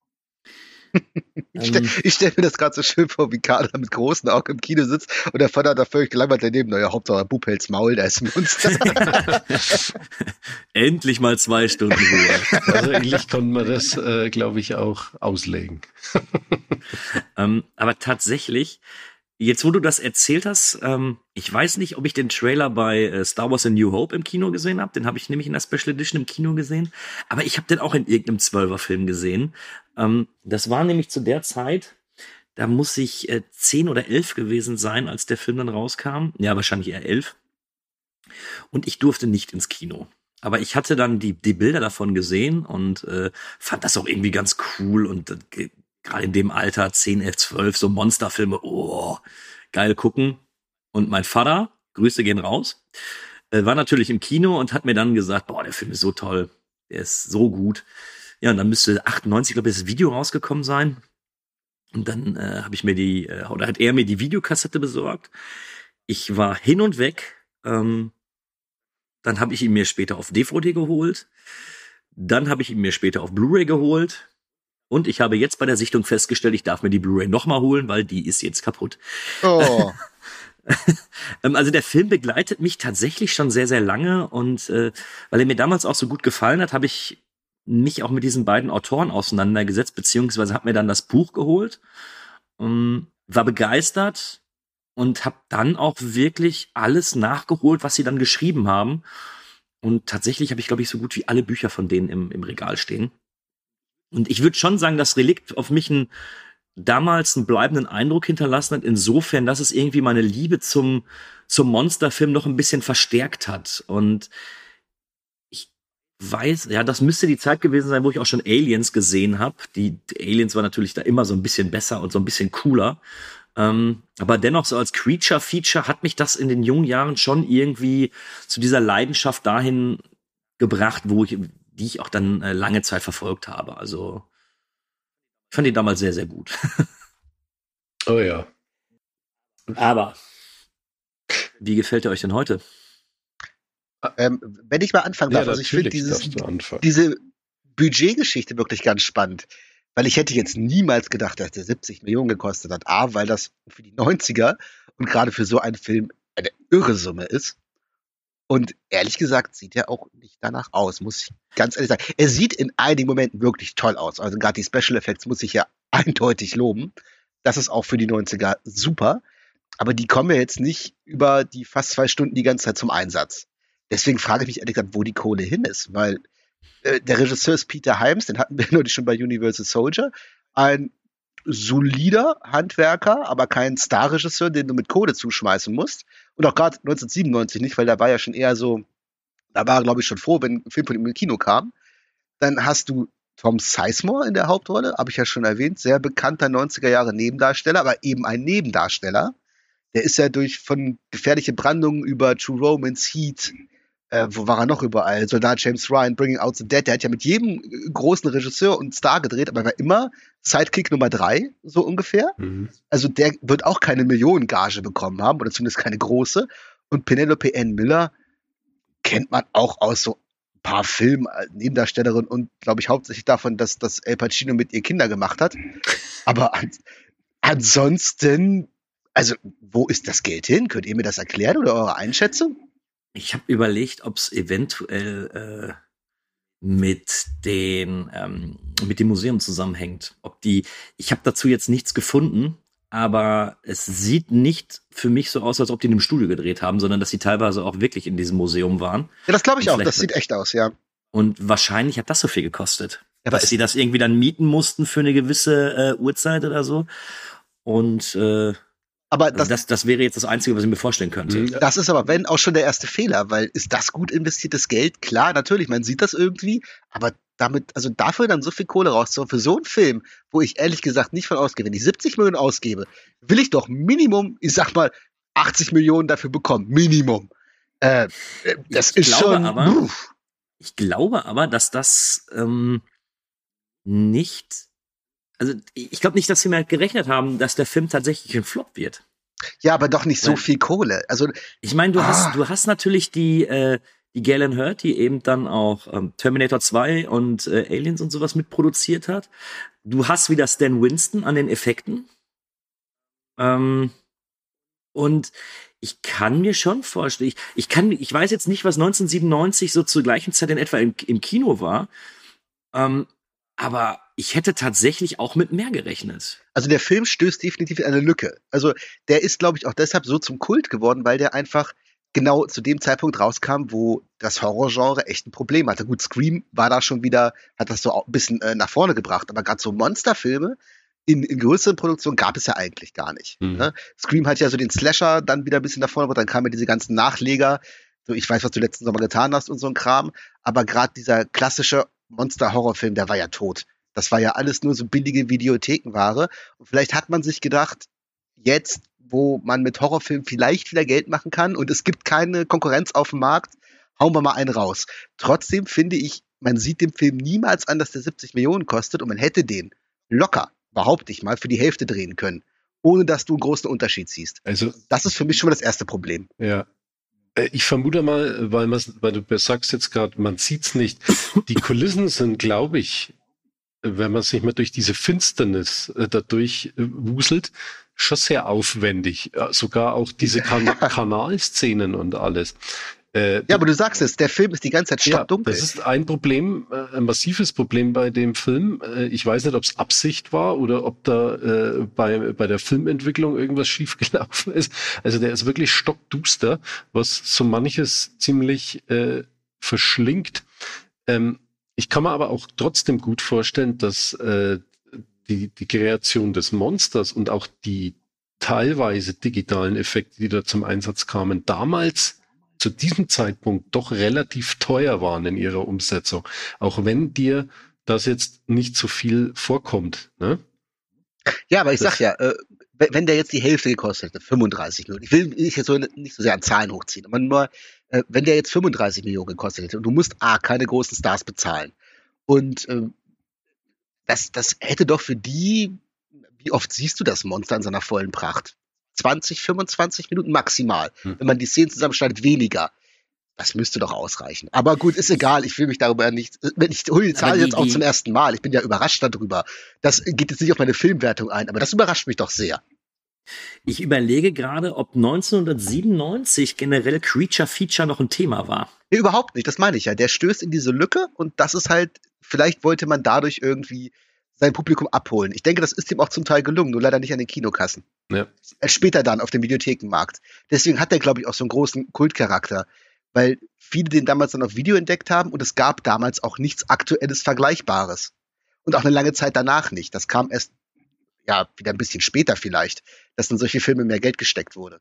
Speaker 3: Ich stelle stell mir das gerade so schön vor, wie Carla mit großen Augen im Kino sitzt und der Vater da völlig gelangweilt daneben. Naja, Hauptsache Bub hält's Maul, da ist ein Monster.
Speaker 2: Endlich mal zwei Stunden Ruhe.
Speaker 4: Also ähnlich konnte man das, äh, glaube ich, auch auslegen.
Speaker 2: ähm, aber tatsächlich, jetzt wo du das erzählt hast, ähm, ich weiß nicht, ob ich den Trailer bei äh, Star Wars A New Hope im Kino gesehen habe. Den habe ich nämlich in der Special Edition im Kino gesehen. Aber ich habe den auch in irgendeinem Zwölfer-Film gesehen. Ähm, das war nämlich zu der Zeit, da muss ich äh, zehn oder elf gewesen sein, als der Film dann rauskam. Ja, wahrscheinlich eher elf. Und ich durfte nicht ins Kino. Aber ich hatte dann die, die Bilder davon gesehen und äh, fand das auch irgendwie ganz cool und äh, gerade in dem Alter, zehn, elf, zwölf, so Monsterfilme, oh, geil gucken. Und mein Vater, Grüße gehen raus, äh, war natürlich im Kino und hat mir dann gesagt, boah, der Film ist so toll, der ist so gut. Ja, und dann müsste achtundneunzig, glaube ich, das Video rausgekommen sein. Und dann äh, habe ich mir die, äh, oder hat er mir die Videokassette besorgt. Ich war hin und weg. Ähm, dann habe ich ihn mir später auf D V D geholt. Dann habe ich ihn mir später auf Blu-ray geholt. Und ich habe jetzt bei der Sichtung festgestellt, ich darf mir die Blu-ray nochmal holen, weil die ist jetzt kaputt.
Speaker 3: Oh.
Speaker 2: Also der Film begleitet mich tatsächlich schon sehr, sehr lange. Und äh, weil er mir damals auch so gut gefallen hat, habe ich mich auch mit diesen beiden Autoren auseinandergesetzt, beziehungsweise habe mir dann das Buch geholt, ähm, war begeistert und habe dann auch wirklich alles nachgeholt, was sie dann geschrieben haben. Und tatsächlich habe ich, glaube ich, so gut wie alle Bücher von denen im, im Regal stehen. Und ich würde schon sagen, dass Relikt auf mich ein, damals einen bleibenden Eindruck hinterlassen hat, insofern, dass es irgendwie meine Liebe zum, zum Monsterfilm noch ein bisschen verstärkt hat. Und ich weiß, ja, das müsste die Zeit gewesen sein, wo ich auch schon Aliens gesehen habe. Die, die Aliens waren natürlich da immer so ein bisschen besser und so ein bisschen cooler. Ähm, aber dennoch so als Creature-Feature hat mich das in den jungen Jahren schon irgendwie zu dieser Leidenschaft dahin gebracht, wo ich, die ich auch dann äh, lange Zeit verfolgt habe. Also ich fand ihn damals sehr, sehr gut.
Speaker 4: Oh ja.
Speaker 2: Aber wie gefällt er euch denn heute?
Speaker 3: Ähm, wenn ich mal anfangen darf,
Speaker 4: Ja,
Speaker 3: also ich finde
Speaker 4: natürlich
Speaker 3: dieses,
Speaker 4: darfst du anfangen.
Speaker 3: diese Budgetgeschichte wirklich ganz spannend. Weil ich hätte jetzt niemals gedacht, dass der siebzig Millionen gekostet hat. A, weil das für die neunziger und gerade für so einen Film eine irre Summe ist. Und ehrlich gesagt sieht er auch nicht danach aus, muss ich ganz ehrlich sagen. Er sieht in einigen Momenten wirklich toll aus. Also gerade die Special Effects muss ich ja eindeutig loben. Das ist auch für die neunziger super. Aber die kommen ja jetzt nicht über die fast zwei Stunden die ganze Zeit zum Einsatz. Deswegen frage ich mich ehrlich gesagt, wo die Kohle hin ist. Weil äh, der Regisseur ist Peter Hyams, den hatten wir neulich schon bei Universal Soldier. Ein solider Handwerker, aber kein Starregisseur, den du mit Kohle zuschmeißen musst. Und auch gerade neunzehnhundertsiebenundneunzig nicht, weil da war ja schon eher so, da war er, glaube ich, schon froh, wenn ein Film von ihm im Kino kam. Dann hast du Tom Sizemore in der Hauptrolle, habe ich ja schon erwähnt, sehr bekannter neunziger Jahre Nebendarsteller, aber eben ein Nebendarsteller. Der ist ja durch von gefährliche Brandungen über True Romance, Heat, äh, wo war er noch überall? Soldat James Ryan, Bringing Out the Dead, der hat ja mit jedem großen Regisseur und Star gedreht, aber er war immer Sidekick Nummer drei, so ungefähr. Mhm. Also der wird auch keine Millionengage bekommen haben, oder zumindest keine große. Und Penelope Ann Miller kennt man auch aus so ein paar Filmen, Nebendarstellerin und, glaube ich, hauptsächlich davon, dass, dass El Pacino mit ihr Kinder gemacht hat. Aber an, ansonsten, also wo ist das Geld hin? Könnt ihr mir das erklären oder eure Einschätzung?
Speaker 2: Ich habe überlegt, ob es eventuell äh, mit den ähm, mit dem Museum zusammenhängt. Ob die, ich habe dazu jetzt nichts gefunden, aber es sieht nicht für mich so aus, als ob die in einem Studio gedreht haben, sondern dass sie teilweise auch wirklich in diesem Museum waren.
Speaker 3: Ja, das glaube ich auch. Das sieht echt aus, ja.
Speaker 2: Und wahrscheinlich hat das so viel gekostet,
Speaker 3: ja,
Speaker 2: dass sie das irgendwie dann mieten mussten für eine gewisse äh, Uhrzeit oder so. Und äh,
Speaker 3: Aber das,
Speaker 2: das, das wäre jetzt das Einzige, was ich mir vorstellen könnte.
Speaker 3: Das ist aber, wenn, auch schon der erste Fehler, weil ist das gut investiertes Geld? Klar, natürlich, man sieht das irgendwie, aber damit, also dafür dann so viel Kohle rauszuholen, für so einen Film, wo ich ehrlich gesagt nicht von ausgehe, wenn ich siebzig Millionen ausgebe, will ich doch Minimum, ich sag mal, achtzig Millionen dafür bekommen. Minimum. Äh, das
Speaker 2: ich
Speaker 3: ist
Speaker 2: glaube
Speaker 3: schon.
Speaker 2: Aber,
Speaker 3: uff.
Speaker 2: ich glaube aber, dass das ähm, nicht. Also ich glaube nicht, dass sie mal gerechnet haben, dass der Film tatsächlich ein Flop wird.
Speaker 3: Ja, aber doch nicht so
Speaker 2: Weil,
Speaker 3: viel Kohle. Also
Speaker 2: ich meine, du
Speaker 3: ah.
Speaker 2: hast du hast natürlich die äh, die Galen Hurd, die eben dann auch ähm, Terminator zwei und äh, Aliens und sowas mitproduziert hat. Du hast wieder Stan Winston an den Effekten. Ähm, und ich kann mir schon vorstellen, ich, ich kann, ich weiß jetzt nicht, was neunzehnhundertsiebenundneunzig so zur gleichen Zeit in etwa im, im Kino war. Ähm, aber ich hätte tatsächlich auch mit mehr gerechnet.
Speaker 3: Also der Film stößt definitiv in eine Lücke. Also der ist, glaube ich, auch deshalb so zum Kult geworden, weil der einfach genau zu dem Zeitpunkt rauskam, wo das Horrorgenre echt ein Problem hatte. Gut, Scream war da schon wieder, hat das so ein bisschen äh, nach vorne gebracht, aber gerade so Monsterfilme in, in größeren Produktionen gab es ja eigentlich gar nicht. Mhm. Ne? Scream hat ja so den Slasher dann wieder ein bisschen nach vorne gebracht, dann kamen ja diese ganzen Nachleger, so ich weiß, was du letzten Sommer getan hast und so ein Kram, aber gerade dieser klassische Monster-Horrorfilm, der war ja tot. Das war ja alles nur so billige Videothekenware. Und vielleicht hat man sich gedacht, jetzt, wo man mit Horrorfilmen vielleicht wieder Geld machen kann und es gibt keine Konkurrenz auf dem Markt, hauen wir mal einen raus. Trotzdem finde ich, man sieht dem Film niemals an, dass der siebzig Millionen kostet und man hätte den locker, behaupte ich mal, für die Hälfte drehen können, ohne dass du einen großen Unterschied siehst.
Speaker 4: Also,
Speaker 3: das ist für mich schon mal das erste Problem.
Speaker 4: Ja. Ich vermute mal, weil, weil du sagst jetzt gerade, man sieht's nicht. Die Kulissen sind, glaube ich, wenn man sich mal durch diese Finsternis äh, dadurch äh, wuselt, schon sehr aufwendig. Äh, sogar auch diese kan- Kanalszenen und alles. Äh,
Speaker 3: ja, aber du sagst es, der Film ist die ganze Zeit stockdunkel.
Speaker 4: Ja, das ist ein Problem, äh, ein massives Problem bei dem Film. Äh, ich weiß nicht, ob es Absicht war oder ob da äh, bei, bei der Filmentwicklung irgendwas schiefgelaufen ist. Also der ist wirklich stockduster, was so manches ziemlich äh, verschlingt. Ähm, ich kann mir aber auch trotzdem gut vorstellen, dass äh, die, die Kreation des Monsters und auch die teilweise digitalen Effekte, die da zum Einsatz kamen, damals zu diesem Zeitpunkt doch relativ teuer waren in ihrer Umsetzung. Auch wenn dir das jetzt nicht so viel vorkommt. Ne?
Speaker 3: Ja, aber ich
Speaker 4: Das-
Speaker 3: sag ja, äh, wenn wenn der jetzt die Hälfte gekostet hätte, fünfunddreißig Millionen, ich will nicht so, nicht so sehr an Zahlen hochziehen, aber nur, äh, wenn der jetzt fünfunddreißig Millionen gekostet hätte und du musst A, keine großen Stars bezahlen und ähm, das, das hätte doch für die, wie oft siehst du das Monster in seiner vollen Pracht? zwanzig, fünfundzwanzig Minuten maximal.
Speaker 4: Hm.
Speaker 3: Wenn man die Szenen zusammenschneidet, weniger. Das müsste doch ausreichen. Aber gut, ist egal. Ich will mich darüber nicht. Ich hole die Zahl
Speaker 2: die-
Speaker 3: jetzt auch
Speaker 2: die-
Speaker 3: zum ersten Mal. Ich bin ja überrascht darüber. Das geht jetzt nicht auf meine Filmwertung ein, aber das überrascht mich doch sehr.
Speaker 2: Ich überlege gerade, ob neunzehnhundertsiebenundneunzig generell Creature Feature noch ein Thema war.
Speaker 3: Nee, überhaupt nicht. Das meine ich ja. Der stößt in diese Lücke und das ist halt, vielleicht wollte man dadurch irgendwie sein Publikum abholen. Ich denke, das ist ihm auch zum Teil gelungen, nur leider nicht an den Kinokassen.
Speaker 4: Ja.
Speaker 3: Äh, Später dann auf dem Videothekenmarkt. Deswegen hat der, glaube ich, auch so einen großen Kultcharakter, weil viele den damals dann auf Video entdeckt haben und es gab damals auch nichts Aktuelles Vergleichbares. Und auch eine lange Zeit danach nicht. Das kam erst, ja, wieder ein bisschen später vielleicht, dass in solche Filme mehr Geld gesteckt wurde.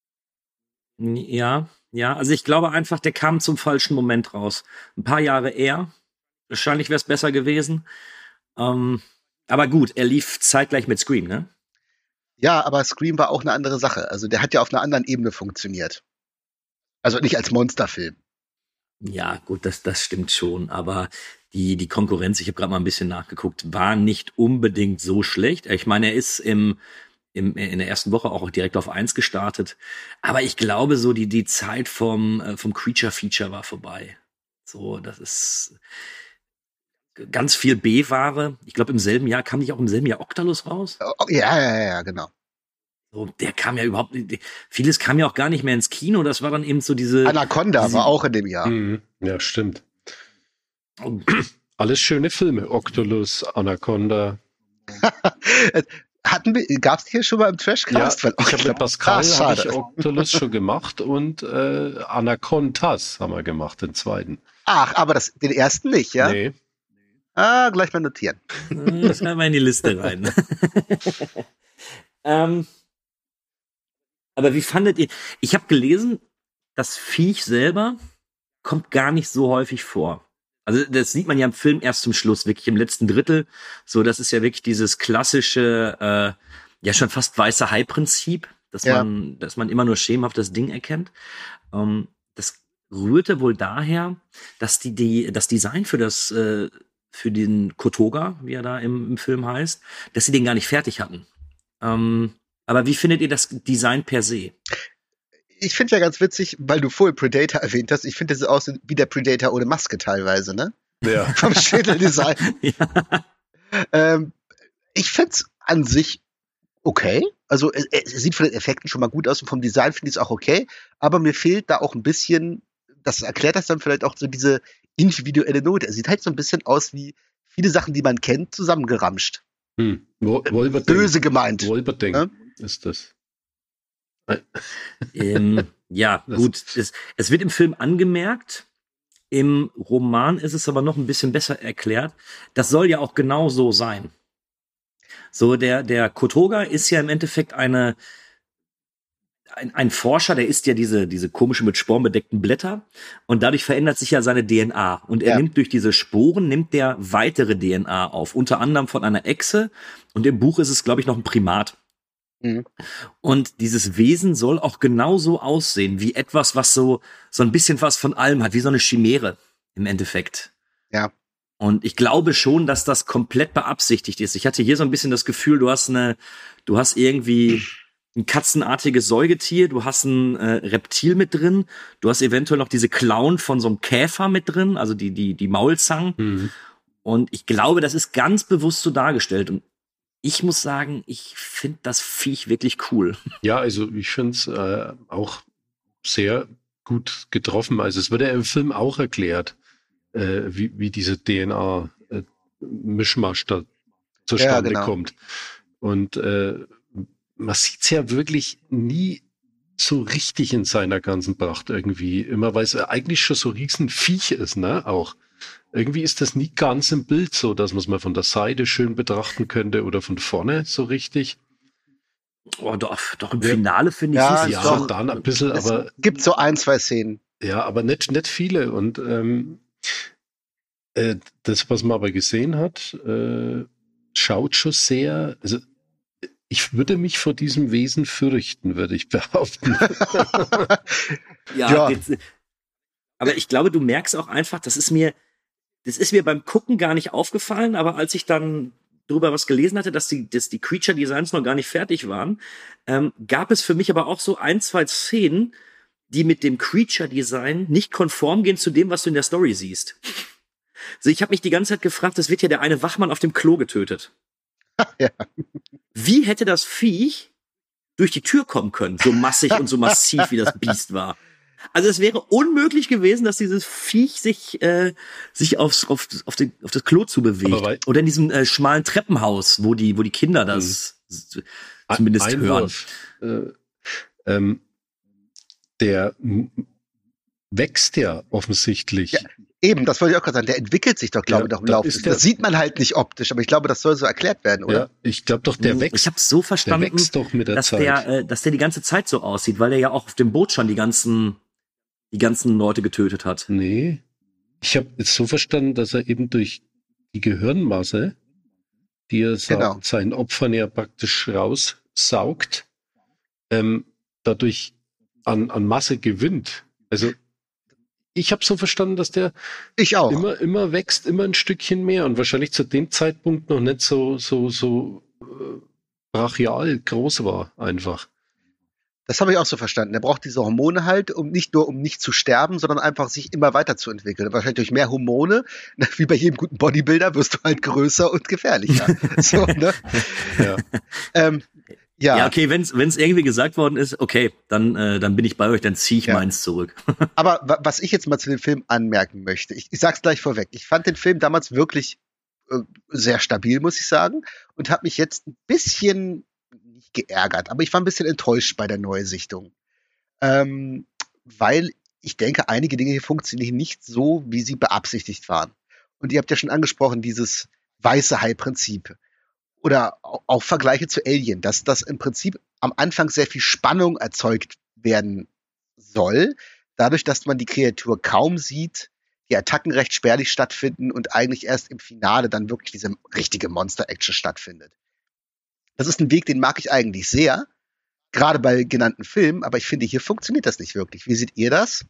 Speaker 2: Ja, ja, also ich glaube einfach, der kam zum falschen Moment raus. Ein paar Jahre eher. Wahrscheinlich wäre es besser gewesen. Ähm, aber gut, er lief zeitgleich mit Scream, ne?
Speaker 3: Ja, aber Scream war auch eine andere Sache. Also der hat ja auf einer anderen Ebene funktioniert. Also nicht als Monsterfilm.
Speaker 2: Ja, gut, das, das stimmt schon. Aber die, die Konkurrenz, ich habe gerade mal ein bisschen nachgeguckt, war nicht unbedingt so schlecht. Ich meine, er ist im, im, in der ersten Woche auch direkt auf eins gestartet. Aber ich glaube, so die, die Zeit vom, äh, vom Creature-Feature war vorbei. So, das ist ganz viel B-Ware. Ich glaube, im selben Jahr kam nicht auch im selben Jahr Octalus raus.
Speaker 3: Oh, ja, ja, ja, ja, genau.
Speaker 2: So, der kam ja überhaupt nicht. Vieles kam ja auch gar nicht mehr ins Kino. Das war dann eben so diese.
Speaker 3: Anaconda
Speaker 2: diese-
Speaker 3: war auch in dem Jahr.
Speaker 4: Mhm. Ja, stimmt.
Speaker 2: Oh,
Speaker 4: Alles schöne Filme. Octolus, Anaconda.
Speaker 3: Hatten wir, gab's die hier schon mal im Trashcast?
Speaker 4: Ja,
Speaker 3: Weil-
Speaker 4: ich habe mit Pascal
Speaker 3: Ah,
Speaker 4: hab ich
Speaker 3: schade.
Speaker 4: Octolus schon gemacht und äh, Anacondas haben wir gemacht, den zweiten.
Speaker 3: Ach, aber das, den ersten nicht, ja?
Speaker 4: Nee.
Speaker 3: Ah, gleich mal notieren.
Speaker 2: das schreiben wir in die Liste rein. ähm, aber wie fandet ihr? Ich habe gelesen, das Viech selber kommt gar nicht so häufig vor. Also das sieht man ja im Film erst zum Schluss, wirklich im letzten Drittel. So, das ist ja wirklich dieses klassische, äh, ja schon fast weiße Hai-Prinzip, dass
Speaker 3: Ja.
Speaker 2: man, dass man immer nur schemenhaft das Ding erkennt. Ähm, das rührte wohl daher, dass die, die das Design für das äh, für den Kotoga, wie er da im, im Film heißt, dass sie den gar nicht fertig hatten. Ähm, aber wie findet ihr das Design per se?
Speaker 3: Ich finde ja ganz witzig, weil du vorhin Predator erwähnt hast, ich finde, das sieht aus wie der Predator ohne Maske teilweise, ne?
Speaker 4: Ja.
Speaker 3: Vom Schädeldesign.
Speaker 2: Ja.
Speaker 3: ähm, ich find's an sich okay. Also es, es sieht von den Effekten schon mal gut aus und vom Design finde ich es auch okay. Aber mir fehlt da auch ein bisschen, das erklärt das dann vielleicht auch so diese individuelle Note. Er sieht halt so ein bisschen aus wie viele Sachen, die man kennt, zusammengeramscht.
Speaker 4: Hm. Wo- Wolverding.
Speaker 3: Böse gemeint.
Speaker 4: Wolverding
Speaker 3: Ja?
Speaker 4: ist das.
Speaker 2: ähm, ja,
Speaker 4: Das-
Speaker 2: gut. Es, es wird im Film angemerkt. Im Roman ist es aber noch ein bisschen besser erklärt. Das soll ja auch genau so sein. So, der, der Kotoga ist ja im Endeffekt eine, ein, ein Forscher, der isst ja diese, diese komischen mit Sporen bedeckten Blätter und dadurch verändert sich ja seine D N A. Und er
Speaker 3: Ja.
Speaker 2: nimmt durch diese Sporen, nimmt der weitere D N A auf, unter anderem von einer Echse und im Buch ist es, glaube ich, noch ein Primat.
Speaker 3: Mhm.
Speaker 2: Und dieses Wesen soll auch genauso aussehen, wie etwas, was so, so ein bisschen was von allem hat, wie so eine Chimäre im Endeffekt.
Speaker 3: Ja.
Speaker 2: Und ich glaube schon, dass das komplett beabsichtigt ist. Ich hatte hier so ein bisschen das Gefühl, du hast eine, du hast irgendwie ein katzenartiges Säugetier, du hast ein äh, Reptil mit drin, du hast eventuell noch diese Klauen von so einem Käfer mit drin, also die, die, die Maulzangen. Mhm. Und ich glaube, das ist ganz bewusst so dargestellt. Und ich muss sagen, ich finde das Viech wirklich cool. Ja,
Speaker 4: also ich finde es äh, auch sehr gut getroffen. Also es wird ja im Film auch erklärt, äh, wie, wie diese D N A-Mischmasch da zustande ja, genau. kommt. Und äh, man sieht es ja wirklich nie so richtig in seiner ganzen Pracht irgendwie. Immer, weil es eigentlich schon so riesen Viech ist, ne, auch. Irgendwie ist das nie ganz im Bild so, dass man es mal von der Seite schön betrachten könnte oder von vorne so richtig.
Speaker 2: Oh, doch, doch im Finale finde ich
Speaker 3: ja,
Speaker 2: es
Speaker 3: ja
Speaker 4: doch, dann ein bisschen,
Speaker 3: es
Speaker 4: aber.
Speaker 3: Gibt so ein, zwei Szenen.
Speaker 4: Ja, aber nicht, nicht viele. Und ähm, äh, das, was man aber gesehen hat, äh, schaut schon sehr. Also, ich würde mich vor diesem Wesen fürchten, würde ich behaupten.
Speaker 2: ja, ja. Jetzt, aber ich glaube, du merkst auch einfach, das ist mir, das ist mir beim Gucken gar nicht aufgefallen, aber als ich dann darüber was gelesen hatte, dass die, dass die Creature Designs noch gar nicht fertig waren, ähm, gab es für mich aber auch so ein, zwei Szenen, die mit dem Creature Design nicht konform gehen zu dem, was du in der Story siehst. Also ich habe mich die ganze Zeit gefragt, es wird ja der eine Wachmann auf dem Klo getötet. Ja. Wie hätte das Viech durch die Tür kommen können, so massig und so massiv, wie das Biest war? Also es wäre unmöglich gewesen, dass dieses Viech sich äh, sich aufs, auf, auf, den, auf das Klo zu bewegt. Oder in diesem äh, schmalen Treppenhaus, wo die, wo die Kinder das mhm. zumindest
Speaker 4: Einwurf. hören. Äh, ähm, der m- wächst ja offensichtlich.
Speaker 3: Ja. Eben, das wollte ich auch gerade sagen. Der entwickelt sich doch, glaube ich, ja, noch im Laufe. Das, das sieht man halt nicht optisch, aber ich glaube, das soll so erklärt werden, oder?
Speaker 4: Ja, ich glaube doch, der wächst.
Speaker 2: Ich habe so verstanden,
Speaker 4: der wächst doch mit der
Speaker 2: dass
Speaker 4: Zeit.
Speaker 2: der, äh, dass der die ganze Zeit so aussieht, weil er ja auch auf dem Boot schon die ganzen, die ganzen Leute getötet hat.
Speaker 4: Nee, ich habe jetzt so verstanden, dass er eben durch die Gehirnmasse, die er genau. seinen Opfern ja praktisch raussaugt, ähm, dadurch an, an Masse gewinnt. Also ich habe so verstanden, dass der
Speaker 3: ich auch.
Speaker 4: immer immer wächst, immer ein Stückchen mehr und wahrscheinlich zu dem Zeitpunkt noch nicht so so so äh, brachial groß war einfach.
Speaker 3: Das habe ich auch so verstanden. Er braucht diese Hormone halt, um nicht nur um nicht zu sterben, sondern einfach sich immer weiterzuentwickeln. Wahrscheinlich durch mehr Hormone, wie bei jedem guten Bodybuilder, wirst du halt größer und gefährlicher. so, ne?
Speaker 4: Ja.
Speaker 3: ähm, Ja.
Speaker 2: ja, okay, wenn es irgendwie gesagt worden ist, okay, dann, äh, dann bin ich bei euch, dann ziehe ich ja. meins zurück.
Speaker 3: Aber w- was ich jetzt mal zu dem Film anmerken möchte, ich, ich sag's gleich vorweg, ich fand den Film damals wirklich äh, sehr stabil, muss ich sagen, und habe mich jetzt ein bisschen, nicht geärgert, aber ich war ein bisschen enttäuscht bei der Neusichtung. Ähm, weil ich denke, einige Dinge hier funktionieren nicht so, wie sie beabsichtigt waren. Und ihr habt ja schon angesprochen, dieses weiße Hai-Prinzip. Oder auch Vergleiche zu Alien, dass das im Prinzip am Anfang sehr viel Spannung erzeugt werden soll, dadurch, dass man die Kreatur kaum sieht, die Attacken recht spärlich stattfinden und eigentlich erst im Finale dann wirklich diese richtige Monster-Action stattfindet. Das ist ein Weg, den mag ich eigentlich sehr, gerade bei genannten Filmen, aber ich finde, hier funktioniert das nicht wirklich. Wie seht ihr das?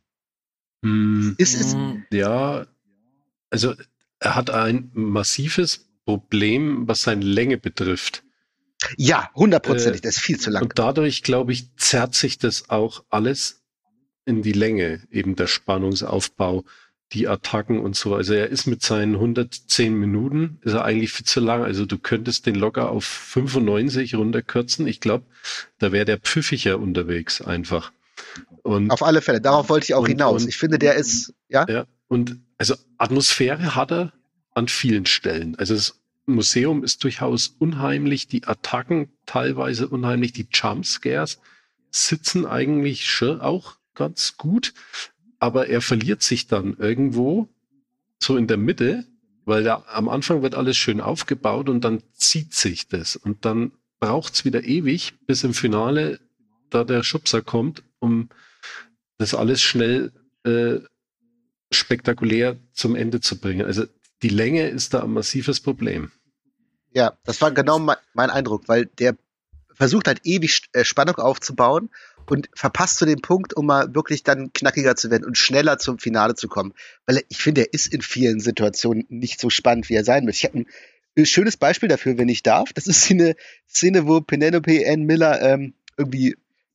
Speaker 4: Hm,
Speaker 3: ist es
Speaker 4: ja, also er hat ein massives Problem, was seine Länge betrifft.
Speaker 3: Ja, hundertprozentig, äh, das ist viel zu lang.
Speaker 4: Und dadurch, glaube ich, zerrt sich das auch alles in die Länge, eben der Spannungsaufbau, die Attacken und so. Also er ist mit seinen hundertzehn Minuten, ist er eigentlich viel zu lang. Also du könntest den locker auf fünfundneunzig runterkürzen. Ich glaube, da wäre der pfiffiger unterwegs einfach. Und,
Speaker 3: auf alle Fälle, darauf wollte ich auch
Speaker 4: und,
Speaker 3: hinaus.
Speaker 4: Und,
Speaker 3: ich finde, der ist, ja?
Speaker 4: Ja, und also Atmosphäre hat er an vielen Stellen. Also das Museum ist durchaus unheimlich, die Attacken teilweise unheimlich, die Jumpscares sitzen eigentlich schon auch ganz gut, aber er verliert sich dann irgendwo so in der Mitte, weil da am Anfang wird alles schön aufgebaut und dann zieht sich das und dann braucht's wieder ewig, bis im Finale da der Schubser kommt, um das alles schnell äh, spektakulär zum Ende zu bringen. Also die Länge ist da ein massives Problem.
Speaker 3: Ja, das war genau mein, mein Eindruck, weil der versucht halt ewig äh, Spannung aufzubauen und verpasst zu dem Punkt, um mal wirklich dann knackiger zu werden und schneller zum Finale zu kommen. Weil ich finde, er ist in vielen Situationen nicht so spannend, wie er sein möchte. Ich habe ein, ein schönes Beispiel dafür, wenn ich darf. Das ist eine Szene, wo Penelope Ann Miller ähm, irgendwie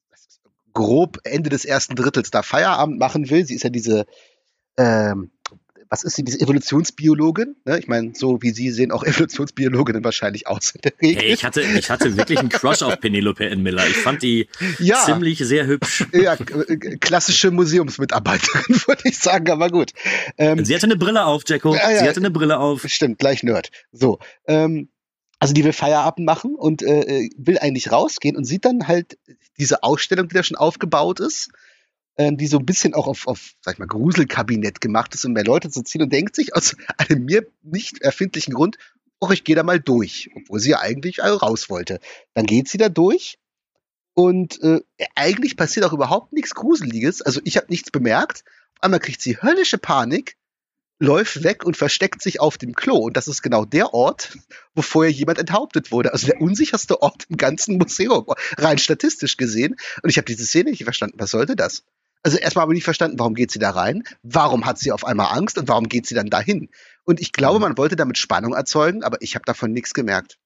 Speaker 3: grob Ende des ersten Drittels da Feierabend machen will. Sie ist ja diese, ähm, was ist sie, diese Evolutionsbiologin? Ne? Ich meine, so wie Sie sehen auch Evolutionsbiologinnen wahrscheinlich aus in der Regel.
Speaker 2: Hey, ich hatte, ich hatte wirklich einen Crush auf Penelope Ann Miller. Ich fand die
Speaker 3: ja.
Speaker 2: ziemlich sehr hübsch.
Speaker 3: Ja, klassische Museumsmitarbeiterin, würde ich sagen, aber gut. Ähm,
Speaker 2: Sie hatte eine Brille auf, Jacko.
Speaker 3: Ja, ja,
Speaker 2: Sie hatte eine Brille auf.
Speaker 3: Stimmt, gleich Nerd. So, ähm, also die will Feierabend machen und äh, will eigentlich rausgehen und sieht dann halt diese Ausstellung, die da schon aufgebaut ist, die so ein bisschen auch auf, auf, sag ich mal, Gruselkabinett gemacht ist, um mehr Leute zu ziehen und denkt sich aus einem mir nicht erfindlichen Grund, oh, ich gehe da mal durch, obwohl sie ja eigentlich raus wollte. Dann geht sie da durch und äh, eigentlich passiert auch überhaupt nichts Gruseliges, also ich habe nichts bemerkt. Auf einmal kriegt sie höllische Panik, läuft weg und versteckt sich auf dem Klo. Und das ist genau der Ort, wo vorher jemand enthauptet wurde. Also der unsicherste Ort im ganzen Museum, rein statistisch gesehen. Und ich habe diese Szene nicht verstanden. Was sollte das? Also erstmal habe ich nicht verstanden, warum geht sie da rein? Warum hat sie auf einmal Angst? Und warum geht sie dann dahin? Und ich glaube, man wollte damit Spannung erzeugen, aber ich habe davon nichts gemerkt.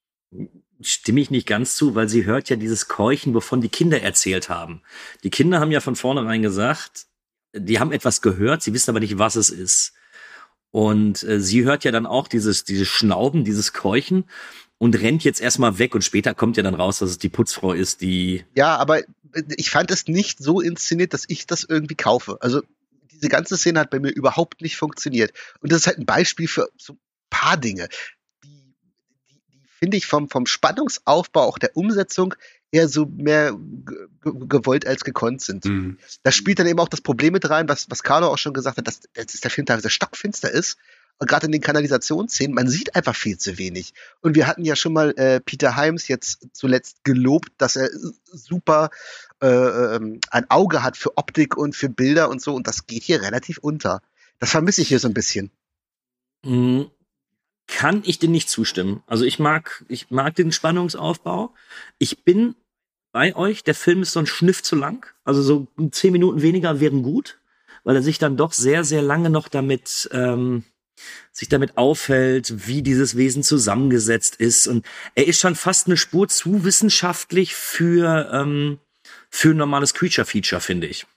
Speaker 2: Stimme ich nicht ganz zu, weil sie hört ja dieses Keuchen, wovon die Kinder erzählt haben. Die Kinder haben ja von vornherein gesagt, die haben etwas gehört, sie wissen aber nicht, was es ist. Und äh, sie hört ja dann auch dieses, dieses Schnauben, dieses Keuchen und rennt jetzt erstmal weg. Und später kommt ja dann raus, dass es die Putzfrau ist, die...
Speaker 3: Ja, aber ich fand es nicht so inszeniert, dass ich das irgendwie kaufe. Also diese ganze Szene hat bei mir überhaupt nicht funktioniert. Und das ist halt ein Beispiel für so ein paar Dinge, die, die, die finde ich vom, vom Spannungsaufbau, auch der Umsetzung, eher so mehr g- g- gewollt als gekonnt sind. Mhm. Da spielt dann eben auch das Problem mit rein, was, was Carlo auch schon gesagt hat, dass, dass der Film teilweise stockfinster ist. Und gerade in den Kanalisationsszenen, man sieht einfach viel zu wenig. Und wir hatten ja schon mal äh, Peter Hyams jetzt zuletzt gelobt, dass er super äh, ähm, ein Auge hat für Optik und für Bilder und so. Und das geht hier relativ unter. Das vermisse ich hier so ein bisschen.
Speaker 2: Mhm. Kann ich dir nicht zustimmen. Also ich mag, ich mag den Spannungsaufbau. Ich bin bei euch. Der Film ist so ein Schniff zu lang. Also so zehn Minuten weniger wären gut, weil er sich dann doch sehr, sehr lange noch damit... Ähm sich damit aufhält, wie dieses Wesen zusammengesetzt ist. Und er ist schon fast eine Spur zu wissenschaftlich für, ähm, für ein normales Creature-Feature, finde ich.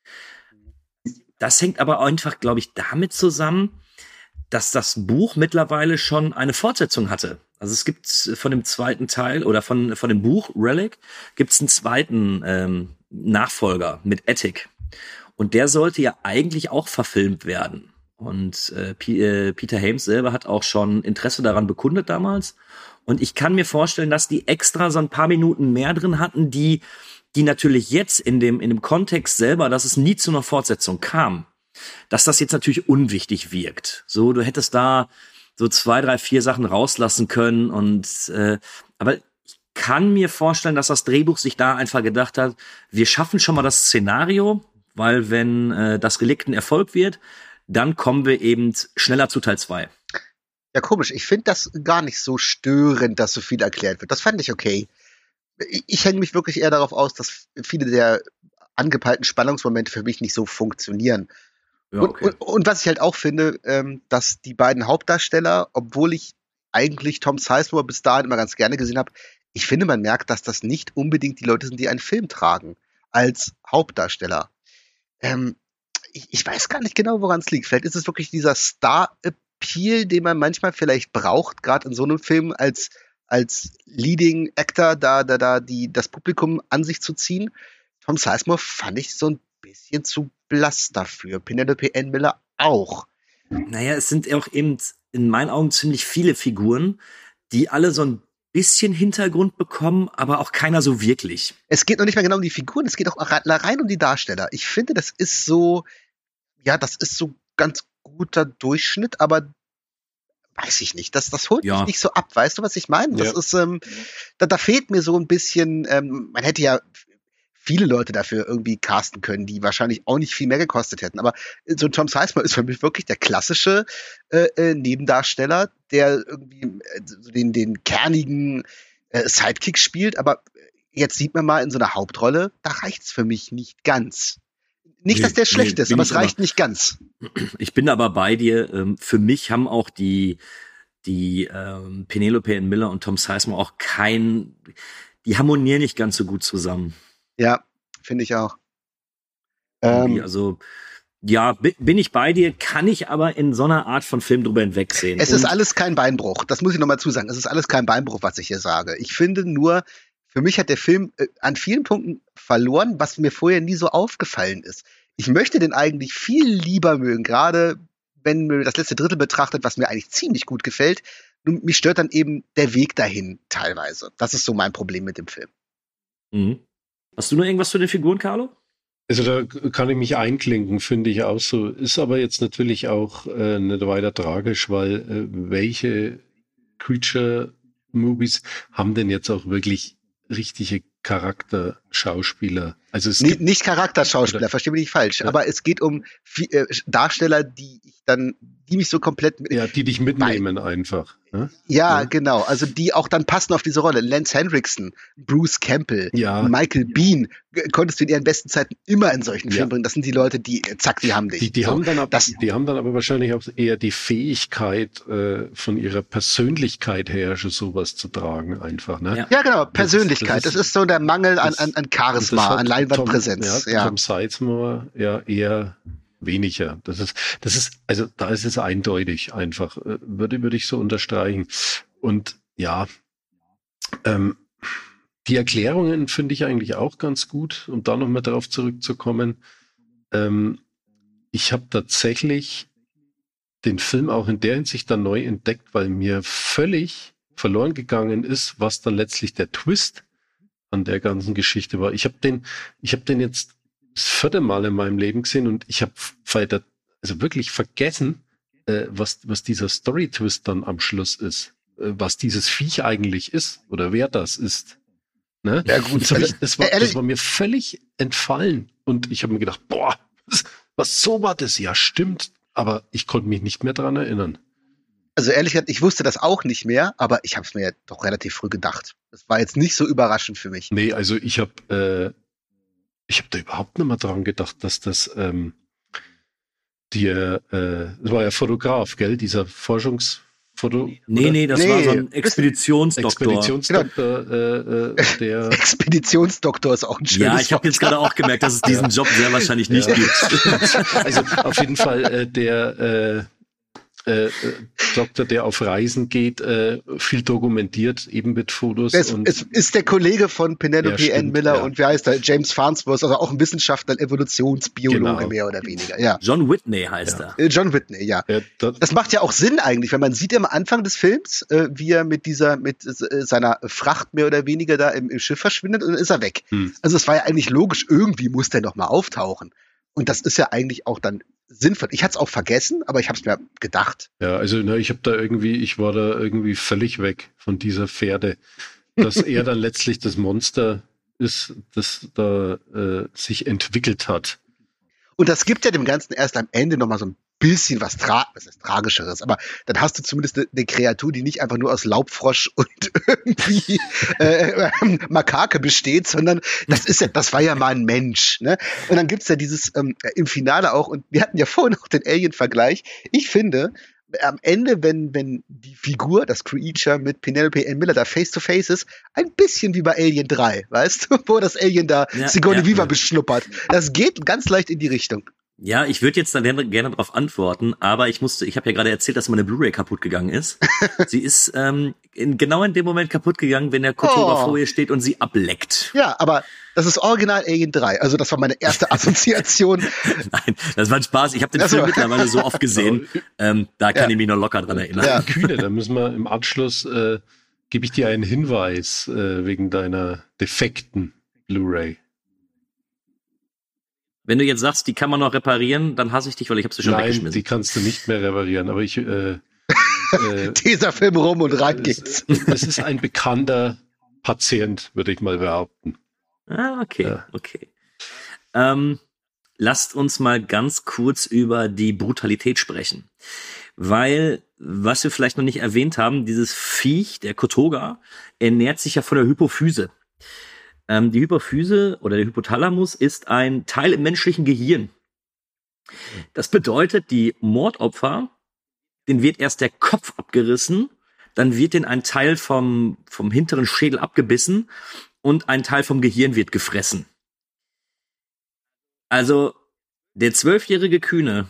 Speaker 2: Das hängt aber einfach, glaube ich, damit zusammen, dass das Buch mittlerweile schon eine Fortsetzung hatte. Also es gibt von dem zweiten Teil oder von, von dem Buch Relic gibt es einen zweiten ähm, Nachfolger mit Attic. Und der sollte ja eigentlich auch verfilmt werden. Und äh, P- äh, Peter Hyams selber hat auch schon Interesse daran bekundet damals. Und ich kann mir vorstellen, dass die extra so ein paar Minuten mehr drin hatten, die die natürlich jetzt in dem in dem Kontext selber, dass es nie zu einer Fortsetzung kam, dass das jetzt natürlich unwichtig wirkt. So, du hättest da so zwei, drei, vier Sachen rauslassen können. Und äh, aber ich kann mir vorstellen, dass das Drehbuch sich da einfach gedacht hat, wir schaffen schon mal das Szenario, weil wenn äh, das Relikt ein Erfolg wird, dann kommen wir eben schneller zu Teil zwei.
Speaker 3: Ja, komisch. Ich finde das gar nicht so störend, dass so viel erklärt wird. Das fand ich okay. Ich, ich hänge mich wirklich eher darauf aus, dass viele der angepeilten Spannungsmomente für mich nicht so funktionieren. Ja, okay. und, und, und was ich halt auch finde, ähm, dass die beiden Hauptdarsteller, obwohl ich eigentlich Tom Sizemore bis dahin immer ganz gerne gesehen habe, ich finde, man merkt, dass das nicht unbedingt die Leute sind, die einen Film tragen, als Hauptdarsteller. Ähm, Ich, ich weiß gar nicht genau, woran es liegt. Vielleicht ist es wirklich dieser Star-Appeal, den man manchmal vielleicht braucht, gerade in so einem Film als, als Leading Actor, da, da, da die, das Publikum an sich zu ziehen. Tom Sizemore fand ich so ein bisschen zu blass dafür. Penelope Ann Miller auch.
Speaker 2: Naja, es sind auch eben in meinen Augen ziemlich viele Figuren, die alle so ein bisschen Hintergrund bekommen, aber auch keiner so wirklich.
Speaker 3: Es geht noch nicht mehr genau um die Figuren, es geht auch rein um die Darsteller. Ich finde, das ist so, ja, das ist so ganz guter Durchschnitt, aber weiß ich nicht, das, das holt ja. mich nicht so ab. Weißt du, was ich meine? Das ja. ist, ähm, da, da fehlt mir so ein bisschen, ähm, man hätte ja viele Leute dafür irgendwie casten können, die wahrscheinlich auch nicht viel mehr gekostet hätten. Aber so ein Tom Sizemore ist für mich wirklich der klassische äh, äh, Nebendarsteller, der irgendwie äh, so den, den kernigen äh, Sidekick spielt. Aber jetzt sieht man mal in so einer Hauptrolle, da reicht's für mich nicht ganz. Nicht, nee, dass der schlecht nee, ist, aber es reicht aber, nicht ganz.
Speaker 2: Ich bin aber bei dir. Ähm, für mich haben auch die, die ähm, Penelope Ann Miller und Tom Sizemore auch kein... die harmonieren nicht ganz so gut zusammen.
Speaker 3: Ja, finde ich auch.
Speaker 2: Ähm,
Speaker 3: Ähm,
Speaker 2: also, ja, bi- bin ich bei dir, kann ich aber in so einer Art von Film drüber hinwegsehen.
Speaker 3: Es
Speaker 2: Und
Speaker 3: ist alles kein Beinbruch. Das muss ich nochmal zusagen. Es ist alles kein Beinbruch, was ich hier sage. Ich finde nur, für mich hat der Film äh, an vielen Punkten verloren, was mir vorher nie so aufgefallen ist. Ich möchte den eigentlich viel lieber mögen, gerade wenn man das letzte Drittel betrachtet, was mir eigentlich ziemlich gut gefällt. Nur mich stört dann eben der Weg dahin teilweise. Das ist so mein Problem mit dem Film.
Speaker 2: Mhm. Hast du noch irgendwas zu den Figuren, Carlo?
Speaker 4: Also da kann ich mich einklinken, finde ich auch so. Ist aber jetzt natürlich auch äh, nicht weiter tragisch, weil äh, welche Creature-Movies haben denn jetzt auch wirklich richtige Charakterschauspieler? Also es
Speaker 3: Nee,
Speaker 4: gibt,
Speaker 3: nicht Charakterschauspieler,
Speaker 4: oder-
Speaker 3: verstehe mich nicht falsch.
Speaker 4: Ja.
Speaker 3: Aber es geht um vi- äh, Darsteller, die ich dann, die mich so komplett mit,
Speaker 4: ja, die dich mitnehmen einfach. Ne?
Speaker 3: Ja,
Speaker 4: Ja.
Speaker 3: genau. Also die auch dann passen auf diese Rolle. Lance Henriksen, Bruce Campbell,
Speaker 4: Ja.
Speaker 3: Michael Biehn, g- konntest du in ihren besten Zeiten immer in solchen
Speaker 4: Ja.
Speaker 3: Filmen bringen. Das sind die Leute, die, äh, zack, die haben dich.
Speaker 4: Die, die,
Speaker 3: so,
Speaker 4: haben dann ab,
Speaker 3: das,
Speaker 4: die haben dann aber wahrscheinlich auch eher die Fähigkeit, äh, von ihrer Persönlichkeit her schon sowas zu tragen, einfach. Ne?
Speaker 2: Ja.
Speaker 3: ja, genau, Persönlichkeit.
Speaker 4: das
Speaker 3: Das
Speaker 4: ist-
Speaker 3: ist, so der Mangel an,
Speaker 4: das-
Speaker 3: an, an
Speaker 4: Und
Speaker 3: Charisma,
Speaker 4: das hat
Speaker 3: an Leinwandpräsenz.
Speaker 4: Tom, ja,
Speaker 3: Ja,
Speaker 4: Tom Sizemore ja eher weniger. Das ist, das ist, also da ist es eindeutig einfach, äh, würde, würde ich so unterstreichen. Und ja, ähm, die Erklärungen finde ich eigentlich auch ganz gut, um da nochmal drauf zurückzukommen. Ähm, ich habe tatsächlich den Film auch in der Hinsicht dann neu entdeckt, weil mir völlig verloren gegangen ist, was dann letztlich der Twist an der ganzen Geschichte war. Ich habe den, ich habe den jetzt das vierte Mal in meinem Leben gesehen und ich habe weiter, also wirklich vergessen, äh, was, was dieser Story-Twist dann am Schluss ist, äh, was dieses Viech eigentlich ist oder wer das ist. Ne?
Speaker 3: Ja, gut.
Speaker 4: Das, hab ich,
Speaker 3: Also,
Speaker 4: das, war,
Speaker 3: ehrlich-
Speaker 4: das war mir völlig entfallen und ich habe mir gedacht, boah, was, was so war das? Ja, stimmt, aber ich konnte mich nicht mehr dran erinnern.
Speaker 3: also ehrlich gesagt, ich wusste das auch nicht mehr, aber ich habe es mir ja doch relativ früh gedacht. Das war jetzt nicht so überraschend für mich.
Speaker 4: Nee, also ich habe äh, ich habe da überhaupt nicht mehr dran gedacht, dass das ähm, der, äh, das war ja Fotograf, gell, dieser Forschungsfoto.
Speaker 2: Nee,
Speaker 4: oder?
Speaker 2: nee, das
Speaker 3: Nee,
Speaker 2: war so ein Expeditionsdoktor.
Speaker 4: Expeditionsdoktor, äh, äh, der
Speaker 3: Expeditionsdoktor ist auch ein schönes
Speaker 2: Ja, ich habe jetzt gerade auch gemerkt, dass es diesen Job sehr wahrscheinlich nicht
Speaker 4: Ja.
Speaker 2: gibt.
Speaker 4: also auf jeden Fall äh, der äh, äh, äh, Doktor, der auf Reisen geht, äh, viel dokumentiert, eben mit Fotos.
Speaker 3: Es,
Speaker 4: und
Speaker 3: es ist der Kollege von Penelope
Speaker 4: Ja, stimmt,
Speaker 3: Ann Miller
Speaker 4: ja.
Speaker 3: und wie heißt er? James Farnsworth, also auch ein Wissenschaftler, Evolutionsbiologe
Speaker 4: Genau.
Speaker 3: mehr oder weniger. Ja.
Speaker 2: John Whitney heißt
Speaker 4: Ja.
Speaker 2: er.
Speaker 3: Äh, John Whitney, ja.
Speaker 4: äh, da,
Speaker 3: Das macht ja auch Sinn eigentlich, weil man sieht ja am Anfang des Films, äh, wie er mit dieser, mit äh, seiner Fracht mehr oder weniger da im, im Schiff verschwindet und dann ist er weg.
Speaker 4: Hm.
Speaker 3: Also es war ja eigentlich logisch, irgendwie muss der noch mal auftauchen. Und das ist ja eigentlich auch dann sinnvoll. Ich hatte es auch vergessen, aber ich habe es mir gedacht.
Speaker 4: Ja, also ne, ich habe da irgendwie, ich war da irgendwie völlig weg von dieser Pferde, dass er dann letztlich das Monster ist, das da äh, sich entwickelt hat.
Speaker 3: Und das gibt ja dem Ganzen erst am Ende noch mal so ein bisschen was, Tra was ist Tragischeres. Aber dann hast du zumindest eine, eine Kreatur, die nicht einfach nur aus Laubfrosch und irgendwie äh, äh, Makake besteht, sondern das ist ja, das war ja mal ein Mensch. Ne? Und dann gibt's ja dieses ähm, im Finale auch, und wir hatten ja vorhin auch den Alien-Vergleich. Ich finde, am Ende, wenn, wenn die Figur, das Creature mit Penelope Ann Miller da face to face ist, ein bisschen wie bei Alien drei, weißt du, wo das Alien da
Speaker 2: Ja,
Speaker 3: Sigourney
Speaker 2: ja.
Speaker 3: Weaver beschnuppert. Das geht ganz leicht in die Richtung.
Speaker 2: Ja, ich würde jetzt dann gerne, gerne darauf antworten, aber ich musste, ich habe ja gerade erzählt, dass meine Blu-ray kaputt gegangen ist. Sie ist ähm, in, genau in dem Moment kaputt gegangen, wenn der Kotoba
Speaker 3: Oh.
Speaker 2: vor ihr steht und sie ableckt.
Speaker 3: Ja, aber das ist Original Alien drei. Also das war meine erste Assoziation.
Speaker 2: Nein, das war ein Spaß. Ich habe den
Speaker 3: Ach so.
Speaker 2: Film mittlerweile so oft gesehen. Ähm, da kann
Speaker 3: Ja.
Speaker 2: ich mich noch locker dran erinnern.
Speaker 3: Ja.
Speaker 4: Kühne, da müssen wir im Anschluss, äh, gebe ich dir einen Hinweis äh, wegen deiner defekten Blu-ray.
Speaker 2: Wenn du jetzt sagst, die kann man noch reparieren, dann hasse ich dich, weil ich habe sie schon
Speaker 4: Nein,
Speaker 2: weggeschmissen.
Speaker 4: die kannst du nicht mehr reparieren, aber ich äh, äh,
Speaker 3: Dieser Film rum und rein geht's.
Speaker 4: es, es ist ein bekannter Patient, würde ich mal behaupten.
Speaker 2: Ah, okay,
Speaker 4: Ja.
Speaker 2: okay. Ähm, lasst uns mal ganz kurz über die Brutalität sprechen. Weil, was wir vielleicht noch nicht erwähnt haben, dieses Viech, der Kotoga, ernährt sich ja von der Hypophyse. Ähm, die Hypophyse oder der Hypothalamus ist ein Teil im menschlichen Gehirn. Das bedeutet, die Mordopfer, denen wird erst der Kopf abgerissen, dann wird denen ein Teil vom, vom hinteren Schädel abgebissen und ein Teil vom Gehirn wird gefressen. Also, der zwölfjährige Kühne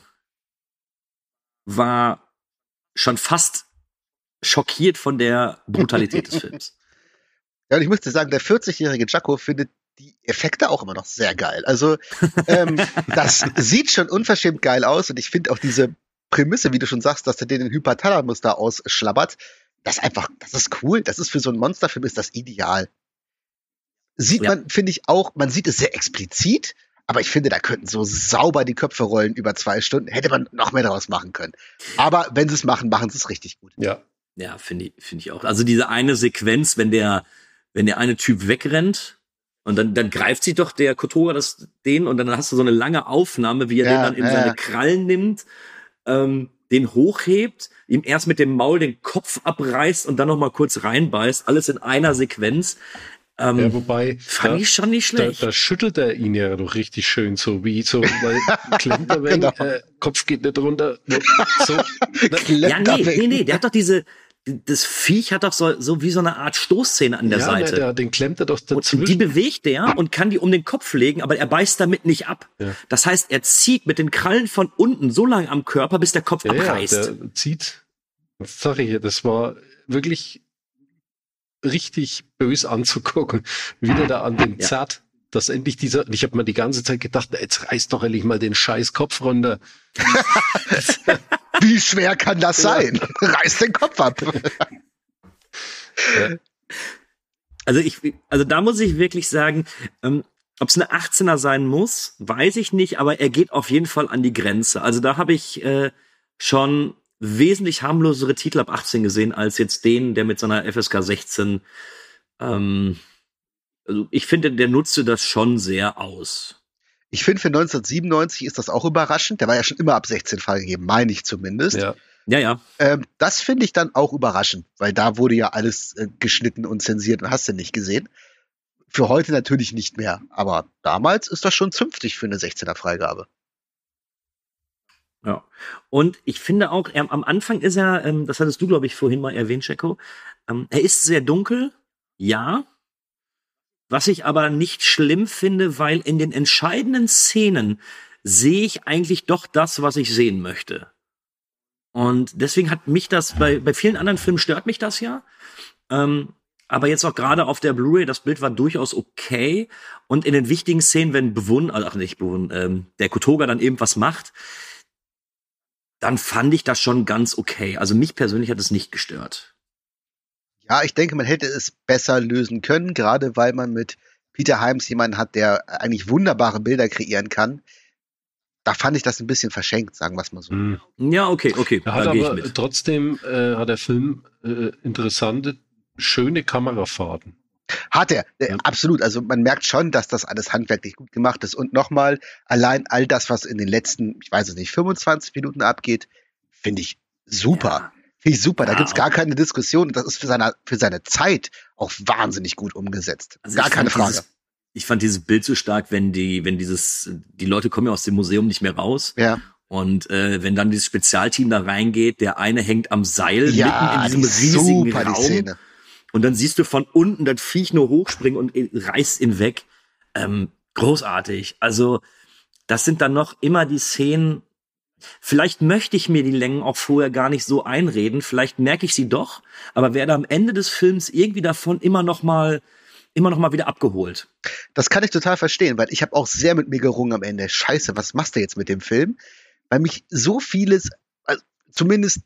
Speaker 2: war schon fast schockiert von der Brutalität des Films.
Speaker 3: Ja, und ich muss dir sagen, der vierzigjährige Giaco findet die Effekte auch immer noch sehr geil. Also, ähm, das sieht schon unverschämt geil aus und ich finde auch diese Prämisse, wie du schon sagst, dass der den Hypothalamus da ausschlabbert, das einfach, das ist cool. Das ist für so einen Monsterfilm ist das ideal. Sieht ja. man, finde ich auch, man sieht es sehr explizit, aber ich finde, da könnten so sauber die Köpfe rollen über zwei Stunden. Hätte man noch mehr daraus machen können. Aber wenn sie es machen, machen sie es richtig gut.
Speaker 4: Ja.
Speaker 2: Ja, finde ich, finde ich auch. Also diese eine Sequenz, wenn der, wenn der eine Typ wegrennt und dann, dann greift sich doch der Kotora das, den und dann hast du so eine lange Aufnahme, wie er ja, den dann in ja. seine Krallen nimmt, ähm, den hochhebt, ihm erst mit dem Maul den Kopf abreißt und dann noch mal kurz reinbeißt. Alles in einer Sequenz. Ähm,
Speaker 4: ja, wobei,
Speaker 2: fand da, ich schon nicht schlecht.
Speaker 4: Da, da schüttelt er ihn ja doch richtig schön, so wie so, weil klemmt er weg, genau. äh, Kopf geht nicht runter. So.
Speaker 2: Ja, nee, nee, nee, der hat doch diese, das Viech hat doch so, so wie so eine Art Stoßzähne an der
Speaker 4: ja,
Speaker 2: Seite.
Speaker 4: Ja, den klemmt er doch dazwischen.
Speaker 2: Und die bewegt er und kann die um den Kopf legen, aber er beißt damit nicht ab.
Speaker 4: Ja.
Speaker 2: Das heißt, er zieht mit den Krallen von unten so lange am Körper, bis der Kopf
Speaker 4: ja,
Speaker 2: abreißt.
Speaker 4: Ja, der zieht, das sag ich ja, das war wirklich richtig bös anzugucken, wie der da an den ja. zerrt, dass endlich dieser, ich habe mir die ganze Zeit gedacht, jetzt reißt doch endlich mal den scheiß Kopf runter.
Speaker 3: Wie schwer kann das sein? Ja. Reiß den Kopf ab.
Speaker 2: Ja. Also ich, also da muss ich wirklich sagen, ähm, ob es eine achtzehner sein muss, weiß ich nicht, aber er geht auf jeden Fall an die Grenze. Also da habe ich äh, schon wesentlich harmlosere Titel ab achtzehn gesehen, als jetzt den, der mit seiner F S K sechzehn, ähm, also ich finde, der nutzte das schon sehr aus.
Speaker 3: Ich finde, für neunzehnhundertsiebenundneunzig ist das auch überraschend. Der war ja schon immer ab sechzehn freigegeben, meine ich zumindest.
Speaker 2: Ja, ja. ja.
Speaker 3: Ähm, das finde ich dann auch überraschend, weil da wurde ja alles äh, geschnitten und zensiert und hast du nicht gesehen. Für heute natürlich nicht mehr, aber damals ist das schon zünftig für eine sechzehner Freigabe.
Speaker 2: Ja, und ich finde auch, er, am Anfang ist er, ähm, das hattest du, glaube ich, vorhin mal erwähnt, Checo, ähm, er ist sehr dunkel, ja, was ich aber nicht schlimm finde, weil in den entscheidenden Szenen sehe ich eigentlich doch das, was ich sehen möchte. Und deswegen hat mich das, bei, bei vielen anderen Filmen stört mich das ja, ähm, aber jetzt auch gerade auf der Blu-ray, das Bild war durchaus okay und in den wichtigen Szenen, wenn Bewun, also ach nicht Bewun, ähm, der Kotoga dann eben was macht, dann fand ich das schon ganz okay. Also mich persönlich hat es nicht gestört.
Speaker 3: Ja, ich denke, man hätte es besser lösen können, gerade weil man mit Peter Hyams jemanden hat, der eigentlich wunderbare Bilder kreieren kann. Da fand ich das ein bisschen verschenkt, sagen wir es mal so.
Speaker 2: Mhm. Ja, okay, okay.
Speaker 4: Er hat aber trotzdem äh, hat der Film äh, interessante, schöne Kamerafahrten.
Speaker 3: Hat er, äh, absolut. Also man merkt schon, dass das alles handwerklich gut gemacht ist. Und nochmal, allein all das, was in den letzten, ich weiß es nicht, fünfundzwanzig Minuten abgeht, finde ich super. Ja. Finde ich super. Ja, da gibt's gar keine Diskussion. Das ist für seine, für seine Zeit auch wahnsinnig gut umgesetzt.
Speaker 2: Also
Speaker 3: gar keine Frage.
Speaker 2: Dieses, ich fand dieses Bild so stark, wenn die, wenn dieses, die Leute kommen ja aus dem Museum nicht mehr raus.
Speaker 3: Ja.
Speaker 2: Und äh, wenn dann dieses Spezialteam da reingeht, der eine hängt am Seil
Speaker 3: ja,
Speaker 2: mitten in diesem riesigen
Speaker 3: super,
Speaker 2: Raum.
Speaker 3: Die Szene.
Speaker 2: Und dann siehst du von unten das Viech nur hochspringen und reißt ihn weg. Ähm, großartig. Also das sind dann noch immer die Szenen. Vielleicht möchte ich mir die Längen auch vorher gar nicht so einreden. Vielleicht merke ich sie doch. Aber werde am Ende des Films irgendwie davon immer noch mal, immer noch mal wieder abgeholt.
Speaker 3: Das kann ich total verstehen, weil ich habe auch sehr mit mir gerungen am Ende. Scheiße, was machst du jetzt mit dem Film? Weil mich so vieles, also zumindest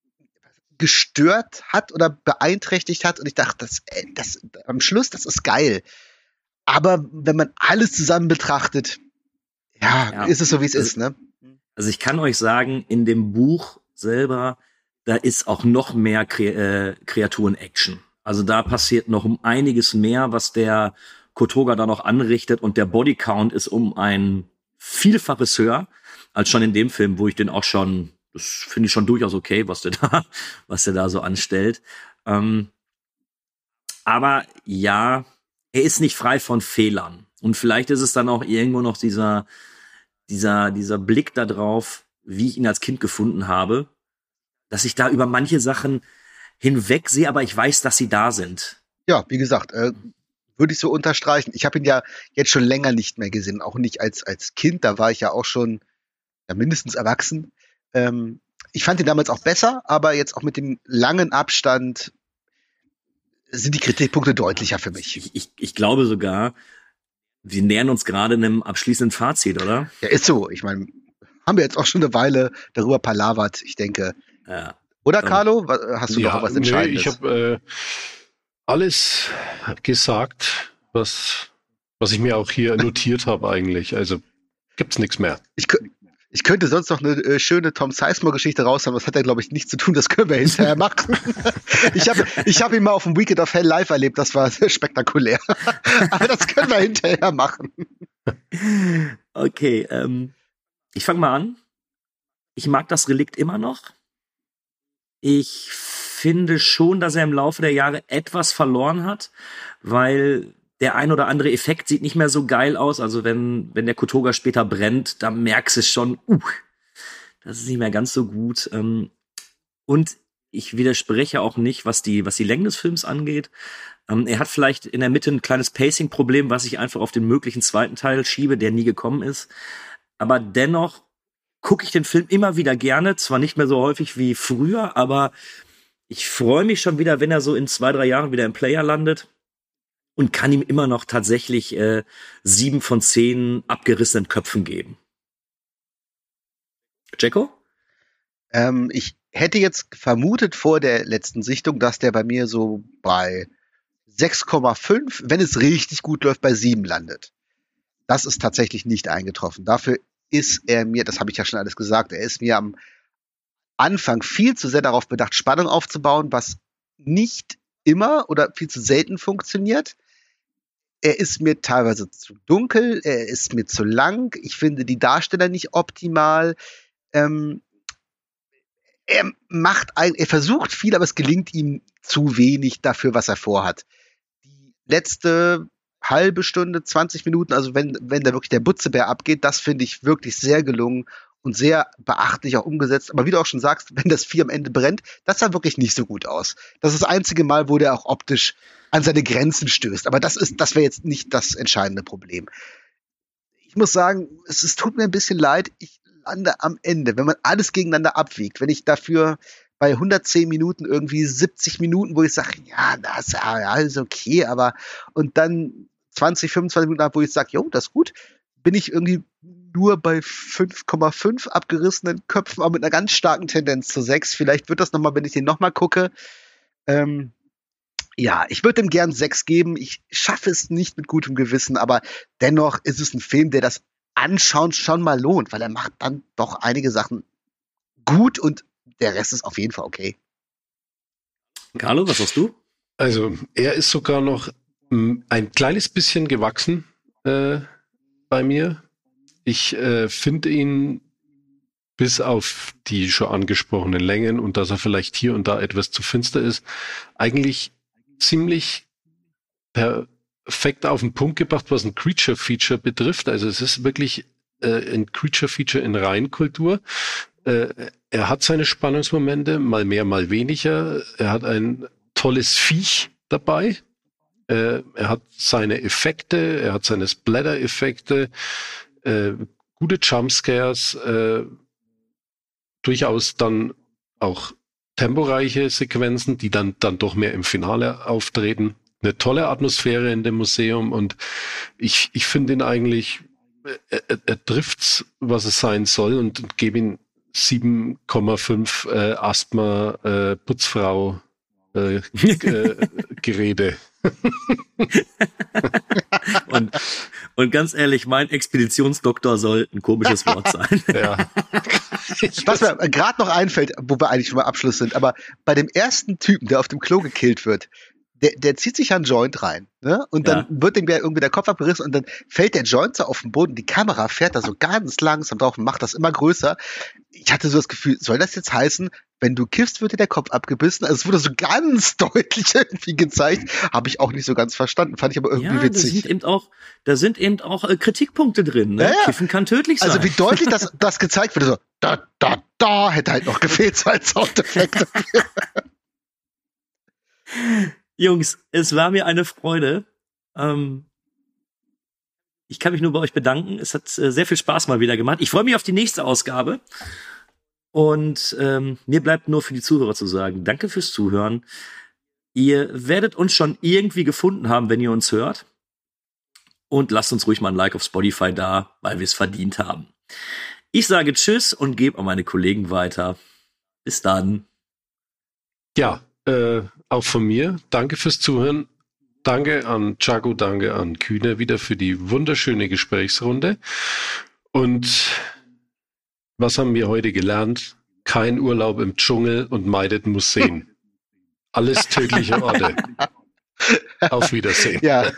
Speaker 3: gestört hat oder beeinträchtigt hat und ich dachte, das, das am Schluss, das ist geil. Aber wenn man alles zusammen betrachtet, ja, ja. ist es so, wie es also, ist, ne?
Speaker 2: Also ich kann euch sagen, in dem Buch selber, da ist auch noch mehr Kre- äh, Kreaturen-Action. Also da passiert noch um einiges mehr, was der Kotoga da noch anrichtet und der Bodycount ist um ein Vielfaches höher als schon in dem Film, wo ich den auch schon das finde ich schon durchaus okay, was der da, was der da so anstellt. Ähm, aber ja, er ist nicht frei von Fehlern. Und vielleicht ist es dann auch irgendwo noch dieser, dieser, dieser Blick da drauf, wie ich ihn als Kind gefunden habe, dass ich da über manche Sachen hinwegsehe, aber ich weiß, dass sie da sind.
Speaker 3: Ja, wie gesagt, äh, würde ich so unterstreichen. Ich habe ihn ja jetzt schon länger nicht mehr gesehen, auch nicht als, als Kind, da war ich ja auch schon ja, mindestens erwachsen. Ähm, ich fand ihn damals auch besser, aber jetzt auch mit dem langen Abstand sind die Kritikpunkte deutlicher für mich.
Speaker 2: Ich, ich, ich glaube sogar, wir nähern uns gerade einem abschließenden Fazit, oder?
Speaker 3: Ja, ist so. Ich meine, haben wir jetzt auch schon eine Weile darüber palavert, ich denke.
Speaker 2: Ja.
Speaker 3: Oder, Carlo? Hast du
Speaker 4: ja,
Speaker 3: noch was
Speaker 4: nö,
Speaker 3: Entscheidendes?
Speaker 4: ich habe äh, alles gesagt, was, was ich mir auch hier notiert habe eigentlich. Also gibt's nichts mehr.
Speaker 3: Ich, ich könnte sonst noch eine äh, schöne Tom Sizemore-Geschichte raushauen. Das hat ja, glaube ich, nichts zu tun. Das können wir hinterher machen. ich habe ich hab ihn mal auf dem Weekend of Hell live erlebt. Das war sehr spektakulär. Aber das können wir hinterher machen.
Speaker 2: Okay, ähm, ich fange mal an. Ich mag das Relikt immer noch. Ich finde schon, dass er im Laufe der Jahre etwas verloren hat, weil der ein oder andere Effekt sieht nicht mehr so geil aus. Also wenn, wenn der Kotoga später brennt, da merkst du schon, uh, das ist nicht mehr ganz so gut. Und ich widerspreche auch nicht, was die, was die Länge des Films angeht. Er hat vielleicht in der Mitte ein kleines Pacing-Problem, was ich einfach auf den möglichen zweiten Teil schiebe, der nie gekommen ist. Aber dennoch gucke ich den Film immer wieder gerne, zwar nicht mehr so häufig wie früher, aber ich freue mich schon wieder, wenn er so in zwei, drei Jahren wieder im Player landet und kann ihm immer noch tatsächlich äh, sieben von zehn abgerissenen Köpfen geben. Jacko?
Speaker 3: Ähm, ich hätte jetzt vermutet vor der letzten Sichtung, dass der bei mir so bei sechs Komma fünf, wenn es richtig gut läuft, bei sieben landet. Das ist tatsächlich nicht eingetroffen. Dafür ist er mir, das habe ich ja schon alles gesagt, er ist mir am Anfang viel zu sehr darauf bedacht, Spannung aufzubauen, was nicht immer oder viel zu selten funktioniert. Er ist mir teilweise zu dunkel, er ist mir zu lang, ich finde die Darsteller nicht optimal. Ähm, er macht ein, er versucht viel, aber es gelingt ihm zu wenig dafür, was er vorhat. Die letzte halbe Stunde, zwanzig Minuten, also wenn, wenn da wirklich der Butzebär abgeht, das finde ich wirklich sehr gelungen und sehr beachtlich auch umgesetzt. Aber wie du auch schon sagst, wenn das Vieh am Ende brennt, das sah wirklich nicht so gut aus. Das ist das einzige Mal, wo der auch optisch an seine Grenzen stößt. Aber das ist, das wäre jetzt nicht das entscheidende Problem. Ich muss sagen, es, es tut mir ein bisschen leid, ich lande am Ende, wenn man alles gegeneinander abwiegt, wenn ich dafür bei hundertzehn Minuten irgendwie siebzig Minuten, wo ich sage, ja, das ist ja alles okay, aber und dann zwanzig, fünfundzwanzig Minuten ab, wo ich sage, jo, das ist gut, bin ich irgendwie nur bei fünf Komma fünf abgerissenen Köpfen, aber mit einer ganz starken Tendenz zu sechs. Vielleicht wird das nochmal, wenn ich den nochmal gucke. Ähm, ja, ich würde dem gern sechs geben. Ich schaffe es nicht mit gutem Gewissen, aber dennoch ist es ein Film, der das Anschauen schon mal lohnt, weil er macht dann doch einige Sachen gut und der Rest ist auf jeden Fall okay.
Speaker 2: Carlo, was sagst du?
Speaker 4: Also, er ist sogar noch ein kleines bisschen gewachsen äh, bei mir. Ich äh, finde ihn bis auf die schon angesprochenen Längen und dass er vielleicht hier und da etwas zu finster ist, eigentlich ziemlich perfekt auf den Punkt gebracht, was ein Creature-Feature betrifft. Also es ist wirklich äh, ein Creature-Feature in Reinkultur. Äh, er hat seine Spannungsmomente, mal mehr, mal weniger. Er hat ein tolles Viech dabei. Äh, er hat seine Effekte, er hat seine Splatter-Effekte, äh, gute Jumpscares, äh, durchaus dann auch temporeiche Sequenzen, die dann, dann doch mehr im Finale auftreten. Eine tolle Atmosphäre in dem Museum und ich, ich finde ihn eigentlich, er, er trifft's, was es sein soll und, und gebe ihm sieben Komma fünf äh, Asthma äh, Putzfrau äh, äh, Gerede.
Speaker 2: und, und ganz ehrlich, mein Expeditionsdoktor soll ein komisches Wort sein.
Speaker 4: Ja.
Speaker 3: Was mir gerade noch einfällt, wo wir eigentlich schon mal Abschluss sind, aber bei dem ersten Typen, der auf dem Klo gekillt wird, der, der zieht sich ja einen Joint rein, ne? Und dann ja. wird dem ja irgendwie der Kopf abgerissen und dann fällt der Joint so auf den Boden. Die Kamera fährt da so ganz langsam drauf und macht das immer größer. Ich hatte so das Gefühl, soll das jetzt heißen, wenn du kiffst, wird dir der Kopf abgebissen? Also es wurde so ganz deutlich irgendwie gezeigt. Habe ich auch nicht so ganz verstanden. Fand ich aber irgendwie
Speaker 2: ja,
Speaker 3: witzig.
Speaker 2: Da sind eben auch, da sind eben auch äh, Kritikpunkte drin. Ne?
Speaker 3: Ja, ja.
Speaker 2: Kiffen kann tödlich sein.
Speaker 3: Also wie deutlich das, das gezeigt wurde. So, da, da, da, hätte halt noch gefehlt, so als Soundeffekt.
Speaker 2: Jungs, es war mir eine Freude. Ähm, ich kann mich nur bei euch bedanken. Es hat äh, sehr viel Spaß mal wieder gemacht. Ich freue mich auf die nächste Ausgabe. Und ähm, mir bleibt nur für die Zuhörer zu sagen, danke fürs Zuhören. Ihr werdet uns schon irgendwie gefunden haben, wenn ihr uns hört. Und lasst uns ruhig mal ein Like auf Spotify da, weil wir es verdient haben. Ich sage Tschüss und gebe an meine Kollegen weiter. Bis dann.
Speaker 4: Ja, äh, auch von mir. Danke fürs Zuhören. Danke an Chago, danke an Kühne wieder für die wunderschöne Gesprächsrunde. Und was haben wir heute gelernt? Kein Urlaub im Dschungel und meidet Museen. Alles tödliche Orte. Auf Wiedersehen.
Speaker 3: Ja.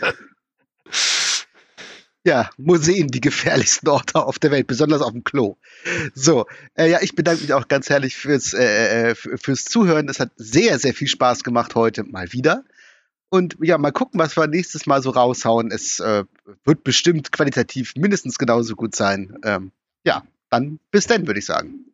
Speaker 3: Ja, Museen, die gefährlichsten Orte auf der Welt, besonders auf dem Klo. So, äh, ja, ich bedanke mich auch ganz herrlich fürs, äh, fürs Zuhören. Es hat sehr, sehr viel Spaß gemacht heute mal wieder. Und ja, mal gucken, was wir nächstes Mal so raushauen. Es äh, wird bestimmt qualitativ mindestens genauso gut sein. Ähm, ja, dann bis dann, würde ich sagen.